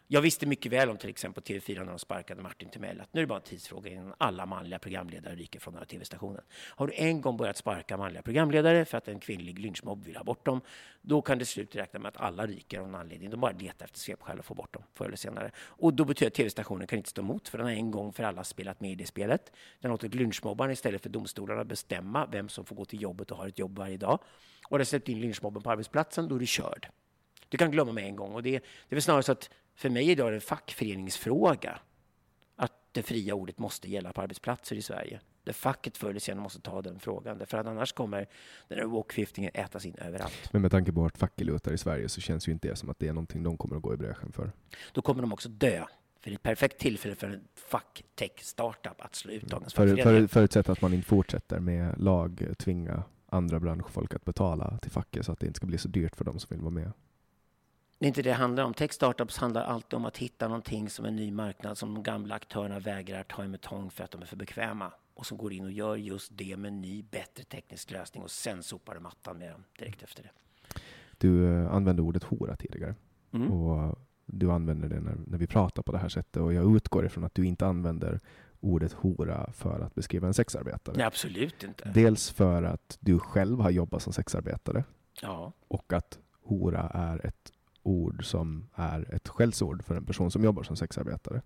Jag visste mycket väl om till exempel T V fyra när de sparkade Martin Timell att nu är det bara en tidsfråga innan alla manliga programledare ryker från den här tv-stationen. Har du en gång börjat sparka manliga programledare för att en kvinnlig lynchmobb vill ha bort dem, då kan det slut räkna med att alla ryker av en anledning. De bara letar efter svepskäl och får bort dem förr eller senare. Och då betyder att tv-stationen kan inte stå emot, för den har en gång för alla spelat med i det spelet. Den har låtit lynchmobbarna istället för domstolarna bestämma vem som får gå till jobbet och har ett jobb varje dag. Och det släppt in lynchmobben på arbetsplatsen, då är det körd. Du kan glömma mig en gång. Och det, det är väl snarare så att för mig idag är det en fackföreningsfråga att det fria ordet måste gälla på arbetsplatser i Sverige. Där facket förr eller senare måste ta den frågan. Därför att annars kommer den här woke-förgiftningen ätas in överallt. Men med tanke på vart facket lutar i Sverige så känns ju inte det som att det är någonting de kommer att gå i bräschen för. Då kommer de också dö. För det är ett perfekt tillfälle för en fack-tech-startup att slå ut dagens för, fackföreningar. för, Förutsatt att man inte fortsätter med lag tvinga andra branschfolk att betala till facket så att det inte ska bli så dyrt för dem som vill vara med. Det är inte det det handlar om. Tech-startups handlar alltid om att hitta någonting som en ny marknad som de gamla aktörerna vägrar ta i med tång för att de är för bekväma. Och som går in och gör just det med en ny, bättre teknisk lösning och sen sopar de mattan med dem direkt efter det. Du uh, använde ordet hora tidigare. Mm. Och du använder det när, när vi pratar på det här sättet. Och jag utgår ifrån att du inte använder ordet hora för att beskriva en sexarbetare. Nej, absolut inte. Dels för att du själv har jobbat som sexarbetare. Ja. Och att hora är ett ord som är ett skällsord för en person som jobbar som sexarbetare.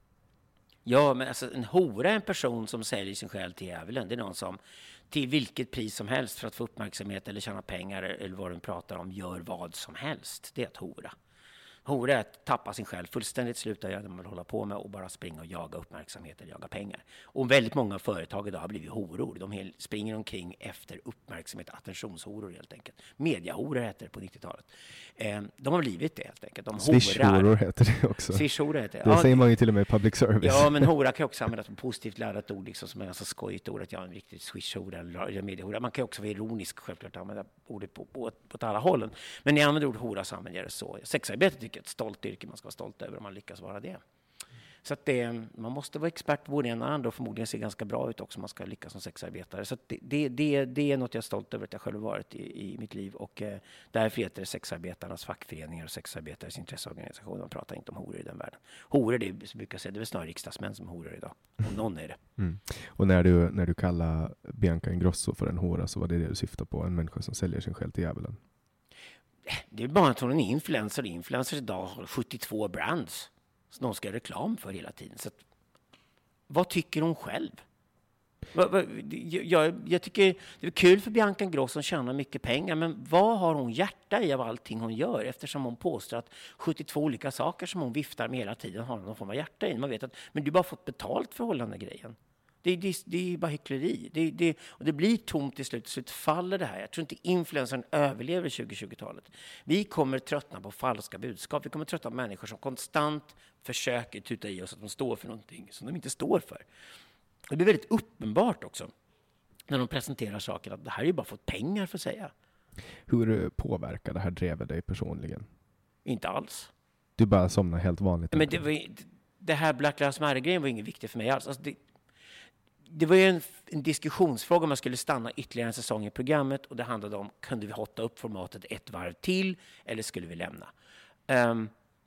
Ja, men alltså en hora är en person som säljer sin själ till djävulen. Det är någon som till vilket pris som helst för att få uppmärksamhet eller tjäna pengar eller vad de pratar om gör vad som helst. Det är att hora. Hora är att tappa sin själ fullständigt, sluta göra det man vill hålla på med och bara springa och jaga uppmärksamhet eller jaga pengar. Och väldigt många företag idag har blivit horor. De springer omkring efter uppmärksamhet, attentionshoror helt enkelt. Mediahoror heter det på nittiotalet. Eh, de har blivit det helt enkelt. De Swishhoror heter det också. Swishhoror heter det. Det Ja, säger man ju till och med i public service. Ja, men hora kan också användas som positivt laddat ord, liksom, som är ganska skojigt ord, att jag är en riktigt swishhora eller mediahora. Man kan också vara ironisk självklart använda ordet på, på, på ett alla hållen. Men när jag använder ordet hora så använder jag det så. Sexarbete tycker jag är ett stolt yrke, man ska vara stolt över om man lyckas vara det. Så att det, man måste vara expert på både en och andra och förmodligen se ganska bra ut också om man ska lyckas som sexarbetare. Så att det, det, det, det är något jag är stolt över att jag själv har varit i, i mitt liv. Och eh, därför heter det sexarbetarnas fackföreningar och sexarbetares intresseorganisationer. Man pratar inte om horor i den världen. Horor, det brukar säga, det är väl snarare riksdagsmän som horor idag. Om någon är det. Mm. Och när du, när du kallar Bianca Ingrosso för en hora så var det det du syftar på. En människa som säljer sin själ till djävulen. Det är bara att hon är en influencer. Influencers idag har sjuttiotvå brands som de ska göra reklam för hela tiden. Så att, vad tycker hon själv? Jag, jag tycker det är kul för Bianca Ingrosso som tjänar mycket pengar, men vad har hon hjärta i av allting hon gör? Eftersom hon påstår att sjuttiotvå olika saker som hon viftar med hela tiden har någon form av hjärta i. Man vet att, men du bara fått betalt för hållande grejen. Det, det, det är bara hyckleri. Det, det, och det blir tomt till slut. Till slut faller det här. Jag tror inte influencern överlever tjugohundratjugotalet. Vi kommer tröttna på falska budskap. Vi kommer tröttna på människor som konstant försöker tuta i oss att de står för någonting som de inte står för. Och det är väldigt uppenbart också när de presenterar saker att det här är ju bara fått pengar för att säga. Hur påverkar det här drevet dig personligen? Inte alls. Du bara somnar helt vanligt. Men det, var, det här Black Lives Matter-grejen var inget viktigt för mig alls. Alltså det, Det var ju en, en diskussionsfråga om man skulle stanna ytterligare en säsong i programmet, och det handlade om, kunde vi hotta upp formatet ett varv till eller skulle vi lämna? Um,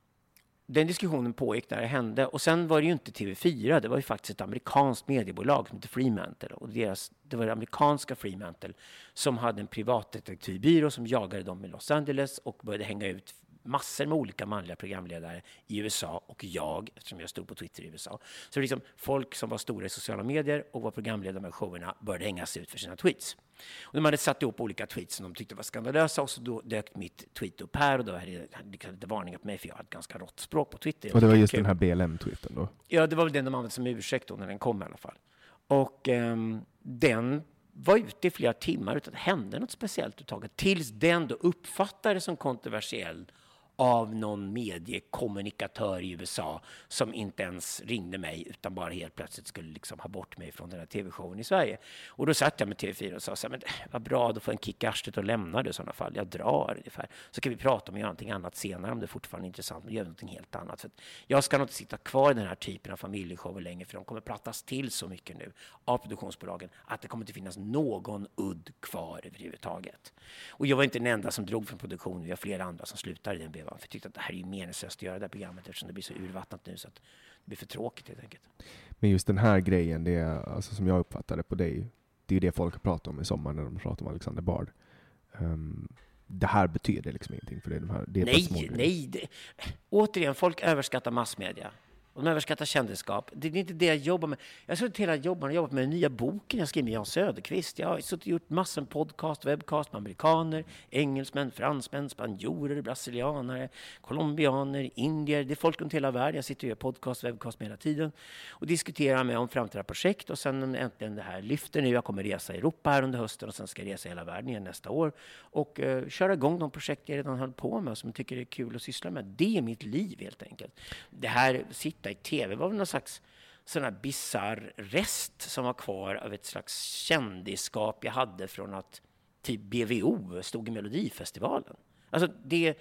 den diskussionen pågick när det hände, och sen var det ju inte T V fyra, det var ju faktiskt ett amerikanskt mediebolag som heter Fremantle, och deras, det var det amerikanska Fremantle som hade en privatdetektivbyrå som jagade dem i Los Angeles och började hänga ut massor med olika manliga programledare i U S A och jag, eftersom jag stod på Twitter i U S A. Så liksom folk som var stora i sociala medier och var programledare med showerna började hängas ut för sina tweets. Och de hade satt ihop olika tweets som de tyckte var skandalösa, och så då dök mitt tweet upp här, och då hade det lite varningar på mig för jag hade ganska rått språk på Twitter. Och det var just den här B L M-tweeten då? Ja, det var väl den de använde som ursäkt då när den kom i alla fall. Och um, den var ute i flera timmar utan att det hände något speciellt uttaget. Tills den då uppfattades som kontroversiell av någon mediekommunikatör i U S A som inte ens ringde mig utan bara helt plötsligt skulle liksom ha bort mig från den här tv-showen i Sverige. Och då satt jag med T V fyra och sa så här, men vad bra, då får en kick i arslet och lämnar det i sådana fall. Jag drar ungefär. Så kan vi prata om någonting annat senare om det fortfarande är intressant, men gör någonting helt annat. För jag ska nog inte sitta kvar i den här typen av familjeshower länge, för de kommer pratas till så mycket nu av produktionsbolagen att det kommer inte finnas någon udd kvar överhuvudtaget. Och jag var inte den enda som drog från produktionen. Vi har flera andra som slutar i den V. Va? För jag tyckte att det här är ju meningslöst att göra det här programmet eftersom det blir så urvattnat nu så att det blir för tråkigt helt enkelt. Men just den här grejen, det är, alltså, som jag uppfattade på dig, det är ju det folk pratar om i sommar när de pratar om Alexander Bard. Um, det här betyder liksom ingenting för dig? De här, det är nej, nej. Det, återigen, folk överskattar massmedia. Och de överskattar kändisskap. Det är inte det jag jobbar med. Jag har suttit hela jobben och jobbat med den nya boken jag skrev med Jan Söderqvist. Jag har suttit och gjort massor med podcast, webbcast med amerikaner, engelsmän, fransmän, spanjorer, brasilianare, colombianer, indier. Det är folk runt hela världen. Jag sitter och gör podcast, webbcast med hela tiden. Och diskuterar med om framtida projekt. Och sen äntligen det här lyfter nu. Jag kommer resa i Europa här under hösten och sen ska jag resa i hela världen igen nästa år. Och uh, köra igång de projekt jag redan höll på med som jag tycker är kul att syssla med. Det är mitt liv helt enkelt. Det här sitter i tv var väl någon slags sån här bizarr rest som var kvar av ett slags kändisskap jag hade från att typ B V O stod i Melodifestivalen. Alltså det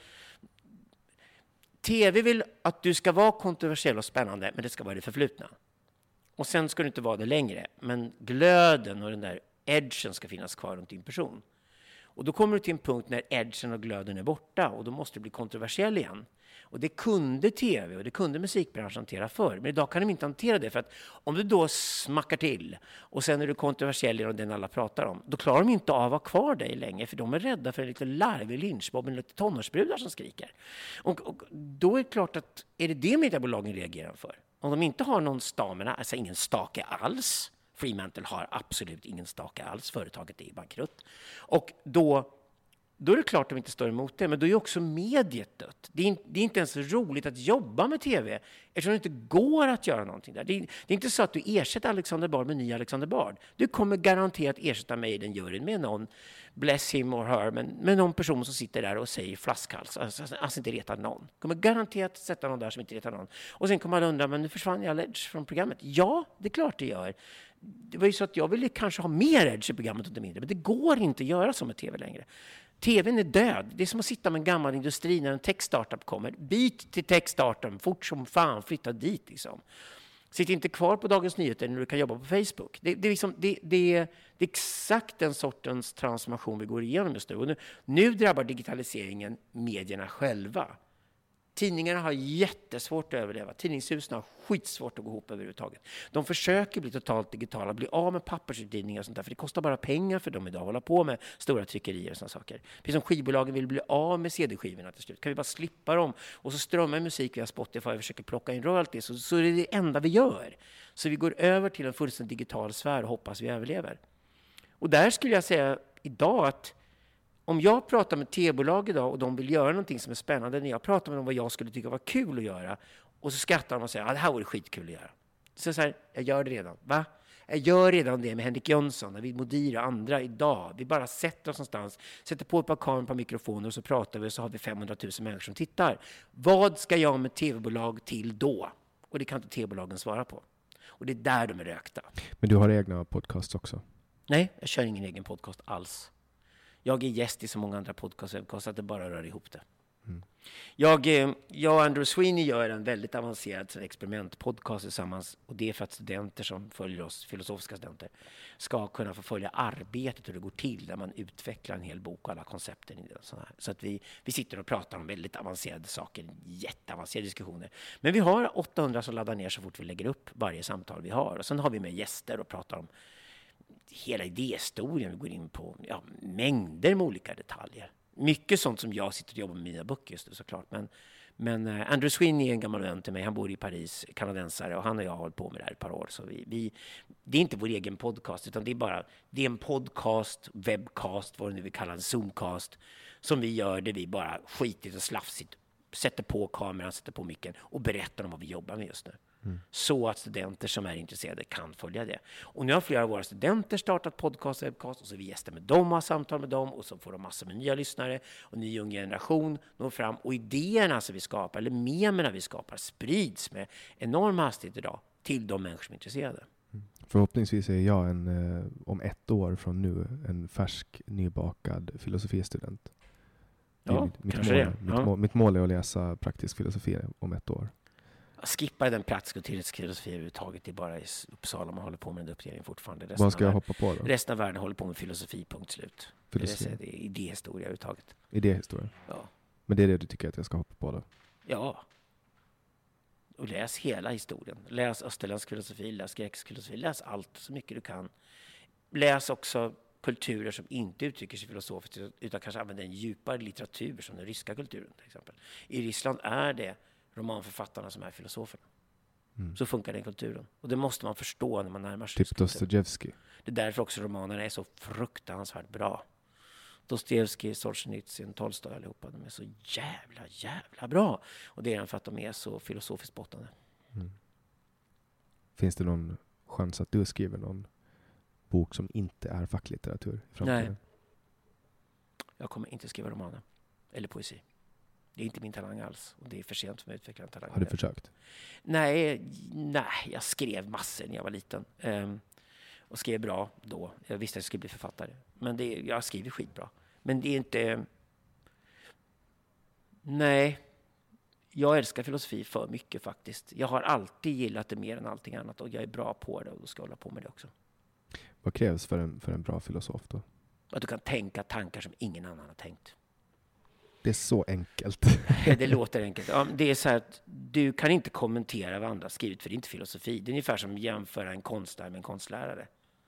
tv vill att du ska vara kontroversiell och spännande, men det ska vara det förflutna. Och sen ska du inte vara det längre, men glöden och den där edgen ska finnas kvar runt din person. Och då kommer du till en punkt när edgen och glöden är borta och då måste du bli kontroversiell igen. Och det kunde tv och det kunde musikbranschen hantera förr. Men idag kan de inte hantera det för att om du då smackar till och sen är du kontroversiell genom den alla pratar om, då klarar de inte av att ha kvar dig längre för de är rädda för en lite larvig lynchmobb med lite tonårsbrudar som skriker. Och, och då är det klart att är det det mediebolagen reagerar för? Om de inte har någon stamina, alltså ingen stake alls. Fremantle har absolut ingen stake alls. Företaget är bankrutt. Och då, då är det klart att de inte står emot det. Men då är också mediet dött. Det är, in, det är inte ens roligt att jobba med tv eftersom det inte går att göra någonting där. Det är, det är inte så att du ersätter Alexander Bard med ny Alexander Bard. Du kommer garanterat ersätta mig i den juryn med någon, bless him or her, men med någon person som sitter där och säger flaskhals. Alltså, alltså inte retar någon. Kommer garanterat sätta någon där som inte retar någon. Och sen kommer man undra, men nu försvann jag edge från programmet. Ja, det är klart det gör. Det var ju så att jag ville kanske ha mer edge i programmet och inte mindre. Men det går inte att göra som med tv längre. TVn är död. Det är som att sitta med en gammal industri när en tech-startup kommer. Byt till tech-startup, fort som fan, flytta dit liksom. Sitt inte kvar på Dagens Nyheter när du kan jobba på Facebook. Det, det, är, liksom, det, det, är, det är exakt den sortens transformation vi går igenom just nu. Och nu, nu drabbar digitaliseringen medierna själva. Tidningarna har jättesvårt att överleva. Tidningshusen har skitsvårt att gå ihop överhuvudtaget. De försöker bli totalt digitala, bli av med pappersutgivningar och sånt där. För det kostar bara pengar för dem idag att hålla på med stora tryckerier och såna saker. Precis som skivbolagen vill bli av med C D-skivorna till slut. Kan vi bara slippa dem och så strömmar musik via Spotify och försöker plocka in royalties. Så, så är det det enda vi gör. Så vi går över till en fullständigt digital sfär och hoppas vi överlever. Och där skulle jag säga idag att om jag pratar med tv-bolag idag och de vill göra någonting som är spännande, när jag pratar med dem vad jag skulle tycka var kul att göra, och så skrattar de och säger att ah, det här vore skitkul att göra. Så, så här, jag gör det redan. Va? Jag gör redan det med Henrik Jönsson, David Modir och andra idag. Vi bara sätter oss någonstans, sätter på ett par kameror på mikrofoner och så pratar vi och så har vi femhundratusen människor som tittar. Vad ska jag med tv-bolag till då? Och det kan inte tv-bolagen svara på. Och det är där de är rökta. Men du har egna podcasts också? Nej, jag kör ingen egen podcast alls. Jag är gäst i så många andra podcast webbcast att det bara rör ihop det. Mm. Jag, jag och Andrew Sweeney gör en väldigt avancerad experimentpodcast tillsammans. Och det är för att studenter som följer oss, filosofiska studenter, ska kunna få följa arbetet hur det går till när man utvecklar en hel bok och alla koncepten i den. Så, här. Så att vi, vi sitter och pratar om väldigt avancerade saker, jätteavancerade diskussioner. Men vi har åttahundra som laddar ner så fort vi lägger upp varje samtal vi har. Och sen har vi med gäster och pratar om hela idéhistorien. Vi går in på ja, mängder med olika detaljer. Mycket sånt som jag sitter och jobbar med mina böcker just nu såklart. Men, men uh, Andrew Sweeney är en gammal vän till mig. Han bor i Paris, kanadensare. Och han och jag har hållit på med det här ett par år. Så vi, vi, det är inte vår egen podcast. Utan det är bara det är en podcast, webbcast, vad det nu vi kallar en zoomcast. Som vi gör där vi bara skitigt och slafsigt sätter på kameran, sätter på micken. Och berättar om vad vi jobbar med just nu. Mm. Så att studenter som är intresserade kan följa det. Och nu har flera av våra studenter startat podcast och webbcast och så vi gäster med dem och har samtal med dem och så får de massor med nya lyssnare och ny ung generation når fram och idéerna som vi skapar eller memerna vi skapar sprids med enorm hastighet idag till de människor som är intresserade. Mm. Förhoppningsvis är jag en, eh, om ett år från nu en färsk nybakad filosofistudent. Ja, mitt, mitt, kanske mål, det. mitt, Ja. mål, mitt mål är att läsa praktisk filosofi om ett år. Skippa den praktiska och teoretiska filosofi överhuvudtaget. Det är bara i Uppsala man håller på med den uppdelningen fortfarande. Resten Vad ska jag av hoppa på då? Resten av världen håller på med filosofi, punkt slut. Filosofi. Det är, det är idéhistoria överhuvudtaget. Idéhistoria? Ja. Men det är det du tycker att jag ska hoppa på då? Ja. Och läs hela historien. Läs österländsk filosofi, läs grekisk filosofi, läs allt så mycket du kan. Läs också kulturer som inte uttrycker sig filosofiskt utan kanske använder en djupare litteratur som den ryska kulturen till exempel. I Ryssland är det romanförfattarna som är filosoferna. Mm. Så funkar den kulturen. Och det måste man förstå när man närmar sig. Typ Dostojevskij. Det är därför också romanerna är så fruktansvärt bra. Dostojevskij, Solzhenitsyn, Tolstoj allihopa, de är så jävla, jävla bra. Och det är för att de är så filosofiskt bottnade. Mm. Finns det någon chans att du skriver någon bok som inte är facklitteratur i framtiden? Nej. Jag kommer inte skriva romaner. Eller poesi. Det är inte min talang alls. Och det är för sent för mig att utveckla en talang. Har du försökt? Nej, nej, jag skrev massor när jag var liten. Um, och skrev bra då. Jag visste att jag skulle bli författare. Men det, jag skriver skitbra. Men det är inte... Nej. Jag älskar filosofi för mycket faktiskt. Jag har alltid gillat det mer än allting annat. Och jag är bra på det och då ska jag hålla på med det också. Vad krävs för en, för en bra filosof då? Att du kan tänka tankar som ingen annan har tänkt. Det är så enkelt. Det låter enkelt. Ja, det är så här att du kan inte kommentera vad andra har skrivit för det är inte filosofi. Det är ungefär som att jämföra en konstnär med en konstlärare.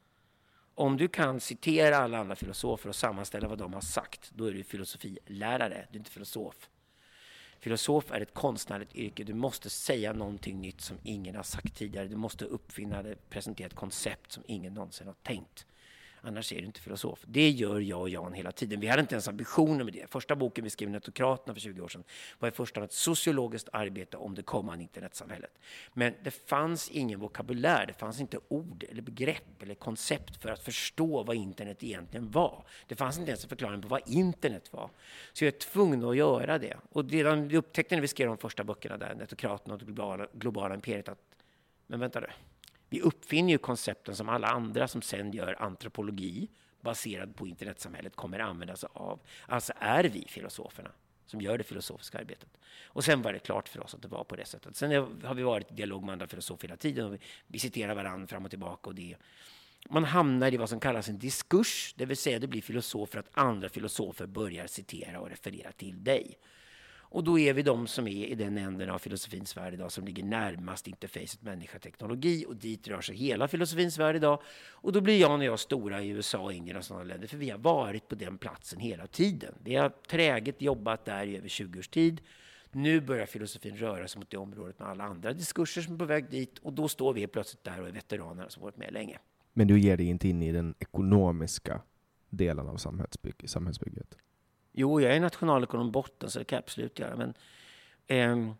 Om du kan citera alla andra filosofer och sammanställa vad de har sagt, då är du filosofilärare, du är inte filosof. Filosof är ett konstnärligt yrke. Du måste säga någonting nytt som ingen har sagt tidigare. Du måste uppfinna det, presentera ett koncept som ingen någonsin har tänkt. Annars är du inte filosof. Det gör jag och Jan hela tiden. Vi hade inte ens ambitioner med det. Första boken vi skrev, Netokraterna för tjugo år sedan, var i första hand ett sociologiskt arbete om det kommande internetsamhället. Men det fanns ingen vokabulär. Det fanns inte ord eller begrepp eller koncept för att förstå vad internet egentligen var. Det fanns inte ens en förklaring på vad internet var. Så jag är tvungen att göra det. Och redan vi upptäckte när vi skrev de första böckerna där, Netokraterna och det globala, globala imperiet, att men vänta du. Vi uppfinner ju koncepten som alla andra som sen gör antropologi baserad på internetsamhället kommer använda sig av. Alltså är vi filosoferna som gör det filosofiska arbetet. Och sen var det klart för oss att det var på det sättet. Sen har vi varit i dialog med andra filosofer hela tiden och vi, vi citerar varandra fram och tillbaka. Och det, man hamnar i vad som kallas en diskurs, det vill säga det blir filosofer att andra filosofer börjar citera och referera till dig. Och då är vi de som är i den änden av filosofins värld idag som ligger närmast interfacet människa-teknologi och dit rör sig hela filosofins värld idag. Och då blir Jan och jag stora i U S A och Indien och sådana länder för vi har varit på den platsen hela tiden. Vi har träget jobbat där i över tjugo års tid. Nu börjar filosofin röra sig mot det området med alla andra diskurser som är på väg dit och då står vi plötsligt där och är veteraner som varit med länge. Men du ger dig inte in i den ekonomiska delen av samhällsbygg- samhällsbygget? Jo, jag är nationalekonom botten så det kan jag absolut göra. Men eh,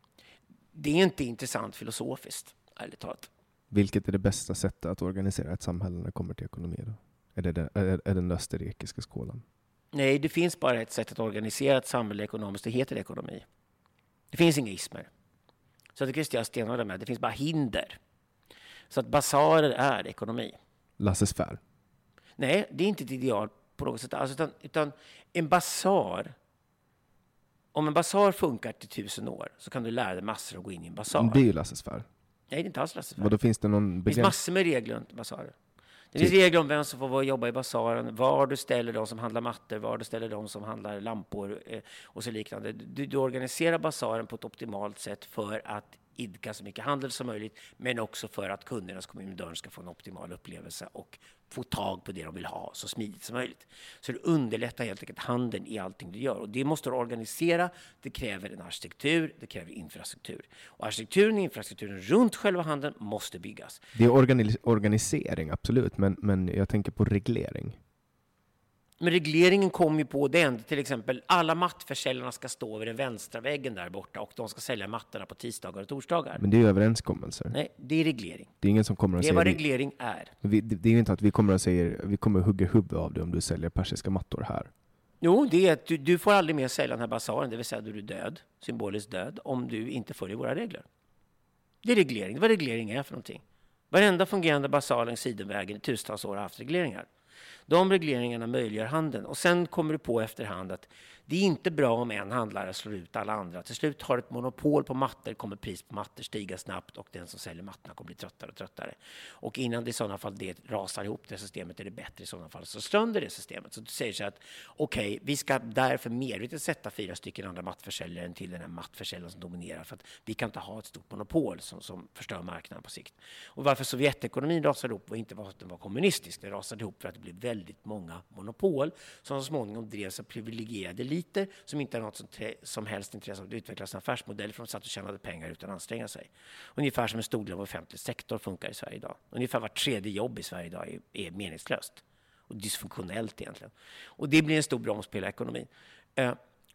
det är inte intressant filosofiskt, ärligt talat. Vilket är det bästa sättet att organisera ett samhälle när det kommer till ekonomi då? Är det den, är, är den österrikiska skolan? Nej, det finns bara ett sätt att organisera ett samhälle ekonomiskt. Det heter ekonomi. Det finns inga ismer. Så att det Christian Stenhård med. Det finns bara hinder. Så att basarer är ekonomi. Laissez-faire? Nej, det är inte ett ideal på något sätt. Alltså, utan, utan en basar, om en basar funkar till tusen år så kan du lära dig massor att gå in i en basar. Det är ju laissez-faire. Nej, det är inte alls laissez-faire. Vad då finns det någon begräns- Det finns massor med regler runt basarer. Det finns regler om vem som får jobba i basaren, var du ställer de som handlar mattor, var du ställer de som handlar lampor eh, och så liknande. Du, du organiserar basaren på ett optimalt sätt för att idka så mycket handel som möjligt, men också för att kundernas kommundörren ska få en optimal upplevelse och få tag på det de vill ha så smidigt som möjligt. Så det underlättar helt enkelt handeln i allting du gör. Och det måste du organisera. Det kräver en arkitektur, det kräver infrastruktur. Och arkitekturen och infrastrukturen runt själva handeln måste byggas. Det är organi- organisering, absolut. Men, men jag tänker på reglering. Men regleringen kommer ju på den. Till exempel, alla mattförsäljarna ska stå vid den vänstra väggen där borta och de ska sälja mattorna på tisdagar och torsdagar. Men det är ju överenskommelser. Nej, det är reglering. Det är ingen som kommer att det är säga... vad reglering är. Vi, det, det är ju inte att vi kommer att säga vi kommer att hugga huvudet av det om du säljer persiska mattor här. Jo, det är att du, du får aldrig mer sälja den här basaren, det vill säga att du är död, symboliskt död, om du inte följer våra regler. Det är reglering. Det är vad reglering är för någonting. Varenda fungerande basar längs sidenvägen i tusentals år har haft regleringar. De regleringarna möjliggör handeln. Och sen kommer du på efterhand att Det är inte bra om en handlare slår ut alla andra. Till slut har ett monopol på mattor, kommer pris på mattor stiga snabbt och den som säljer mattorna kommer bli tröttare och tröttare. Och innan det i sådana fall det rasar ihop det systemet är det bättre i sådana fall så sönder det systemet. Så du säger så att okej, okay, vi ska därför medvetet sätta fyra stycken andra mattförsäljare till den här mattförsäljaren som dominerar för att vi kan inte ha ett stort monopol som, som förstör marknaden på sikt. Och varför Sovjetekonomin rasade ihop var inte för att den var kommunistisk. Den rasade ihop för att det blev väldigt många monopol som så småningom drevs av privilegierade eliter som inte har något som, som helst intresse av att utveckla sin affärsmodell för de satt och tjänade pengar utan att anstränga sig. Ungefär som en stor del av offentlig sektor funkar i Sverige idag. Ungefär var tredje jobb i Sverige idag är, är meningslöst och dysfunktionellt egentligen. Och det blir en stor broms på hela ekonomin. Eh,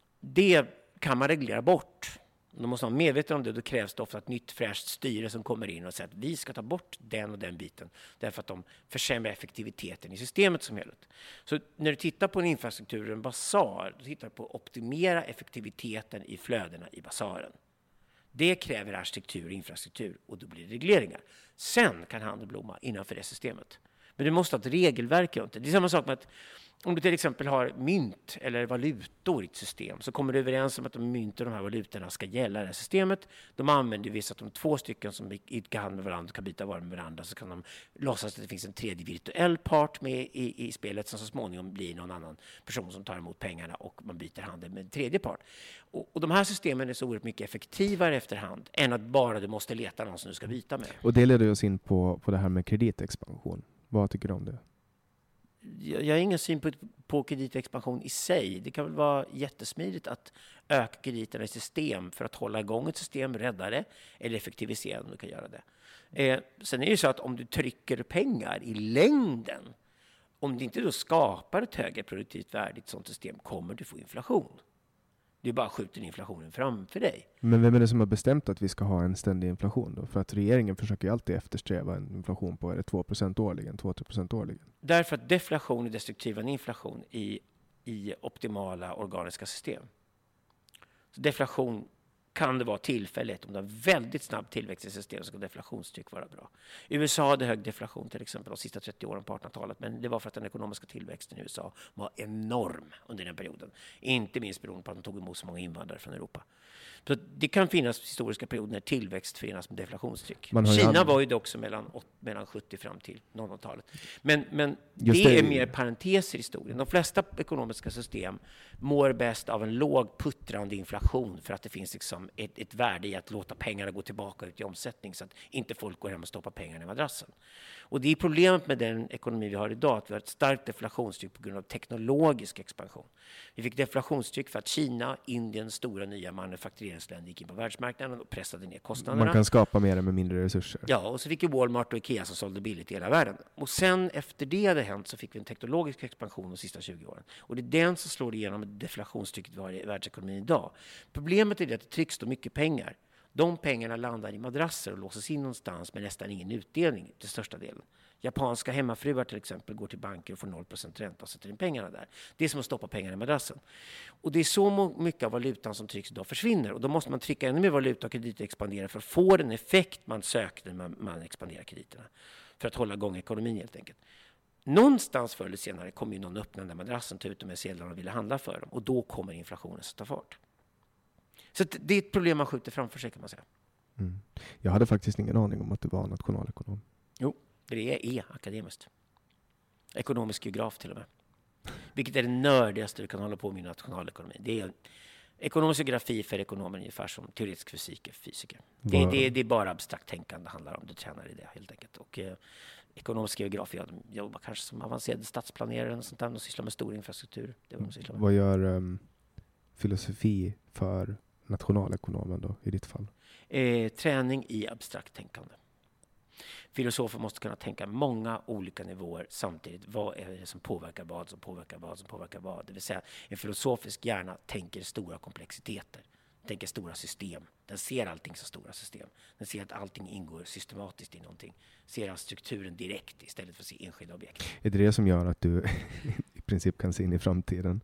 det kan man reglera bort. Då måste man vara medveten om det. Då krävs det ofta ett nytt fräscht styre som kommer in och säger att vi ska ta bort den och den biten. Därför att de försämrar effektiviteten i systemet som helhet. Så när du tittar på en infrastruktur, en basar, då tittar du på att optimera effektiviteten i flödena i basaren. Det kräver arkitektur och infrastruktur och då blir det regleringar. Sen kan handel blomma innanför det systemet. Men du måste ha ett regelverk runt det. Det är samma sak med att om du till exempel har mynt eller valutor i ett system så kommer du överens om att de mynt och de här valutorna ska gälla det här systemet. De använder ju vissa att de två stycken som idkar handel med varandra kan byta varor med varandra så kan de låtsas att det finns en tredje virtuell part med i, i spelet som så småningom blir någon annan person som tar emot pengarna och man byter handel med en tredje part. Och, och de här systemen är så oerhört mycket effektivare efterhand än att bara du måste leta någon som du ska byta med. Och det leder oss in på, på det här med kreditexpansion. Vad tycker du om det? Jag har ingen syn på, på kreditexpansion i sig. Det kan väl vara jättesmidigt att öka krediterna i system för att hålla igång ett system, rädda det eller effektivisera om du kan göra det. Eh, sen är det ju så att om du trycker pengar i längden, om det inte då skapar ett högre produktivt värde i ett sådant system kommer du få inflation. Du bara skjuter inflationen framför dig. Men vem är det som har bestämt att vi ska ha en ständig inflation då? För att regeringen försöker ju alltid eftersträva en inflation på är det två procent årligen, två till tre procent årligen. Därför att deflation är destruktivare än inflation i, i optimala organiska system. Så deflation kan det vara tillfälligt. Om det har väldigt snabb tillväxt i systemet så kan deflationstryck vara bra. U S A hade hög deflation till exempel de sista trettio åren på artonhundratalet. Men det var för att den ekonomiska tillväxten i U S A var enorm under den perioden. Inte minst beroende på att de tog emot så många invandrare från Europa. Så det kan finnas historiska perioder när tillväxt förenas med deflationstryck. Kina ju var ju det också mellan, mellan sjuttio fram till nolltalet. Men, men det, det är mer parenteser i historien. De flesta ekonomiska system mår bäst av en låg puttrande inflation för att det finns liksom ett, ett värde i att låta pengarna gå tillbaka ut i omsättning så att inte folk går hem och stoppar pengarna i madrassen. Och det är problemet med den ekonomi vi har idag, att vi har ett starkt deflationstryck på grund av teknologisk expansion. Vi fick deflationstryck för att Kina, Indien, stora nya manufaktureringsländer gick in på världsmarknaden och pressade ner kostnaderna. Man kan skapa mer med mindre resurser. Ja, och så fick ju Walmart och Ikea som sålde billigt i hela världen. Och sen efter det hade hänt så fick vi en teknologisk expansion de sista tjugo åren. Och det är den som slår igenom deflationstrycket vi har i världsekonomin idag. Problemet är det att det trycks så mycket pengar. De pengarna landar i madrasser och låses in någonstans med nästan ingen utdelning till största delen. Japanska hemmafruar till exempel går till banker och får noll procent ränta och sätter in pengarna där. Det är som att stoppa pengarna i madrassen. Och det är så mycket av valutan som trycks idag försvinner. Och då måste man trycka ännu mer valuta och krediter expandera för att få den effekt man sökte när man, man expanderar krediterna. För att hålla igång ekonomin helt enkelt. Någonstans förr eller senare kommer ju någon öppna den där madrassen, ta ut de här sedlarna och ville handla för dem. Och då kommer inflationen att ta fart. Så det är ett problem man skjuter framför sig kan man säga. Mm. Jag hade faktiskt ingen aning om att du var nationalekonom. Jo, det är akademiskt. Ekonomisk geograf till och med. Vilket är det nördigaste du kan hålla på med i nationalekonomi. Det är ekonomisk geografi för ekonomer ungefär som teoretisk fysik för fysiker. Det, det, det är bara abstrakt tänkande det handlar om. Du tränar i det helt enkelt. Och eh, ekonomisk geografi, ja, de jobbar kanske som avancerade stadsplanerare och sånt där. De sysslar med stor infrastruktur. Det är vad de sysslar med. Vad gör um, filosofi för nationalekonomen då i ditt fall? Eh, träning i abstrakt tänkande. Filosofer måste kunna tänka många olika nivåer samtidigt. Vad är det som påverkar vad, som påverkar vad, som påverkar vad? Det vill säga, en filosofisk hjärna tänker stora komplexiteter. Tänker stora system. Den ser allting som stora system. Den ser att allting ingår systematiskt i någonting. Ser strukturen direkt istället för att se enskilda objekt. Är det det som gör att du i princip kan se in i framtiden?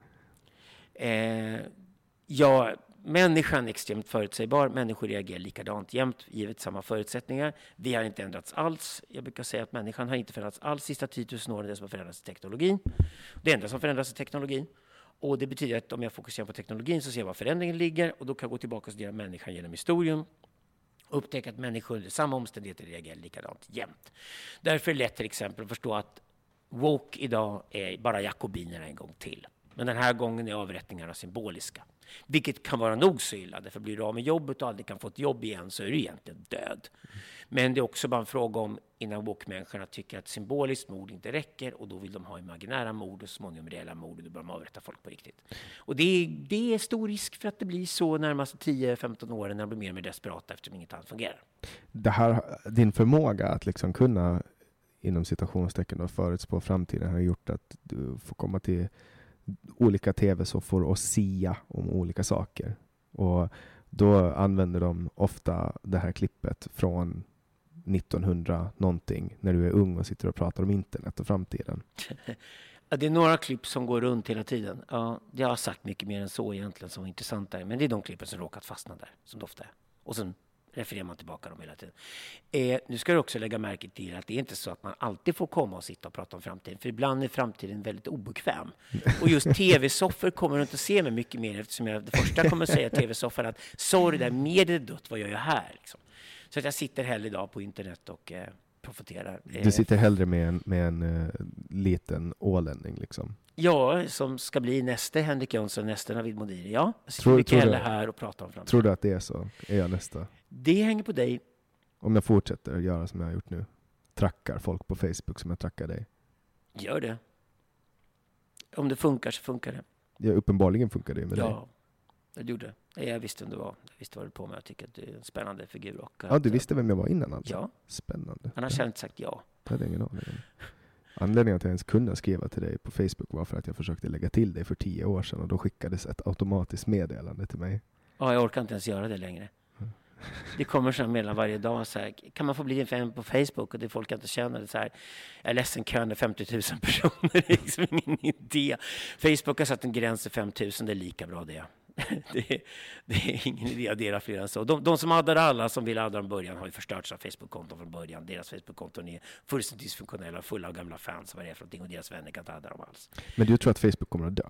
Eh, ja, människan är extremt förutsägbar. Människor reagerar likadant jämt, givet samma förutsättningar. Vi har inte ändrats alls. Jag brukar säga att människan har inte förändrats alls sista tio tusen åren. Det som har förändrats i teknologin. Det enda som förändras i teknologin. Och det betyder att om jag fokuserar på teknologin så ser jag var förändringen ligger och då kan jag gå tillbaka och studera människan genom historien och upptäcka att människor under samma omständigheter reagerar likadant jämt. Därför är det lätt till exempel att förstå att woke idag är bara jakobinerna en gång till. Men den här gången är avrättningarna symboliska. Vilket kan vara nog så illa. Därför blir du av med jobbet och aldrig kan få ett jobb igen så är du egentligen död. Men det är också bara en fråga om innan woke-människorna tycker att symboliskt mord inte räcker och då vill de ha imaginära mord och småningom reella mord och då börjar de avrätta folk på riktigt. Och det är, det är stor risk för att det blir så närmaste tio femton åren när de blir mer och mer desperata eftersom inget annat fungerar. Det här, din förmåga att liksom kunna inom citationstecken och förutspå framtiden har gjort att du får komma till olika tv-soffor och sia om olika saker. Och då använder de ofta det här klippet från nittonhundra någonting när du är ung och sitter och pratar om internet och framtiden. Ja, det är några klipp som går runt hela tiden. Ja, jag har sagt mycket mer än så egentligen som var intressant där. Men det är de klippen som råkat fastna där, som det ofta är. Och sen refererar man tillbaka dem hela tiden. Eh, nu ska du också lägga märke till att det är inte så att man alltid får komma och sitta och prata om framtiden. För ibland är framtiden väldigt obekväm. Och just tv-soffor kommer du inte se mig mycket mer eftersom jag det första kommer att säga tv-soffan att sorry, där med är dött, vad gör jag här? Liksom. Så att jag sitter hellre idag på internet och eh, profiterar. Eh, du sitter hellre med en, med en uh, liten ålänning liksom. Ja, som ska bli nästa Henrik Jönsson, nästa Navid Modiri. Ja, jag sitter tror, mycket tror hellre du, här och pratar om framtiden. Tror du att det är så? Är jag nästa? Det hänger på dig. Om jag fortsätter göra som jag har gjort nu. Trackar folk på Facebook som jag trackar dig. Gör det. Om det funkar så funkar det. Ja, uppenbarligen funkar det med ja, dig. Ja, det gjorde det. Jag visste vem du var. Jag visste vad du på med. Jag tycker att du är en spännande figur. Och ja, du visste vem jag var innan alltså? Ja. Spännande. Annars hade jag inte sagt ja. Det hade jag ingen aning om. Anledningen att jag ens kunde skriva till dig på Facebook var för att jag försökte lägga till dig för tio år sedan och då skickades ett automatiskt meddelande till mig. Ja, jag orkar inte ens göra det längre. Det kommer så här mellan varje dag så här, kan man få bli en fan på Facebook och det folk inte känner det så här, jag är ledsen, kön är femtio tusen personer, det är liksom ingen idé. Facebook har satt en gräns till fem tusen, det är lika bra det. Det är, det är ingen idé att dela fler än så. De, de som hade alla som ville ha dem början har ju förstört sina Facebook-konton från början. Deras Facebook-konton är fullständigt dysfunktionella, fulla av gamla fans vad det är för någonting och deras vänner kan inte ha dem alls. Men du tror att Facebook kommer att dö?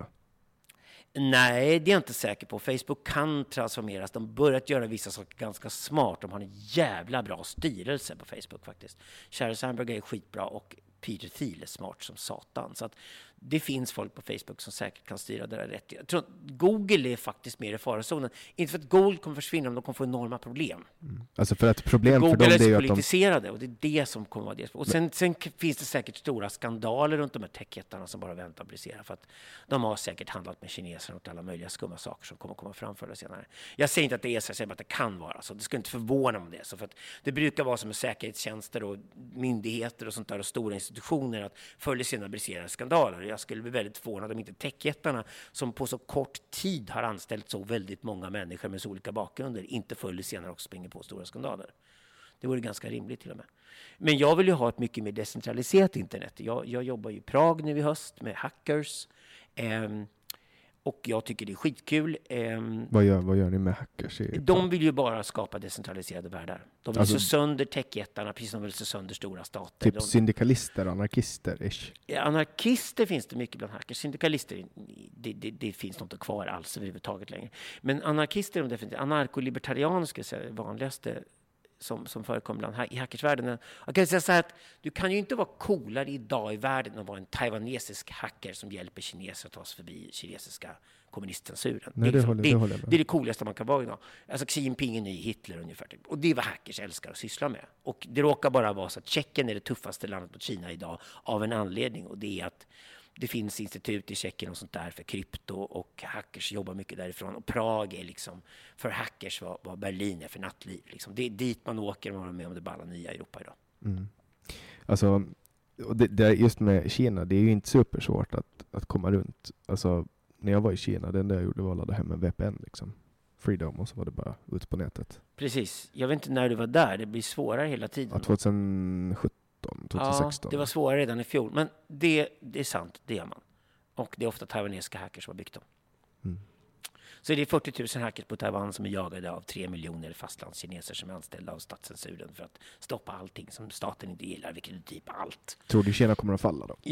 Nej, det är jag inte säker på. Facebook kan transformeras. De har börjat göra vissa saker ganska smart. De har en jävla bra styrelse på Facebook faktiskt. Sheryl Sandberg är skitbra och Peter Thiel är smart som satan. Så att det finns folk på Facebook som säkert kan styra det där rätt. Jag tror att Google är faktiskt mer i farozonen. Inte för att Google kommer försvinna, men de kommer få enorma problem. Mm. Alltså för att problem för, för dem är det är ju att politiserade och det är det som kommer vara det. Och sen, sen finns det säkert stora skandaler runt de här techjättarna som bara väntar att brisera. För att de har säkert handlat med kineser och alla möjliga skumma saker som kommer komma fram förr eller senare. Jag säger inte att det är så, jag säger bara att det kan vara så. Det skulle inte förvåna mig om det är så. För att det brukar vara som med säkerhetstjänster och myndigheter och sånt där och stora institutioner att förr eller senare briserar skandaler. Jag skulle bli väldigt förvånad om inte techjättarna som på så kort tid har anställt så väldigt många människor med så olika bakgrunder inte förr eller senare också springer på stora skandaler. Det vore ganska rimligt till och med. Men jag vill ju ha ett mycket mer decentraliserat internet. Jag, jag jobbar i Prag nu i höst med hackers. Eh, och jag tycker det är skitkul. Eh, vad, gör, vad gör ni med hackers? I de vill ju bara skapa decentraliserade världar. De vill alltså, se sönder techjättarna precis som de vill se sönder stora stater. Typ de, syndikalister, anarkister-ish. Ja, anarkister finns det mycket bland hackers. Syndikalister, det, det, det finns inte kvar alls överhuvudtaget längre. Men anarkister, de definitivt, anarkolibertarianer ska jag säga, det vanligaste som, som förekommer bland i hackersvärlden. Jag kan säga så här att du kan ju inte vara coolare idag i världen än att vara en taiwanesisk hacker som hjälper kineser att ta sig förbi kinesiska kommunistcensuren. Nej, det, är det, håller, det, det, håller det är det coolaste man kan vara idag. Alltså Xi Jinping är ny Hitler ungefär. Och det är vad hackers älskar att syssla med. Och det råkar bara vara så att Tjeckien är det tuffaste landet mot Kina idag av en anledning. Och det är att det finns institut i Tjeckien och sånt där för krypto och hackers jobbar mycket därifrån. Och Prag är liksom för hackers vad, vad Berlin är för nattliv. Liksom. Det är dit man åker och man är med om det balla nya Europa idag. Mm. Alltså, det, det just med Kina, det är ju inte supersvårt att, att komma runt. Alltså, när jag var i Kina, det enda jag gjorde var att ladda hem en V P N liksom. Freedom och så var det bara ut på nätet. Precis. Jag vet inte när du var där. Det blir svårare hela tiden. Ja, tjugohundrasjutton, tjugohundrasexton. Ja, det var svårare redan i fjol. Men det, det är sant, det gör man. Och det är ofta taiwanesiska hackers som har byggt dem. Mm. Så det är fyrtio tusen hackers på Taiwan som är jagade av tre miljoner fastlandskineser som är anställda av statscensuren för att stoppa allting som staten inte gillar, vilket är typ allt. Tror du Kina kommer att falla då? Ja,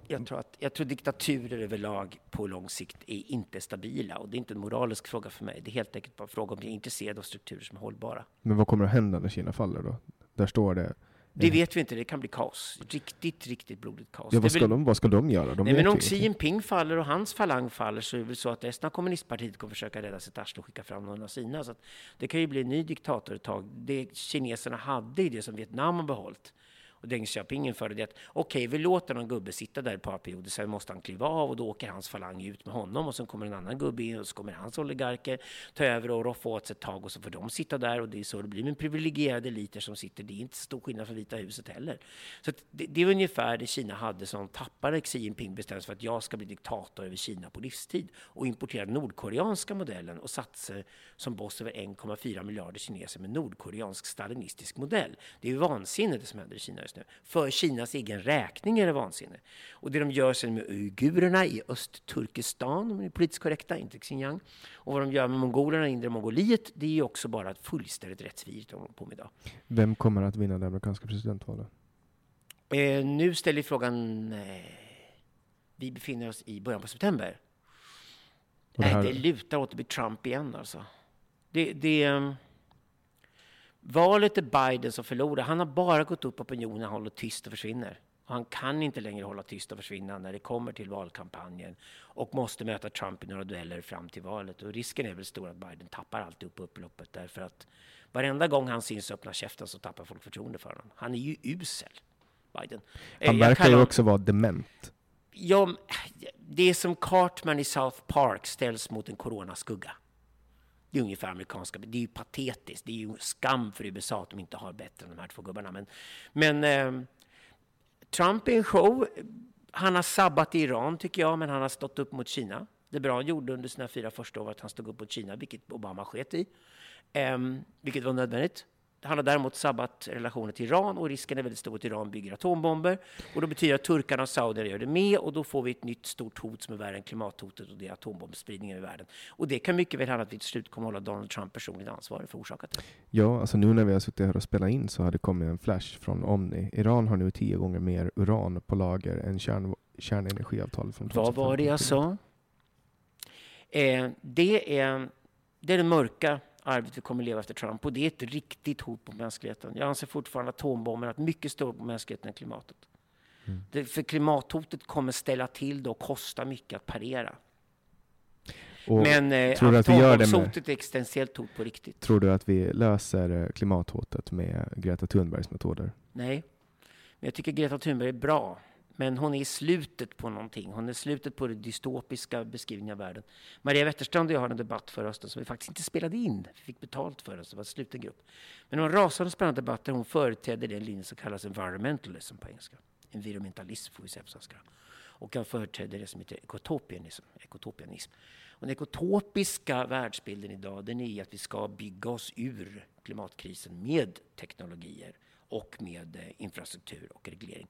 Jag tror att jag tror diktaturer överlag på lång sikt är inte stabila. Och det är inte en moralisk fråga för mig. Det är helt enkelt bara en fråga om jag är intresserad av strukturer som är hållbara. Men vad kommer att hända när Kina faller då? Där står det... Det vet vi inte, det kan bli kaos. Riktigt, riktigt blodigt kaos. Ja, vad, ska väl... de, vad ska de göra? De Nej, men om ju Xi Jinping faller och hans falang faller så är det väl så att resten av kommunistpartiet kommer försöka rädda sitt arsle och skicka fram någon av sina. Så att det kan ju bli en ny diktator ett tag. Det kineserna hade i det som Vietnam har behållit. Och Deng Xiaoping införde det att okej, okay, vi låter någon gubbe sitta där ett par perioder, sen måste han kliva av och då åker hans falang ut med honom och sen kommer en annan gubbe in och så kommer hans oligarker ta över och roffa åt sig ett tag och så får de sitta där och det är så det blir med privilegierade eliter som sitter. Det är inte stor skillnad för Vita huset heller. Så det, det är ungefär det Kina hade som tappade Xi Jinping bestämde för att jag ska bli diktator över Kina på livstid och importerade nordkoreanska modellen och satsade som boss över en komma fyra miljarder kineser med nordkoreansk stalinistisk modell. Det är ju vansinne det som händer i Kina just nu. För Kinas egen räkning är det vansinne. Och det de gör sen med uigurerna i Östturkestan, om det är politiskt korrekta, inte Xinjiang, och vad de gör med mongolerna i Inre Mongoliet, det är ju också bara ett fullständigt rättsvidrigt de håller på med idag. Vem kommer att vinna det amerikanska presidentvalet? Eh, nu ställer frågan... Eh, vi befinner oss i början på september. Det, här... Nej, det lutar åt att bli Trump igen alltså. Det... det um... Valet är Biden som förlorar. Han har bara gått upp opinionen, han håller tyst och försvinner. Och han kan inte längre hålla tyst och försvinna när det kommer till valkampanjen och måste möta Trump i några dueller fram till valet. Och risken är väl stor att Biden tappar alltid upp upploppet därför att varenda gång han syns öppna käften så tappar folk förtroende för honom. Han är ju usel, Biden. Han verkar ju också vara dement. Ja, det är som Cartman i South Park ställs mot en coronaskugga. Det är ungefär amerikanska, det är ju patetiskt. Det är ju skam för U S A att de inte har bättre än de här två gubbarna. Men, men eh, Trump är en show. Han har sabbat i Iran tycker jag, men han har stått upp mot Kina. Det bra han gjorde under sina fyra första år var att han stod upp mot Kina, vilket Obama sket i. Eh, vilket var nödvändigt. Han har däremot sabbat relationer till Iran och risken är väldigt stor att Iran bygger atombomber. Och då betyder att turkarna och saudier gör det med och då får vi ett nytt stort hot som är värre än klimathotet och det är atombombspridningen i världen. Och det kan mycket väl handla att vi till slut kommer hålla Donald Trump personligt ansvarig för orsakat det. Ja, alltså nu när vi har suttit här och spelat in så har det kommit en flash från Omni. Iran har nu tio gånger mer uran på lager än kärn, kärnenergiavtal från Vad var det jag sa? Eh, det, är, det är det mörka arbetet vi kommer leva efter Trump och det är ett riktigt hot på mänskligheten. Jag anser fortfarande att atombomben är ett mycket större på mänskligheten än klimatet. Mm. Det, för klimathotet kommer ställa till det och kosta mycket att parera. Och men eh, atombombshotet är existentiellt hot på riktigt. Tror du att vi löser klimathotet med Greta Thunbergs metoder? Nej, men jag tycker Greta Thunberg är bra. Men hon är i slutet på någonting. Hon är i slutet på det dystopiska beskrivningen av världen. Maria Wetterstrand och jag har en debatt för hösten som vi faktiskt inte spelade in. Vi fick betalt för oss, det var en sluten grupp. Men det var en rasande spännande debatt där hon företrädde den linje som kallas environmentalism på engelska. Environmentalism får vi säga på svenska. Och han företrädde det som heter ekotopianism. ekotopianism. Och den ekotopiska världsbilden idag den är att vi ska bygga oss ur klimatkrisen med teknologier och med eh, infrastruktur och reglering.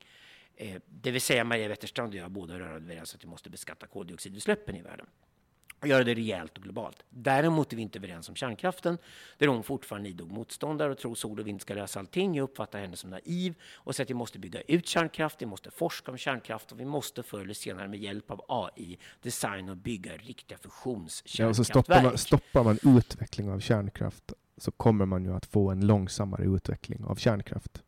Det vill säga Maria Wetterstrand och jag båda rörande överens att vi måste beskatta koldioxidutsläppen i världen. Och göra det rejält och globalt. Däremot är vi inte överens om kärnkraften. Där hon fortfarande idog motståndare och tror sol och vind ska lösa allting. Jag uppfattar henne som naiv och säger att vi måste bygga ut kärnkraft. Vi måste forska om kärnkraft och vi måste förr eller senare med hjälp av A I designa och bygga riktiga fusionskärnkraftverk. Ja, så stoppar man, stoppar man utveckling av kärnkraft så kommer man ju att få en långsammare utveckling av kärnkraft.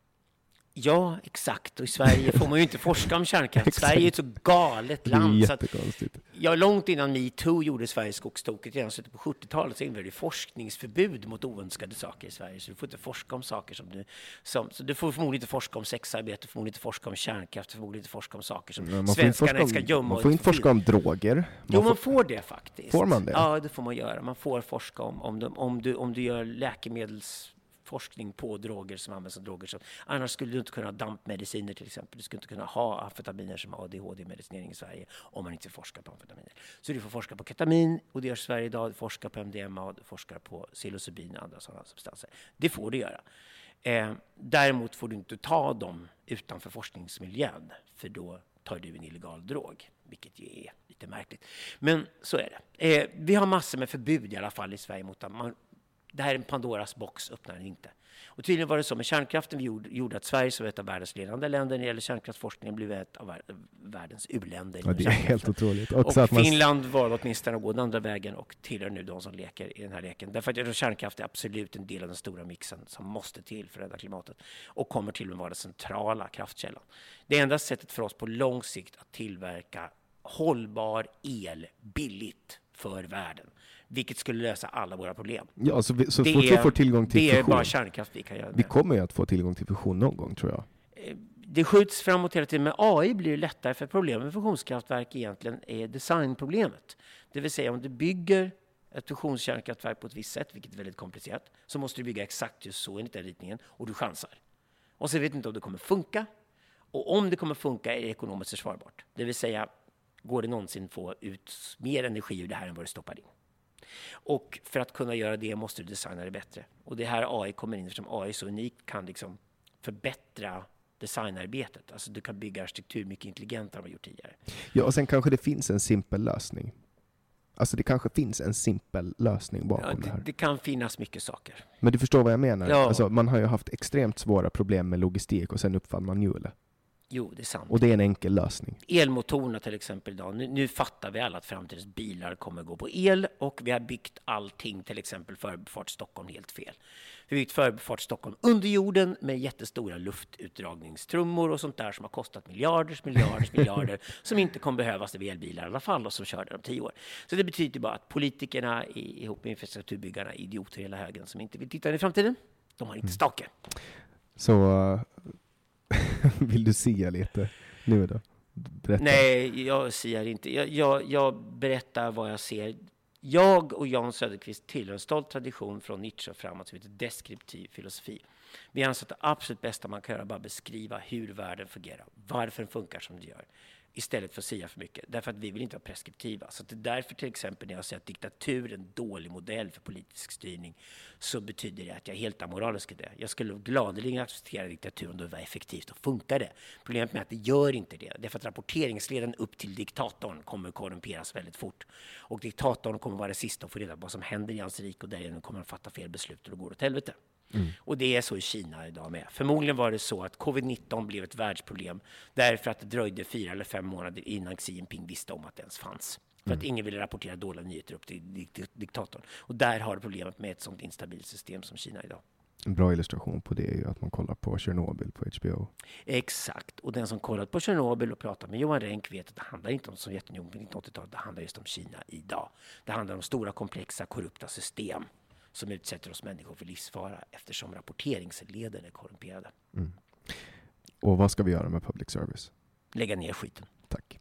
Ja, exakt. Och i Sverige får man ju inte forska om kärnkraft. Sverige är ett så galet land. Så att, ja, långt innan MeToo gjorde Sverige skogstoket, redan på sjuttiotalet så införde det forskningsförbud mot oönskade saker i Sverige. Så du får inte forska om saker som du... Som, så du får förmodligen inte forska om sexarbete, förmodligen inte forska om kärnkraft, förmodligen inte forska om saker som ja, svenskarna ska gömma. Man får inte forska om droger. Man jo, man får det faktiskt. Får man det? Ja, det får man göra. Man får forska om, om, de, om, du, om du gör läkemedels... forskning på droger som används som droger. Som, annars skulle du inte kunna ha dampmediciner till exempel. Du skulle inte kunna ha amfetaminer som A D H D-medicinering i Sverige om man inte forskar på amfetaminer. Så du får forska på ketamin och det gör Sverige idag. Du forskar på M D M A, du forskar på psilocybin och andra sådana substanser. Det får du göra. Eh, däremot får du inte ta dem utanför forskningsmiljön för då tar du en illegal drog, vilket ju är lite märkligt. Men så är det. Eh, vi har massor med förbud i alla fall i Sverige mot att man det här är en Pandoras box, öppnar den inte. Och tydligen var det så med kärnkraften vi gjorde, gjorde att Sverige som ett av världens ledande länder när det gäller kärnkraftsforskning blev ett av världens u-länder. Ja, det är helt otroligt. Och, och man... Finland var åtminstone att gå den andra vägen och tillhör nu de som leker i den här leken. Därför att jag tror kärnkraft är absolut en del av den stora mixen som måste till för att rädda klimatet och kommer till att vara den centrala kraftkällan. Det enda sättet för oss på lång sikt att tillverka hållbar el billigt för världen, vilket skulle lösa alla våra problem. Ja, så, vi, så det fort är, vi får tillgång till det fusion. Det är bara kärnkraft vi kan göra. Vi kommer ju att få tillgång till fusion någon gång, tror jag. Det skjuts framåt hela tiden. Med A I blir det lättare, för problemet med fusionskraftverk egentligen är designproblemet. Det vill säga om du bygger ett fusionskärnkraftverk på ett visst sätt, vilket är väldigt komplicerat, så måste du bygga exakt just så enligt den ritningen och du chansar. Och så vet du inte om det kommer funka. Och om det kommer funka är det ekonomiskt försvarbart. Det vill säga, går det någonsin få ut mer energi ur det här än vad det stoppar in? Och för att kunna göra det måste du designa det bättre. Och det här A I kommer in, eftersom A I är så unikt kan liksom förbättra designarbetet. Alltså du kan bygga arkitektur mycket intelligentare än vad gjort tidigare. Ja, och sen kanske det finns en simpel lösning. Alltså det kanske finns en simpel lösning bakom ja, det, det här. Det kan finnas mycket saker. Men du förstår vad jag menar? Ja. Alltså, man har ju haft extremt svåra problem med logistik och sen uppfann man hjulet. Jo, det är sant. Och det är en enkel lösning. Elmotorerna till exempel idag. Nu, nu fattar vi alla att framtidens bilar kommer gå på el och vi har byggt allting, till exempel Förbifart Stockholm, helt fel. Vi har byggt Förbifart Stockholm under jorden med jättestora luftutdragningstrummor och sånt där som har kostat miljarders, miljarders, miljarder som inte kommer behövas vid elbilar i alla fall och som kör där om tio år. Så det betyder bara att politikerna ihop med infrastrukturbyggarna är idioter i hela högen som inte vill titta in i framtiden. De har inte Mm. stake. Så... Vill du säga lite nu då? Berätta. Nej, jag säger inte. Jag, jag, jag berättar vad jag ser. Jag och Jan Söderqvist tillhör en stolt tradition från Nietzsche och framåt som heter deskriptiv filosofi. Vi anser att det absolut bästa man kan göra är bara beskriva hur världen fungerar. Varför den funkar som det gör. Istället för att säga för mycket. Därför att vi vill inte vara preskriptiva. Så det är därför till exempel när jag säger att diktatur är en dålig modell för politisk styrning så betyder det att jag är helt amoralisk i det. Jag skulle gladeligen acceptera diktatur om det var effektivt och funkar det. Problemet med att det gör inte det. Därför att rapporteringsleden upp till diktatorn kommer korrumperas väldigt fort. Och diktatorn kommer vara det sista att få reda på vad som händer i hans rik och därigenom kommer han fatta fel beslut och då går det åt helvete. Mm. Och det är så i Kina idag med. Förmodligen var det så att covid nitton blev ett världsproblem därför att det dröjde fyra eller fem månader innan Xi Jinping visste om att det ens fanns. För mm. att ingen ville rapportera dåliga nyheter upp till dik- diktatorn. Och där har du problemet med ett sånt instabilt system som Kina idag. En bra illustration på det är ju att man kollar på Tjernobyl på H B O. Exakt. Och den som kollat på Tjernobyl och pratat med Johan Renck vet att det handlar inte om Sovjetunionen på nittonhundraåttiotalet. Det handlar just om Kina idag. Det handlar om stora, komplexa, korrupta system som utsätter oss människor för livsfara eftersom rapporteringsleden är korrumperade. Mm. Och vad ska vi göra med public service? Lägga ner skiten. Tack.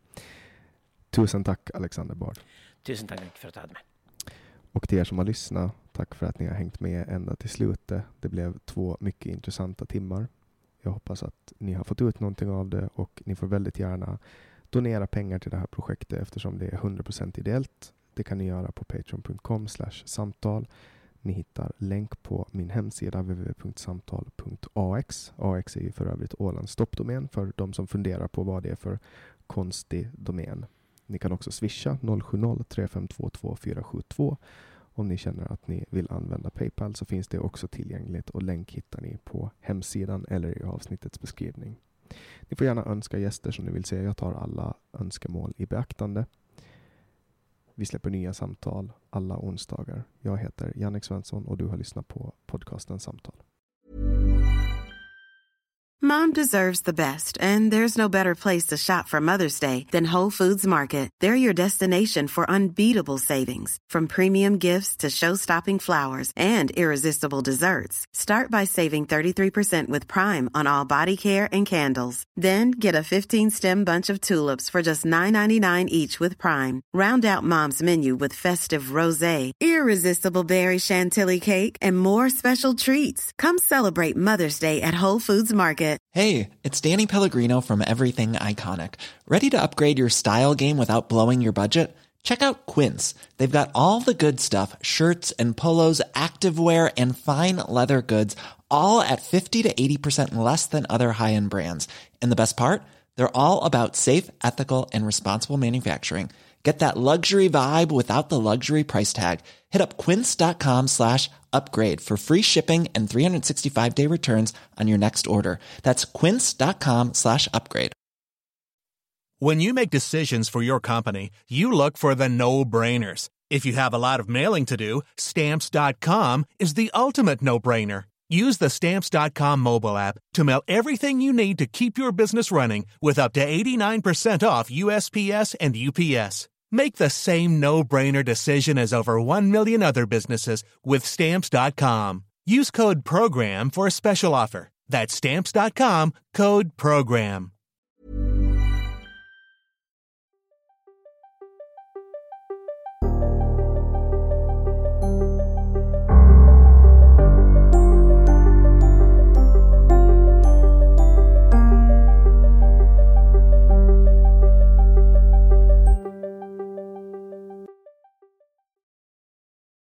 Tusen tack Alexander Bard. Tusen tack för att du hade med. Och till er som har lyssnat, tack för att ni har hängt med ända till slutet. Det blev två mycket intressanta timmar. Jag hoppas att ni har fått ut någonting av det och ni får väldigt gärna donera pengar till det här projektet eftersom det är hundra procent ideellt. Det kan ni göra på patreon punkt com slash samtal. Ni hittar länk på min hemsida w w w punkt samtal punkt a x. A X är ju för övrigt Ålands toppdomän för de som funderar på vad det är för konstig domän. Ni kan också swisha noll sju noll tre fem två två fyra sju två. Om ni känner att ni vill använda PayPal så finns det också tillgängligt och länk hittar ni på hemsidan eller i avsnittets beskrivning. Ni får gärna önska gäster som ni vill se. Jag tar alla önskemål i beaktande. Vi släpper nya samtal alla onsdagar. Jag heter Jannik Svensson och du har lyssnat på podcasten Samtal. Mom deserves the best, and there's no better place to shop for Mother's Day than Whole Foods Market. They're your destination for unbeatable savings, from premium gifts to show-stopping flowers and irresistible desserts. Start by saving thirty-three percent with Prime on all body care and candles. Then get a fifteen-stem bunch of tulips for just nine ninety-nine each with Prime. Round out Mom's menu with festive rosé, irresistible berry chantilly cake, and more special treats. Come celebrate Mother's Day at Whole Foods Market. Hey, it's Danny Pellegrino from Everything Iconic. Ready to upgrade your style game without blowing your budget? Check out Quince. They've got all the good stuff, shirts and polos, activewear, and fine leather goods, all at fifty to eighty percent less than other high-end brands. And the best part? They're all about safe, ethical, and responsible manufacturing. Get that luxury vibe without the luxury price tag. Hit up quince.com slash upgrade for free shipping and three sixty-five day returns on your next order. That's quince.com slash upgrade. When you make decisions for your company, you look for the no-brainers. If you have a lot of mailing to do, Stamps dot com is the ultimate no-brainer. Use the Stamps dot com mobile app to mail everything you need to keep your business running with up to eighty-nine percent off U S P S and U P S. Make the same no-brainer decision as over one million other businesses with Stamps dot com. Use code PROGRAM for a special offer. That's Stamps dot com, code PROGRAM.